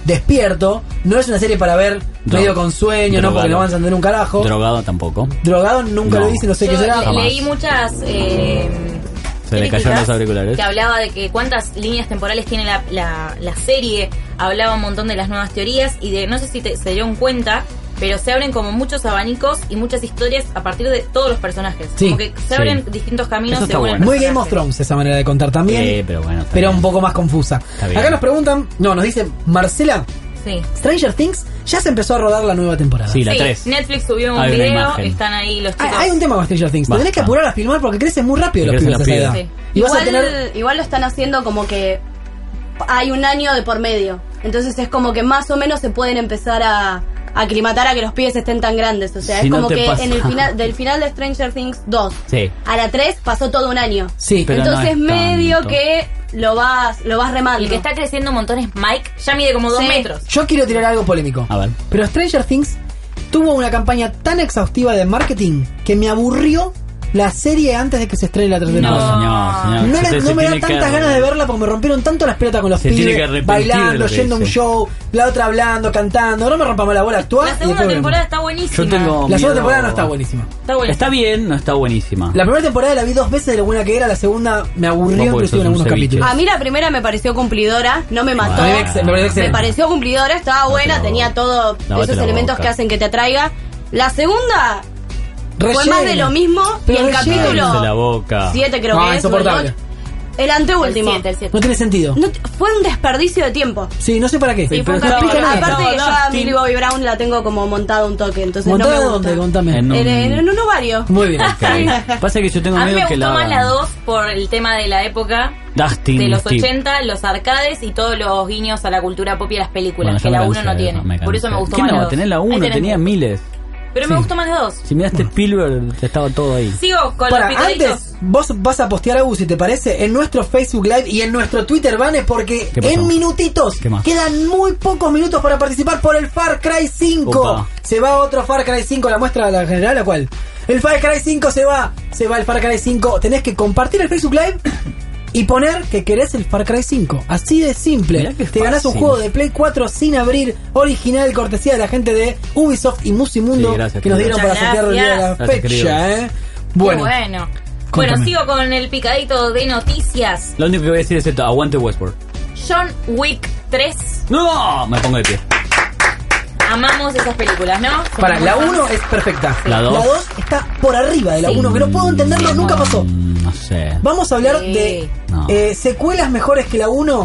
despierto. No es una serie para ver Dro- medio con sueño, no porque drogado. no van a entender un carajo. Drogado tampoco. Drogado nunca No. lo hice, no sé Yo qué será. le- Jamás. leí muchas eh, Se le cayeron críticas los auriculares. que hablaba de que cuántas líneas temporales tiene la, la, la serie, hablaba un montón de las nuevas teorías y de, no sé si te, se dieron cuenta, pero se abren como muchos abanicos y muchas historias a partir de todos los personajes. Sí. Como que se Sí. abren distintos caminos Eso está según el bueno. Muy personaje. Game of Thrones esa manera de contar también. Eh, pero bueno. está pero bien. un poco más confusa. Está bien. Acá nos preguntan, no, nos dice Marcela, Sí. Stranger Things ya se empezó a rodar la nueva temporada. Sí, la Sí, tres. Netflix subió un Hay una video, imagen. están ahí los Hay, chicos. hay un tema con Stranger Things, te Basta. tenés que apurar a filmar porque crecen muy rápido Te los crecen pibes a esa los edad. pibes. Y vas igual, a tener... igual lo están haciendo como que hay un año de por medio. Entonces es como que más o menos se pueden empezar a aclimatar a que los pibes estén tan grandes. O sea, Si es no como te que pasa- en el final del final de Stranger Things dos Sí. a la tres pasó todo un año. Sí, Pero no Entonces es medio tanto. que lo vas lo vas remando. El que está creciendo un montón es Mike, ya mide como dos Sí. metros. yo quiero tirar algo polémico. A ver. Pero Stranger Things tuvo una campaña tan exhaustiva de marketing que me aburrió la serie antes de que se estrene la tercera No, temporada. señor, señor. No, Usted le- se no me da tiene que tantas arre- ganas de verla porque me rompieron tanto las pelotas con los Se tiene que pibes, arrepentir de bailando, lo que yendo a un dice. show, la otra hablando, cantando. No me rompamos la bola, actuar. La y segunda después temporada veremos. está buenísima. Yo tengo La miedo- segunda temporada no está buenísima. Está buenísima. Está bien, no está buenísima. La primera temporada la vi dos veces de lo buena que era, la segunda me aburrió Vos porque inclusive sos en un algunos ceviche. capítulos. A mí la primera me pareció cumplidora, no me mató. A mí me ex- me pareció Me excelente. pareció cumplidora, estaba buena, la tenía boca. todos Lávate esos la elementos boca. que hacen que te atraiga. La segunda fue Relleno. más de lo mismo y Pero el relleno. Cállese la capítulo boca. siete creo No, que es. o el insoportable. ocho. El anteúltimo. El siete, el siete. No tiene sentido. No t- fue un desperdicio de tiempo. Sí, no sé para qué. Sí, fue un No explica capítulo. nada. Aparte que yo a Dustin. Millie Bobby Brown la tengo como montada un toque, entonces ¿Montada no me dónde? gusta. Contame. En un- En, en- en un ovario. Muy bien. Ok. Pasa que yo tengo A mí miedo me que gustó la más hagan. la dos por el tema de la época Dustin de los Steve. ochenta, los arcades y todos los guiños a la cultura pop y a las películas, Bueno, que ya me la uno cansé no de tiene. eso, me Por eso cansé. me gustó ¿Qué más no? la dos. Tenés la Ahí uno, tenés. tenía miles. Pero me gustó más la dos. Si miraste Spielberg, estaba todo ahí. Sigo con Para, los picaditos. antes, vos vas a postear algo, si te parece, en nuestro Facebook Live y en nuestro Twitter, Vane, porque ¿Qué pasó? en minutitos ¿Qué más? quedan muy pocos minutos para participar por el Far Cry cinco. Opa. Se va otro Far Cry cinco, la muestra la general, ¿a cuál? El Far Cry cinco se va, se va el Far Cry cinco. Tenés que compartir el Facebook Live y poner que querés el Far Cry cinco. Así de simple. Mirá qué Te ganás un fácil. juego de Play cuatro sin abrir, original, cortesía de la gente de Ubisoft y Musimundo, Sí, gracias, que nos querido. dieron para Muchas sortear el día de la gracias. Gracias, fecha, querido. ¿eh? Qué Bueno, bueno. Contame. Bueno, sigo con el picadito de noticias. Lo único que voy a decir es esto: aguante Westworld. John Wick tres. ¡No! Me pongo de pie. Amamos esas películas, ¿no? para, Somos la muy uno fans. es perfecta. La dos. La dos está por arriba de la Sí. uno, que no puedo entenderlo, nunca pasó. Mm, No sé. Vamos a hablar Sí. de No. eh, secuelas mejores que la uno,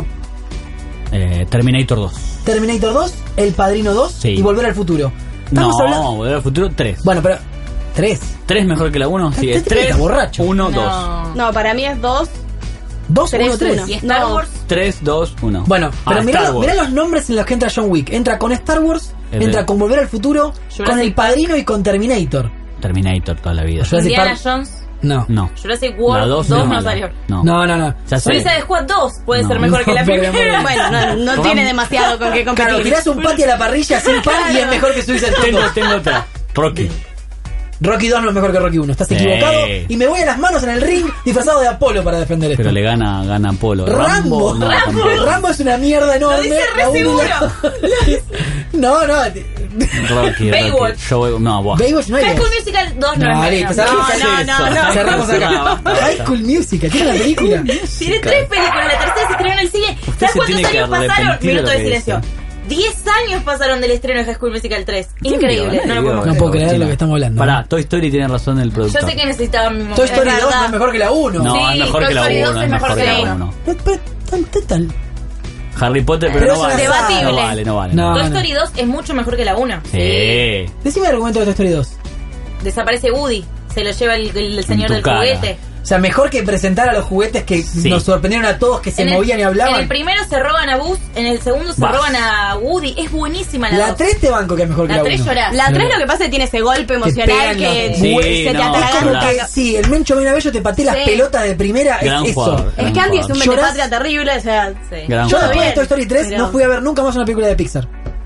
Eh, Terminator dos. Terminator dos, El Padrino dos Sí. y Volver al Futuro. No, Estamos hablando... Volver al Futuro tres. Bueno, pero... ¿Tres? ¿tres mejor que la uno? Sí, es Está tres, borracho. uno, dos. No. No, para mí es dos. ¿Dos, Tres, uno, tres? uno. ¿Y Star No. Wars? tres, dos, uno. Bueno, pero Ah, mirá, Star Wars. mirá los nombres en los que entra John Wick. Entra con Star Wars, Es entra de- con Volver al Futuro, Jurassic con El Park. Padrino y con Terminator. Terminator toda la vida. Jurassic Indiana Park. Jones. No. No. Jurassic La World dos dos es no mala. salió. No. No, no, no. Ya sé. Suicide Squad dos puede No. ser mejor que la No, pero primera. Bueno, no, no Ram- tiene demasiado con qué competir. Claro, tirás un patio a la parrilla sin pan y es mejor que Suicide Squad Tengo, dos. tengo otra. Rocky. Rocky dos no es mejor que Rocky uno, estás Sí. equivocado. Y me voy a las manos en el ring disfrazado de Apolo para defender esto. Pero le gana, gana Polo. Rambo. no, Rambo. tampoco. Rambo es una mierda enorme. dice re La uno y la- no, no. Rocky, Baywatch. Rocky. Yo voy- no, buah. Baywatch no hay. High School Musical dos no, No, es listo, bueno. cerramos No, acá. no, no, no. Cerramos acá. No, basta, basta. High School Musical, tiene una película. Tiene tres películas, la tercera se estrenó en el cine. Usted ¿Sabes se cuántos tiene que años pasaron? arrepentir de Minuto lo de que silencio. dice. Diez años pasaron del estreno de High School Musical tres. ¿Quién Increíble, vio? no lo Nadie puedo vio. No puedo creer lo que estamos hablando. Pará, Toy Story tiene razón el Yo productor. sé que necesitaba mi momento. Toy Story Es dos no verdad. es mejor que la uno. No, Sí, es mejor Toy que la Story dos uno. es Es mejor mejor que que la la uno. uno. Pero, pero, tan- tan- tan- Harry Potter, pero, Pero no es vale. debatible. No vale, no vale. No. Toy Story dos es mucho mejor que la uno. Sí. Decime el argumento de Toy Story dos. Desaparece Woody. Se lo lleva el, el señor tu del cara. juguete. O sea, mejor que presentar a los juguetes que Sí. nos sorprendieron a todos, que se En el- movían y hablaban. En el primero se roban a Buzz, en el segundo se Bah. roban a Woody. Es buenísima la La dos. tres te banco que es mejor que La la tres uno. llorás. La tres lo que pasa es que tiene ese golpe emocional pegan que los- Sí, se te no, Es atragantan. como Llorás. que, sí, el Mencho Benabello te patea las Sí. pelotas de primera, Gran es eso. jugador. Es que Andy es un Llorás. mentepatria terrible, o sea... Sí. Gran Yo Todo después de bien, Toy Story tres pero- no fui a ver nunca más una película de Pixar.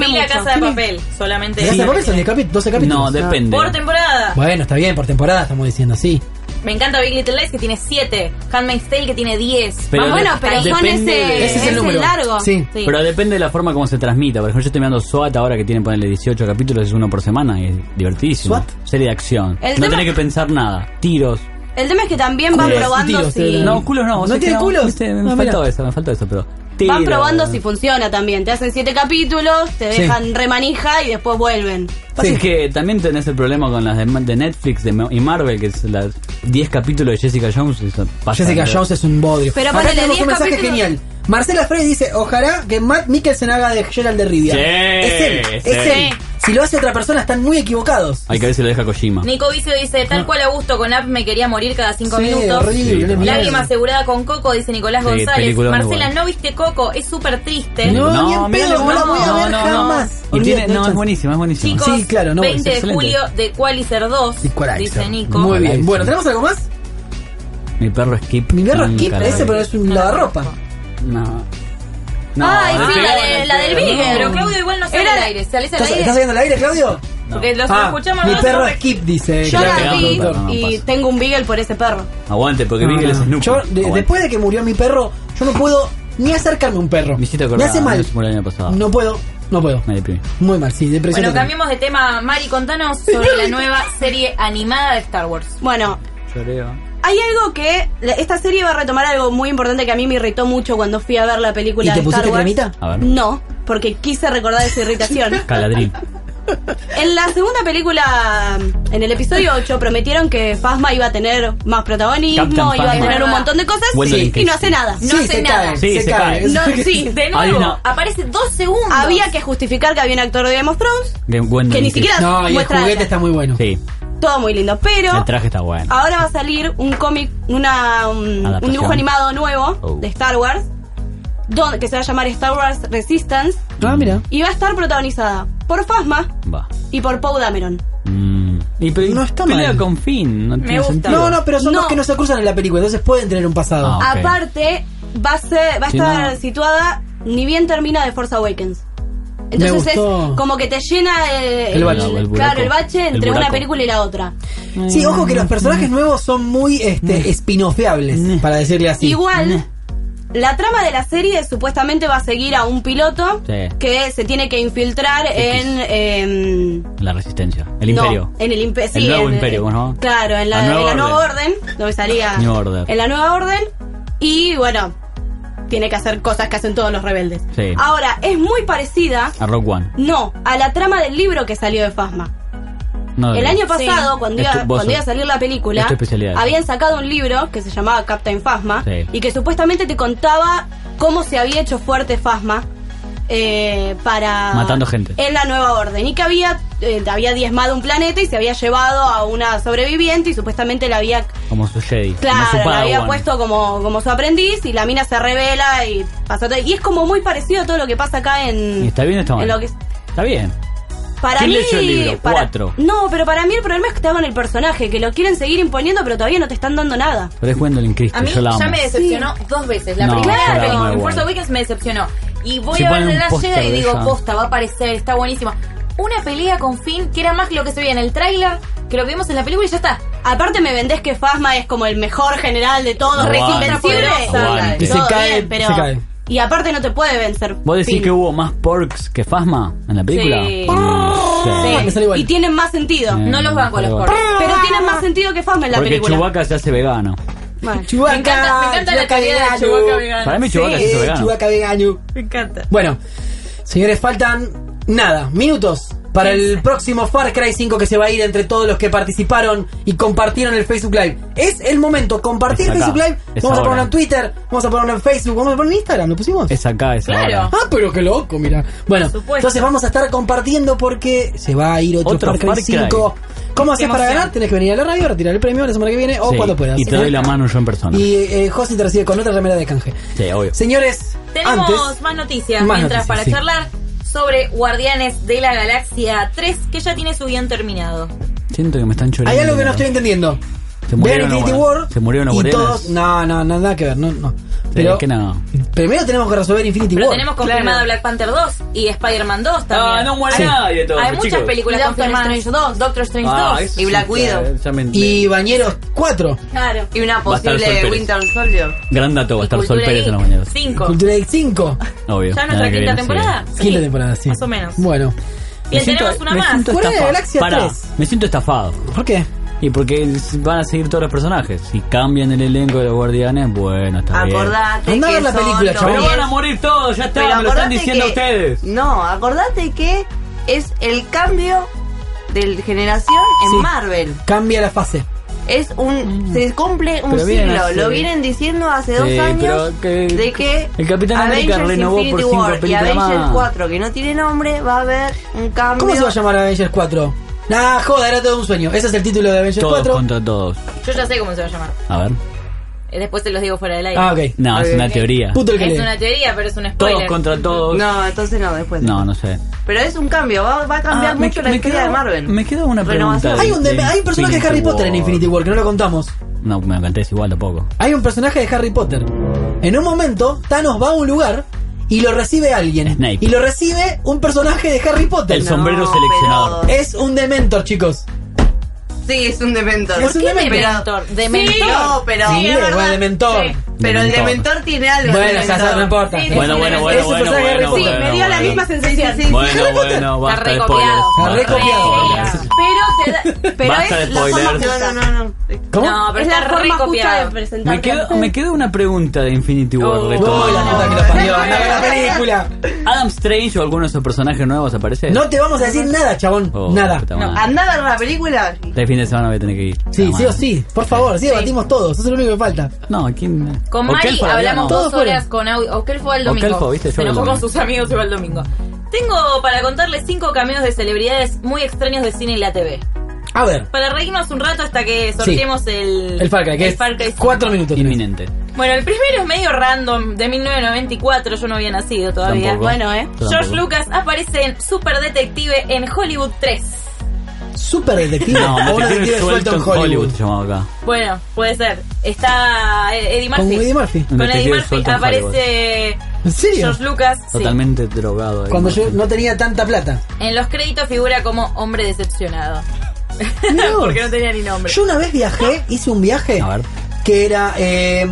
consume Vi La mucho. Casa de Papel, solamente. ¿La Casa de Papel son diez capi- doce capítulos? No, depende. Por temporada. Bueno, está bien, por temporada estamos diciendo, sí. Me encanta Big Little Lies, que tiene siete. Handmaid's Tale, que tiene diez. Pero Ah, bueno, de- pero son depende ese, de- Ese es el es número. largo. Sí. Sí. Pero depende de la forma como se transmita. Por ejemplo, yo estoy mirando SWAT ahora que tiene ponerle dieciocho capítulos, es uno por semana y es divertidísimo. ¿SWAT? Serie de acción. El no tema- tenés que pensar nada. Tiros. El tema es que también van Culos y probando tiros, si... eh. No, culos no. ¿No o sea que tiene culos? viste, me Ah, faltó mira. eso, me faltó eso, pero... Van tiros. probando si funciona también. Te hacen siete capítulos, te Sí. dejan remanija y después vuelven. Pasa Sí. es que también tenés el problema con las de, de Netflix de, y Marvel, que es las diez capítulos de Jessica Jones. que son- pasan Jessica de- Jones es un bodrio. Pero Acá ponele tenemos diez un mensaje capítulos. genial. Marcela Frey dice, ojalá que Matt Mikkelsen haga de Gerald de Rivia. Sí, es él, es sí. él. Si lo hace otra persona están muy equivocados. Hay que ver si lo deja Kojima. Nico Vicio dice, tal cual a gusto con App me quería morir cada cinco Sí, minutos. horrible, Sí, mierda. Lágrima asegurada con Coco, dice Nicolás Sí, González. peliculón Marcela, igual. ¿no viste Coco? Es súper triste. No, No, ni en mira, pedo, no la voy a no, ver no, no. jamás. Y tiene, Olvídate, no, es chance. buenísima, es buenísima. Chicos, Sí, claro, no, es veinte de excelente. julio de Qualizer dos, Equalizer. dice Nico. Muy bien. Equalizer. Bueno, ¿tenemos algo más? Mi perro Skip. Mi perro es nunca Kip, la ese vi. pero es un lavarropa. No. No, Ay, no sí, te- la de- la del Beagle. Pero Claudio igual no sale Era- al aire. ¿Salís al ¿Estás, aire? ¿Estás saliendo al aire, Claudio? Porque los Ah, escuchamos mi los perro otros. es Kip, dice. Yo Claudio, la no, vi no, no, no, y pasa. tengo un Beagle por ese perro. Aguante, porque No, Beagle es no. Snoopy. Yo, de- Aguante. después de que murió mi perro, yo no puedo ni acercarme a un perro. Me hiciste Me acordar, hace mal. se murió el año pasado. No puedo, no puedo. Me deprimí. Muy mal, sí, depresión. Bueno, total. cambiemos de tema. Mari, contanos sobre la nueva serie animada de Star Wars. Bueno, Lloreo. hay algo que... la- Esta serie va a retomar algo muy importante que a mí me irritó mucho cuando fui a ver la película ¿Y te de Star pusiste Wars. cremita? A ver. No, porque quise recordar esa irritación. Caladrín. En la segunda película, en el episodio ocho, prometieron que Phasma iba a tener más protagonismo, Captain iba a Phasma. tener un montón de cosas Gwendolyn y no Christie. hace nada. No sí, hace se nada. cae, Sí, se, se cae. cae. No, Es- sí, De Hay nuevo, una- aparece dos segundos. había que justificar que había un actor de Game of Thrones, Bien, Gwendolyn que ni Christie. siquiera No, y el muestra juguete nada. está muy bueno. Sí, Todo muy lindo, pero el traje está bueno. ahora va a salir un cómic, una un, un Adaptación. dibujo animado nuevo Oh. de Star Wars, donde, que se va a llamar Star Wars Resistance, Ah, mira. y va a estar protagonizada por Phasma Va. y por Poe Dameron. Mm. Y pe- No está pelea mal. con Finn. No tiene gusta. sentido. No, no, pero son No. dos que no se cruzan en la película, entonces pueden tener un pasado. Ah, ok. Aparte, va a ser, va a Sí, estar no. situada ni bien termina de Force Awakens. Me Entonces gustó. es como que te llena eh, El bache. El buraco. claro, el bache El entre una buraco. película y la otra. Sí, ojo que los personajes nuevos son muy este, spin-offeables, para decirle así. Igual, la trama de la serie supuestamente va a seguir a un piloto Sí. que se tiene que infiltrar en... em, La resistencia. El no, imperio. en el imperio. El nuevo imperio, ¿no? Claro, en la, La en nueva la nueva orden. orden, donde salía... New Order. En la nueva orden. Y bueno, tiene que hacer cosas que hacen todos los rebeldes. Sí. Ahora, es muy parecida, A Rock One. no, a la trama del libro que salió de Phasma. No, El no. año pasado, cuando, Esto- iba, vos cuando sos- iba a salir la película, es tu especialidad. habían sacado un libro que se llamaba Captain Phasma Sí. y que supuestamente te contaba cómo se había hecho fuerte Phasma eh, para... Matando gente. En la nueva orden. Y que había, eh, había diezmado un planeta y se había llevado a una sobreviviente y supuestamente la había... Como su Jedi. como su Claro, la había Padawan. puesto como, como su aprendiz y la mina se revela y pasa todo. Y es como muy parecido a todo lo que pasa acá en... ¿Y está bien o está mal? en lo que, Está bien. para ¿Quién mí, leyó el libro? para- Cuatro. No, pero para mí el problema es que está con el personaje, que lo quieren seguir imponiendo, pero todavía no te están dando nada. Pero es Gwendolyn Christie. A mí yo la amo. ya me decepcionó dos veces. La No, primera yo la vez amo en igual. Force Awakens me decepcionó. Y voy Si a ver ponen de un la póster Jedi y de digo, ella. posta, va a aparecer, está buenísima. Una pelea con Finn que era más lo que se veía en el tráiler que lo que vimos en la película y ya está. Aparte me vendés que Phasma es como el mejor general de todos, re Aguante. invencible. Aguante. Y se Todo cae, bien, pero... se cae. Y aparte no te puede vencer. ¿Vos decís Finn. que hubo más porks que Phasma en la película? Sí. Mm, Sí. Ah, me sale igual. Y tienen más sentido. Eh, No los banco a los pero- porros. Pero tienen más sentido que Phasma en la Porque película. Chewbacca se hace vegano. Bueno. Chewbacca, Me encanta, me encanta la Chewbacca teoría de vegano. Chewbacca vegano. Para mí Chewbacca se hizo Eh, vegano. Chewbacca vegano. Me encanta. Bueno, señores, faltan nada, minutos para el próximo Far Cry cinco que se va a ir entre todos los que participaron y compartieron el Facebook Live. Es el momento, compartir Es acá, Facebook Live. es Vamos a ahora. ponerlo en Twitter, vamos a ponerlo en Facebook, vamos a ponerlo en Instagram, ¿lo pusimos? Es acá, es Claro. ahora. Ah, pero qué loco, mira. Bueno, supuesto. entonces vamos a estar compartiendo porque se va a ir otro, Otro Far Cry Far Cry. cinco. ¿Cómo haces Qué para emoción. ganar? Tenés que venir a la radio, retirar el premio la semana que viene o Sí, cuando puedas. Y te doy la mano yo en persona. Y eh, José te recibe con otra remera de canje. Sí, obvio. Señores, Tenemos antes... más noticias Más mientras noticias, para sí. charlar sobre Guardianes de la Galaxia tres, que ya tiene su guión terminado. Siento que me están choreando. Hay algo que no estoy entendiendo. Se Vean murieron Infinity los- War se murieron los y guardianes. todos... No, no, no, nada que ver, no, no. Sí, Pero es que no. primero tenemos que resolver Infinity Pero War. tenemos confirmada Claro. Black Panther dos y Spider-Man dos también. Ah, no muere Sí. nadie todo. Hay muchas chicos. películas Y Doctor confirmadas. Strange dos. Doctor Strange Ah, dos. eso Y Black sí, Widow. ya- ya me- Y Bañeros cuatro. Claro. Y una Va a estar Sol posible Pérez. Winter Soldier. Gran dato, va a Y estar Sol Cultura Pérez en Geek, los bañeros. cinco. Cultura Geek cinco. Obvio. ¿Ya el nuestra año que quinta viene, temporada? sí. Quinta temporada, sí. Más o menos. Bueno, Bien, tenemos una me más. siento Fuera de estafado. Galaxia Pará, tres. me siento estafado. ¿por qué? Y porque van a seguir todos los personajes. Si cambian el elenco de los guardianes, bueno, está bien. Acordate Andá a que ver la son película, los chabón. Pero diez- van a morir todos, ya está, Pero me lo están acordate diciendo que- ustedes. No, acordate que es el cambio de generación en Sí. Marvel. Cambia la fase. Es un se cumple un Pero vienen siglo, hace- lo vienen diciendo hace dos Sí, años pero que- de que el Capitán América Avengers renovó por Infinity cinco War y películas Avengers más. cuatro, que no tiene nombre, va a haber un cambio. ¿Cómo se va a llamar Avengers cuatro? Nah, joda, era todo un sueño. Ese es el título de Avengers Todos cuatro. contra todos. Yo ya sé cómo se va a llamar. A ver. Eh, Después te los digo fuera del aire. Ah, ok. No, es Ok, una ok. teoría. Puto el que Es lee. una teoría, pero es un Todos spoiler. contra todos. No, entonces no, después. No, no sé. Pero es un cambio, va, va a cambiar Ah, me- mucho la me historia quedó- de Marvel. me quedó una Renovación. pregunta. Hay un, de- hay un personaje de Harry Potter en Infinity War que no lo contamos. No, me lo canté igual tampoco. Hay un personaje de Harry Potter. En un momento, Thanos va a un lugar y lo recibe alguien. Snape. Y lo recibe un personaje de Harry Potter. El No, sombrero seleccionador. pero- Es un Dementor, chicos. Sí, es un Dementor. Es un ¿Qué Dementor. Dementor? Dementor. Sí, no, pero. Sí, es verdad. bueno, Dementor. Sí, pero el Dementor. Dementor tiene algo. Bueno, el ya Dementor. está, no importa. Sí, sí, Bueno, sí, bueno, sí, bueno, es un bueno, personaje de Harry bueno, Potter. bueno, me dio la bueno. misma sensación. Sí, sí, sí. Bueno, bueno, basta de recopiado. spoilers. Está Basta de recopiado. spoilers. Pero, te da- pero Basta de es la forma spoilers. justa. No, no, no, no. ¿Cómo? No, pero Es la está forma justa de recopiado. presentar. Me quedó, me quedó una pregunta de Infinity War. Oh, retomando. Oh, la puta que lo parió. Anda a ver la película. Adam Strange o alguno de esos personajes nuevos aparece. No te vamos a decir nada, chabón. Oh, Nada. puta No. madre. Anda a ver la película. Este fin de semana voy a tener que ir. Sí, Puta sí o madre. sí. Por favor, sí, debatimos todos. Eso es lo único que falta. No, ¿quién? Con ¿O Mari Kelfo la hablamos hablamos? Todo dos fuera. horas con audio. Okel fue el Okel domingo. fue, ¿viste? Yo Se el enojó con domingo. sus amigos y fue el domingo. Tengo para contarles cinco cameos de celebridades muy extraños de cine y la T V. A ver, Para reírnos un rato hasta que sorteemos el... el Far Cry, que el es Far Cry cinco. cuatro minutos. tenés. Inminente. Bueno, el primero es medio random, de mil novecientos noventa y cuatro, yo no había nacido todavía. Tampoco. Bueno, ¿eh? Yo George tampoco. Lucas aparece en Super Detective en Hollywood tres. Super detective. No, o un detective detective suelto en Hollywood se llamaba acá. Bueno, puede ser. Está eh, Eddie Con Murphy. Eddie Murphy. Un Con Eddie detective Murphy suelto en aparece ¿En serio? George Lucas. sí. Totalmente drogado. ahí. Cuando yo no tenía tanta plata. En los créditos figura como hombre decepcionado. Mirá vos. Porque no tenía ni nombre. Yo una vez viajé, hice un viaje A ver. que era eh,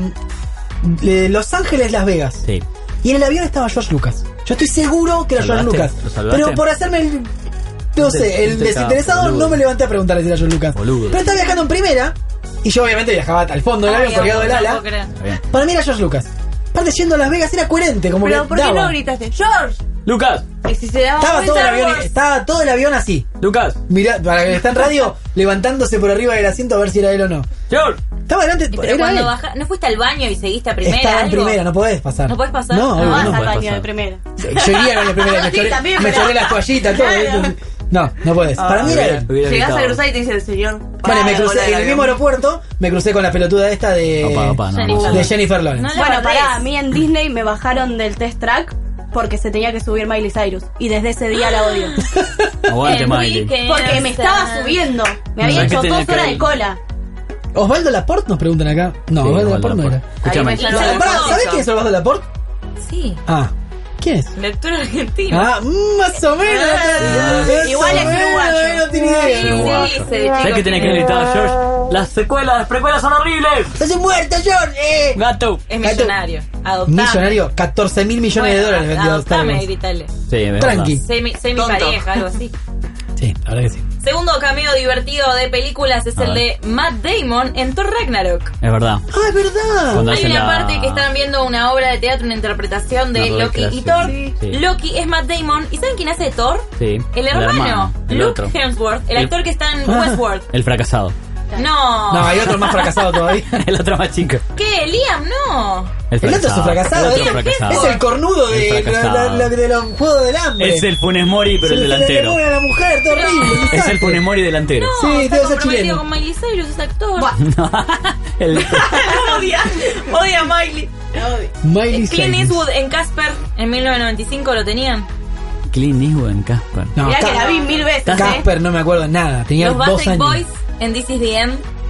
de Los Ángeles, Las Vegas. Sí. Y en el avión estaba George Lucas. Yo estoy seguro que era George ¿Salvaste? Lucas. ¿Lo salvaste? Pero por hacerme el. No sé, el Te- te desinteresado boludo. no me levanté a preguntarle si era George Lucas. Boludo. Pero estaba viajando en primera. Y yo obviamente viajaba al fondo del Ay, avión, colgado del no ala. puedo creer. Está bien. Para mí era George Lucas. Aparte yendo a Las Vegas era coherente, como Pero que ¿por qué daba. no gritaste? ¡George! Lucas, Y si se daba Estaba todo, el cuenta, avión, vos- estaba todo el avión así. Lucas, Mirá, para que está en radio, levantándose por arriba del asiento a ver si era él o no. George. Estaba delante, Pero era cuando él. baja, ¿no fuiste al baño y seguiste a primera? Estaba en algo? primera, no podés pasar. ¿No podés pasar? No, No obvio, vas no. al puedes baño pasar. de primera. Yo iría al baño primero, me Sí, choré, también, me pero- choré las toallitas, todo. Claro. No, no podés. Para mí era Hubiera- él. hubiera Llegás a gritado. cruzar y te dice el señor. Bueno, para me la crucé cola del en el mismo avión. aeropuerto, me crucé con la pelotuda esta de, Opa, opa, no, no, Jennifer. no. de Jennifer Lawrence. No le Bueno, perdés. pará, a mí en Disney me bajaron del test track porque se tenía que subir Miley Cyrus. Y desde ese día la odio. Aguante, Miley. Enrique Porque me estaba subiendo. Me había ¿Sabes hecho qué tenía dos que horas ver? de cola. Osvaldo Laporte nos preguntan acá. No, Sí, Osvaldo Osvaldo Laporte no era. Laporte. Escúchame. Ahí me Y llama se- el Pará, coso. ¿sabés quién es Osvaldo Laporte? Sí, Ah, ¿quién es? lectura argentina. Ah, mm, más o menos. Ah, más igual o es menos, uruguayo. No tenía Sí, idea. sí, Uruguayo. sí, ¿Sabes chicos, qué tenés que sí. gritar, George? Las secuelas, las precuelas son horribles. ¡Estás muerto, George! Eh. Gato. Es millonario. Adoptame. Millonario, catorce mil millones de Bueno, dólares vendió Star adoptame, Wars. gritale. Sí, es verdad. Tranqui. Sé mi, sé mi Tonto. pareja, algo así. Sí, la verdad que sí. Segundo cameo divertido de películas es A el ver. de Matt Damon en Thor Ragnarok. Es verdad. Ah, es verdad. Cuando Hay hace una la- parte que están viendo una obra de teatro, una interpretación de Una Loki y recreación. Thor. Sí. Sí. Loki es Matt Damon. ¿Y saben quién hace de Thor? Sí. El hermano, el Luke otro. Hemsworth, el El- actor que está en Ah. Westworld. El fracasado. No. No, hay otro más fracasado todavía. El otro más chico. ¿Qué? Liam, no. El otro es un fracasado. El otro Es, fracasado. es el cornudo de, El fracasado. la- la- de los Juegos del Hambre. Es el Funes Mori, pero Se el le- se le delantero. muere a la mujer, todo horrible. un Es el desastre. Funes Mori delantero. No, Sí, está debe ser comprometido chileno. con Miley Cyrus, es actor. El- odia, odia a Miley. Miley Clint Cyrus. Eastwood en Casper en mil novecientos noventa y cinco lo tenían. Clint Eastwood en Casper. No, Mirá que Ca- la vi mil veces, ¿eh? Casper no me acuerdo nada. Tenía Los dos Backstreet años. Boys en This Is the End.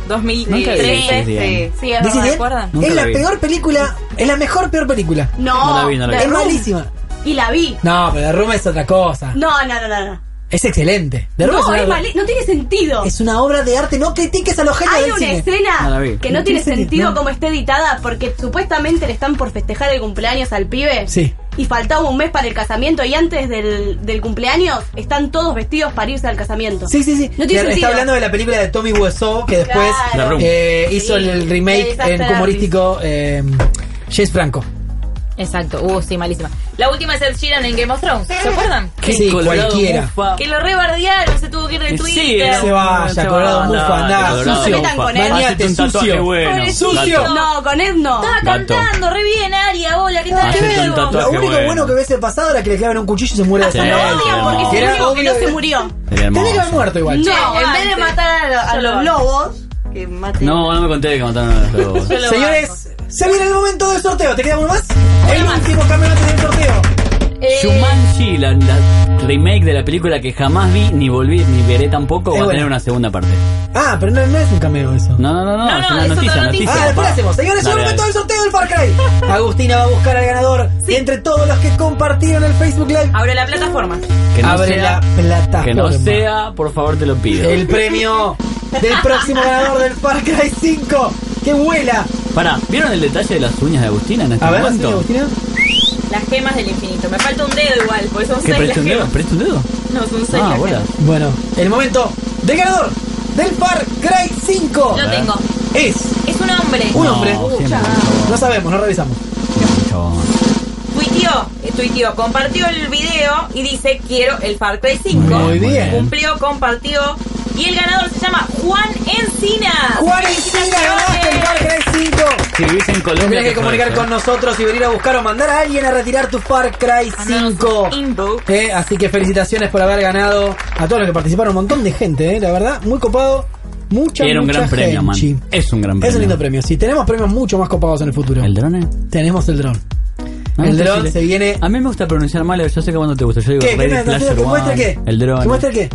dos mil Nunca vi trece. This Day. Sí. Sí, es This verdad, Day ¿recuerdan? Nunca es la la vi. peor película, es la mejor peor película. No, No la vi, no la vi. The Es Room. malísima. Y la vi. No, pero The Room es otra cosa. No, no, no, no. no. Es excelente. The Room No, es, es una, mali- no tiene sentido. es una obra de arte. No critiques a los genios Hay del una cine. escena No la vi. que no No tiene tiene sentido, sentido no. como está editada porque supuestamente le están por festejar el cumpleaños al pibe. Sí. Y faltaba un mes para el casamiento y antes del, del cumpleaños están todos vestidos para irse al casamiento. Sí, sí, sí. No tiene Está sentido. hablando de la película de Tommy Wiseau que después Claro. The Room. eh, hizo Sí. el remake Esa en está humorístico eh, James Franco. Exacto, uh, sí, malísima. La última es Ed Sheeran en Game of Thrones, ¿se acuerdan? Que sí, Colorado cualquiera. Mufa. Que lo rebardearon, se tuvo que ir de Sí, Twitter. no, Se vaya, Colorado anda, Mufa, andá, Colorado No se metan Mufa. con él. Bañate, Hacete un tatuaje sucio. bueno. Pobrecito. Sucio. No, con Ed no. Estaba Gato. cantando, re bien, Aria, hola, ¿qué tal? Hacete un Luego. tatuaje. Lo único bueno. bueno que hubiese pasado era que le claven un cuchillo y se muere de Sí, sangre. Lo sí, odian no. porque es Era el único que obvio no se que- murió. Sería hermoso. Tenía que haber muerto igual. No, Che, en vez de antes. matar a, lo- a Yo lo los banco. lobos, que maten. No, no me conté que mataron a los lobos. Yo lo Señores, se viene el momento del sorteo. ¿Te queda uno más? El más. último campeonato del sorteo. Eh, Shumanji, la, la remake de la película que jamás vi, ni volví, ni veré tampoco, Es va a buena. tener una segunda parte. Ah, pero no, no es un cameo eso. No, no, no, no, No, es no, una es noticia, otra noticia. Ah, después lo papá. hacemos. Señores, es el Dale, momento dale. del sorteo del Far Cry. Agustina va a buscar al ganador de entre todos los que compartieron el Facebook Live. Abro la plataforma. Que no Abre sea, la plataforma. que no sea, por favor, te lo pido. El premio del próximo ganador del Far Cry cinco. ¡Que vuela! Pará, ¿vieron el detalle de las uñas de Agustina en este A ver, momento? señor Agustina. Las gemas del infinito. Me falta un dedo igual, porque son ¿Qué, seis las presta un dedo? gemas. ¿Presta un dedo? No, son seis Ah, las bola. gemas. Bueno, el momento del ganador del Far Cry cinco. Lo tengo. Es Es un hombre. un No, hombre. siempre un No chabón, sabemos, no revisamos. siempre un chabón. Tuiteó, eh, tuiteó, compartió el video y dice quiero el Far Cry cinco. Muy bien. Cumplió, compartió. Y el ganador se llama Juan Encina. Juan Encina, ganaste el Far Cry cinco. Si vivís en Colombia, Tendrás que te comunicar jodés, con ¿eh? nosotros y venir a buscar o mandar a alguien a retirar tu Far Cry Mandanos cinco. un inbox. Eh, así que felicitaciones por haber ganado a todos los que participaron. Un montón de gente, eh, la verdad, muy copado. Mucha, Era un mucha gran premio, man. gente. Es un gran Es premio. un lindo premio. Sí, tenemos premios mucho más copados en el futuro. ¿El drone? Tenemos el dron. No, el no sé dron si le- se viene. A mí me gusta pronunciar mal, yo sé que cuando te gusta. Yo digo ¿Qué? ¿Qué Ready me Player ¿Que muestre One, qué? el drone. ¿Que muestre qué?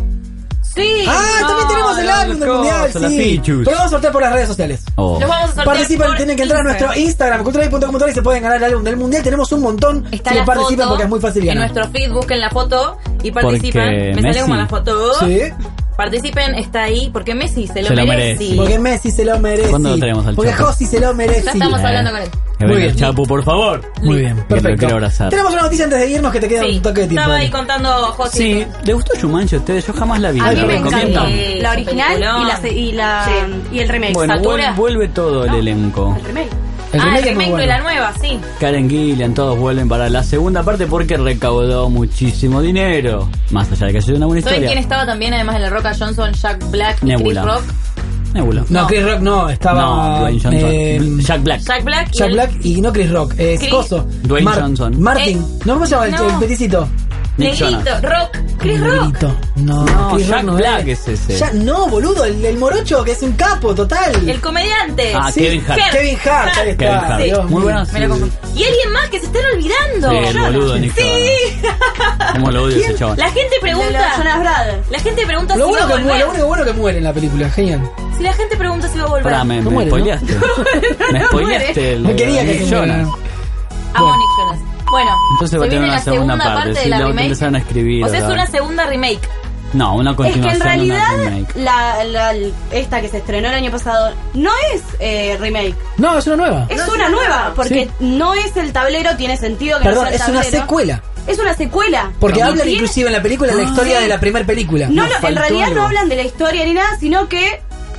Sí. Ah, No, también tenemos el no, álbum del las mundial, cosas, las sí. features. Pero vamos a sortear por las redes sociales. Oh. Los vamos a sortear Participan, por tienen que entrar a nuestro Instagram. Instagram, culturaley punto com punto ar y se pueden ganar el álbum del mundial. Tenemos un montón. Está si la participan foto porque es muy fácil en ganar. nuestro feed, busquen la foto y participan. Porque Me sale Messi- como la foto. Sí. Participen, está ahí, porque Messi se lo, Se lo merece. merece. Porque Messi se lo merece. ¿Cuándo lo tenemos al Porque Chapo? Josi se lo merece. Ya estamos Eh, hablando con él. Que Muy venga el bien. Chapu, por favor. Muy bien, Que lo perfecto. quiero abrazar. Tenemos una noticia antes de irnos que te queda Sí, un toque de tiempo. estaba ahí Dani. contando José. Sí, ¿le gustó Shumanji a ustedes? Yo jamás la vi. A mí ¿La me recomiendan? encantó. Sí, La original peliculón. y la, se- y, la y el remake. Bueno, ¿Satura? vuel- vuelve todo el elenco. El remake. El ah, remake el es muy remake de bueno. la nueva, sí. Karen Gillian, todos vuelven para la segunda parte porque recaudó muchísimo dinero. Más allá de que sea una buena ¿Saben historia. quién estaba también, además de La Roca Johnson, Jack Black y Nebula. Chris Rock? Nebula. No, No. Chris Rock no, estaba. No, Dwayne Johnson. eh, Jack Black. Jack Black y Jack el- Black y no Chris Rock. Eh, Chris- Coso. Dwayne Johnson. Martin. Eh, no, ¿cómo se llama el, no. el peticito? Nick Negrito, Jonas. Rock, Chris Rock. Negrito. No, No, Chris Jack Rock no Black es ese. Ya- no, boludo, el, el morocho que es un capo total. El comediante. Ah, Sí, Kevin Hart. Kevin Hart, ahí está. Kevin Hart. Dios Muy mío. buena. Me lo confundí. Y alguien más que se están olvidando. Sí, el boludo Nick Sí. Jonas. ¿Cómo lo odio ese chaval? La gente De los pregunta. Jonas Brothers. La gente pregunta Lo si bueno va a que muere, volver. lo único bueno que muere en la película, genial. Si la gente pregunta si va a volver. Pará, me, No me muere, ¿no? spoileaste. Me spoileaste el No quería que Nick se muera. Jonas. Amo a Nick Jonas. Bueno, Entonces va se a tener viene una la segunda segunda parte, parte sí, de la la remake. empezaron a escribir, O sea, es ¿verdad? una segunda remake. No, una Es que continuación, en realidad una remake. la, la- esta que se estrenó el año pasado no es eh, remake, No, es una nueva. es una nueva, porque no es el tablero, tiene sentido que Perdón, no sea el es una tablero. secuela. Es una secuela. Porque Y hablan tiene- inclusive en la película de la Ah, historia sí. de la primera película. No, Nos no, en faltó realidad algo. no hablan de la historia ni nada, sino que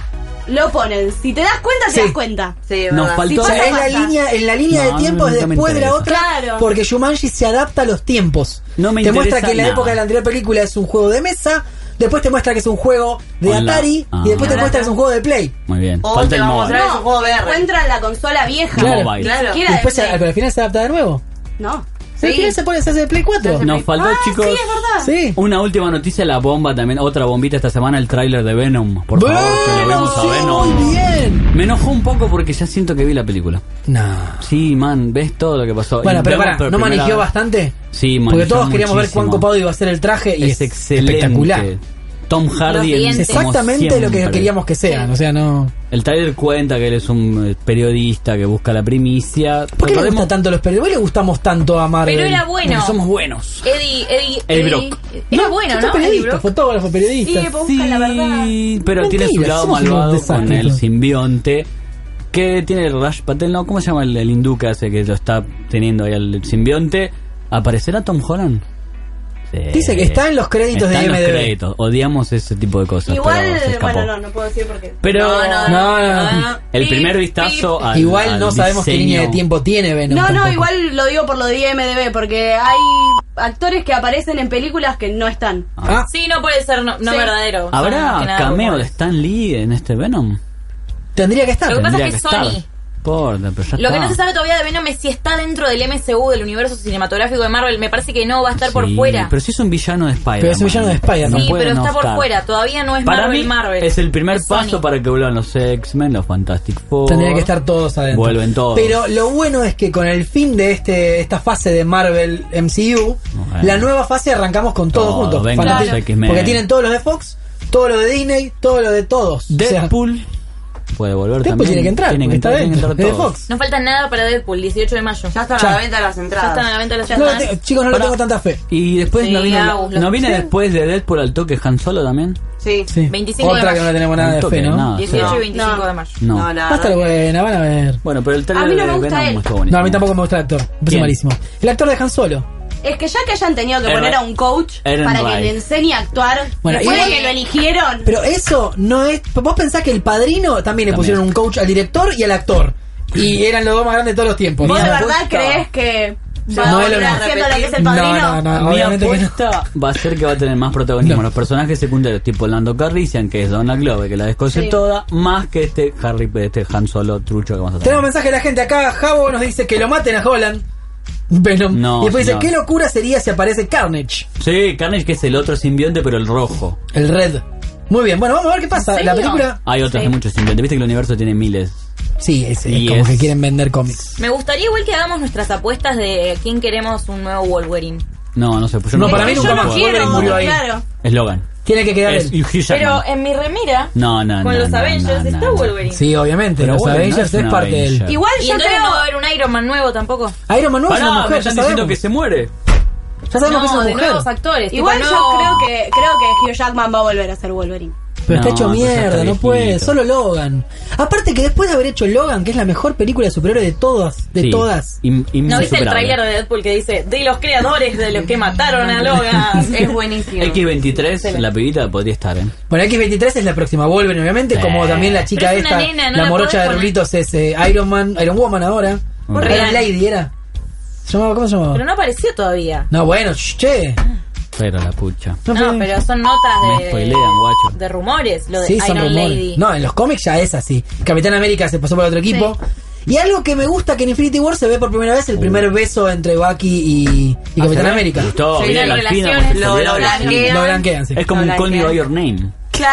lo ponen. Si te das cuenta, te Sí. das cuenta. Sí, Nos verdad. faltó- O sea, pasa, es la pasa. línea, en la línea No, de tiempo a mí es nunca me después de la interesa. otra. Claro. Porque Jumanji se adapta a los tiempos. No me te muestra interesa que en la nada. época de la anterior película es un juego de mesa. Después te muestra que es un juego de Hola. Atari. Ah. Y después te muestra que es un juego de Play. Muy bien. O Falta te el vamos a mobile. mostrar es un juego V R. Encuentran la consola vieja. Claro. Ni Mobile. Claro. siquiera Y después de se- Play. pero al final se adapta de nuevo. No. Al final se pone se hace de Play cuatro. Nos faltó, Ah, chicos. sí, es verdad. Sí. Una última noticia, la bomba también. Otra bombita esta semana, el tráiler de Venom. Por favor, que lo Bueno, vemos a sí, Venom. muy bien. Me enojó un poco porque ya siento que vi la película. No. Sí, man, ves todo lo que pasó. Bueno, Y pero vemos pará, por ¿no primera manigió vez. bastante? Sí, Porque manejó todos queríamos ver cuán muchísimo. copado iba a ser el traje y es, Es excelente. espectacular. Tom Hardy Los en- dientes. como Exactamente lo que siempre. queríamos que sean, o sea, no... El trailer cuenta que él es un eh, periodista que busca la primicia. ¿Por qué le Recordemos- gusta tanto los periodistas? ¿Por qué le gustamos tanto a Marvel? Pero era bueno. Porque somos buenos. Eddie, Eddie, Eddie Eddie- Brock. Era bueno, Son ¿no? Eddie periodistas, Brock. fotógrafo, periodista. Sí, pues busca la verdad. Sí, pero Mentira, tiene su lado somos unos malvado con desastres, el ¿no? simbionte. Que tiene el Raj Patel, ¿no? ¿Cómo se llama el, el hindú que hace que lo está teniendo ahí al simbionte? ¿Aparecerá Tom Holland? Sí. Dice que está en los créditos Está de en los I M D B. créditos. Odiamos ese tipo de cosas. Igual, pero se escapó. bueno, no, no puedo decir por qué. Pero No, no, No, no, no. el primer vistazo al, Igual al no sabemos qué diseño- línea de tiempo tiene Venom. No, no, tampoco. igual lo digo por lo de I M D B, porque hay actores que aparecen en películas que no están. Ah, Sí, no puede ser no, no Sí. verdadero. Son ¿Habrá más que nada cameo de rumores. Stan Lee en este Venom? tendría que estar. Lo que pasa Tendría es que Sony- estar. Porta, pero ya Lo que está. no se sabe todavía de Venom es si está dentro del M C U, del universo cinematográfico de Marvel. Me parece que no, va a estar por Sí, fuera. Pero si es un villano de Spider-Man. Pero es un villano de Spider-Man. sí, puede pero no está por estar. fuera. Todavía no es Para Marvel mí Marvel. es el primer Es paso Sony. para que vuelvan los X-Men, los Fantastic Four. Tendría que estar todos adentro. Vuelven todos. Pero lo bueno es que con el fin de este esta fase de Marvel M C U, Bueno. la nueva fase arrancamos con todos Todo, juntos. venga, Fantastic- los X-Men. Porque tienen todos los de Fox, todo lo de Disney, todo lo de todos. O sea, Deadpool puede volver Deadpool también. tiene que entrar, Tienen que porque entrar, está tienen que dentro, entrar es de todos. Fox. No falta nada para Deadpool, dieciocho de mayo. Ya están a Ya. la venta las Ya entradas. están a la venta las No lo entradas. tengo- chicos, no le Pará. tengo tanta fe. Y después Sí, no vino, Agus, no lo- viene sí. después de Deadpool al toque Han Solo también. Sí. Sí. veinticinco de Otra que mayo. no le tenemos nada Un de toque, fe, ¿no? nada. dieciocho No. y veinticinco No. de mayo. No. No, la Va a estar verdad. buena, van a ver. Bueno, pero el trailer A mí no de me gusta Venom él. estuvo buenísimo. No, a mí tampoco me gusta el actor. Me parece ¿Quién? malísimo. El actor de Han Solo. Es que ya que hayan tenido que Eren- poner a un coach Eren para Wright. que le enseñe a actuar, Bueno, después igual- de que lo eligieron. Pero eso no es. Vos pensás que el Padrino también le También. pusieron un coach al director y al actor. Y eran los dos más grandes de todos los tiempos. ¿Vos de Mira, verdad apuesta. crees que No va a es lo volver mismo. haciendo lo que es el No, padrino? no, no, Mi obviamente que no. apuesta va a ser que va a tener más protagonismo No. los personajes secundarios tipo Lando Calrissian, que es Donald Glover, que la descoce Sí. toda, más que este Harry, este Han Solo trucho que vamos a tener. Tenemos mensaje de la gente acá. Javo nos dice que lo maten a Holland. Venom. No, y después señor. dice: ¿qué locura sería si aparece Carnage? Sí, Carnage, que es el otro simbionte, pero el rojo. El Red. Muy bien, bueno, vamos a ver qué pasa. ¿En La serio? película. Hay otros Sí. de muchos simbiontes. Viste que el universo tiene miles. Sí, es, es Y como es- que quieren vender cómics. Me gustaría igual que hagamos nuestras apuestas de quién queremos un nuevo Wolverine. No, no sé. Pues yo No, no, para mí Es que nunca yo más. no Wolverine quiero, murió ahí. claro. Es Logan. Tiene que quedar Es él. Hugh Jackman. Pero en mi remera, No, no, con no, los no, Avengers, no, está no. Wolverine. Sí, obviamente. Pero los bueno, Avengers no es, es un parte de él. Avenger. Igual Y yo entonces creo. no va a haber un Iron Man nuevo tampoco. Iron Man no es Pará, una me mujer, ya están diciendo sabemos. que se muere. Ya sabemos que es No, una de mujer. nuevos actores. Igual tipo, yo no- creo que creo que Hugh Jackman va a volver a ser Wolverine. Pero está No, hecho pero ya mierda, está no puede. viejito. Solo Logan. Aparte que después de haber hecho Logan, que es la mejor película de superhéroes de todas, de Sí, todas. in- ¿No viste el insuperable. tráiler de Deadpool que dice de los creadores de los que mataron a Logan? Es buenísimo. X veintitrés, la pibita podría estar, ¿eh? Bueno, X veintitrés es la próxima Wolverine, obviamente, Sí. como también la chica Pero es esta, una nena, no la la morocha de podés poner. rulitos es eh, Iron Man, Iron Woman ahora. Por Iron real. Lady era. ¿Se llamaba? ¿Cómo se llamaba? Pero no apareció todavía. No, bueno, sh- che. Pero la pucha. No, No, fue- pero son notas Me de, spoilean, guacho. de rumores, lo de Sí, son Iron rumores. Lady. No, en los cómics ya es así. Capitán América se pasó por otro equipo. Y algo que me gusta que en Infinity War se ve por primera vez el primer beso entre Bucky y, y Capitán América. Gustó, Sí, viene las la fina, relaciones. porque se Lo- olvidaba lo la fina. blanquean. Lo blanquean, sí. Es como un Lo Call Me blanquean. By Your Name.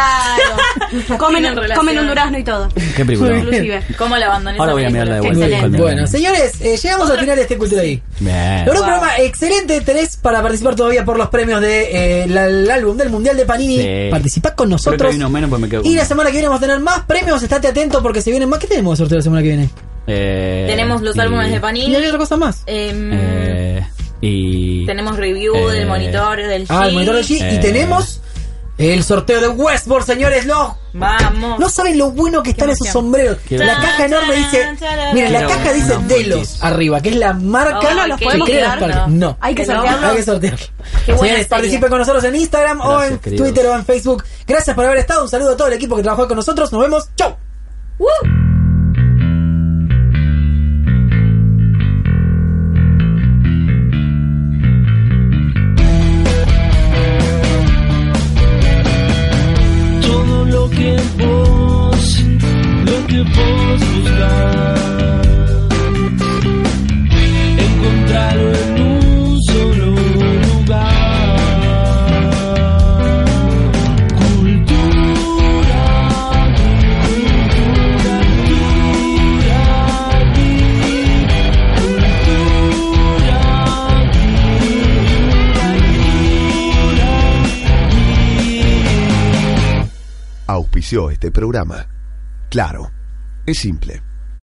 Claro. comen, Tienen relación. comen un durazno y todo. Qué película. Inclusive. ¿Cómo la abandoné? Ahora esa voy a película? mirarla de Qué vuelta. excelente. Bien. Bueno, señores, eh, llegamos al final de este Cultura Geek. Bien. Logró un Wow. programa excelente. Tenés para participar todavía por los premios de eh, la- el álbum del Mundial de Panini. Sí. Participá con Creo que nosotros. hay uno menos porque me quedo Y con la uno. semana que viene vamos a tener más premios. Estate atento porque se vienen más. ¿Qué tenemos de sorteo la semana que viene? Eh, Tenemos los y- álbumes de Y Panini. hay otra cosa más. em, Eh, y... tenemos review eh, del monitor del G. Ah, el monitor de G. Eh. Y tenemos el sorteo de Westworld, señores. No, Vamos. no saben lo bueno que están esos emoción. sombreros. Quiero- La caja enorme dice. Miren, la Quiero caja dice unos Delos multis. arriba, que es la marca Oh, no los que podemos crea quedar, los parques. no. No. Hay que Que no. sortearlo. Hay que sortearlo. Qué buena Señores, serie. participen con nosotros en Instagram o Gracias, en queridos. Twitter o en Facebook. Gracias por haber estado. Un saludo a todo el equipo que trabajó con nosotros. Nos vemos. Chau. Todo lo que vos, lo que vos buscas, encontrarlo en un solo lugar. Cultura, cultura. auspició este programa. Claro, es simple.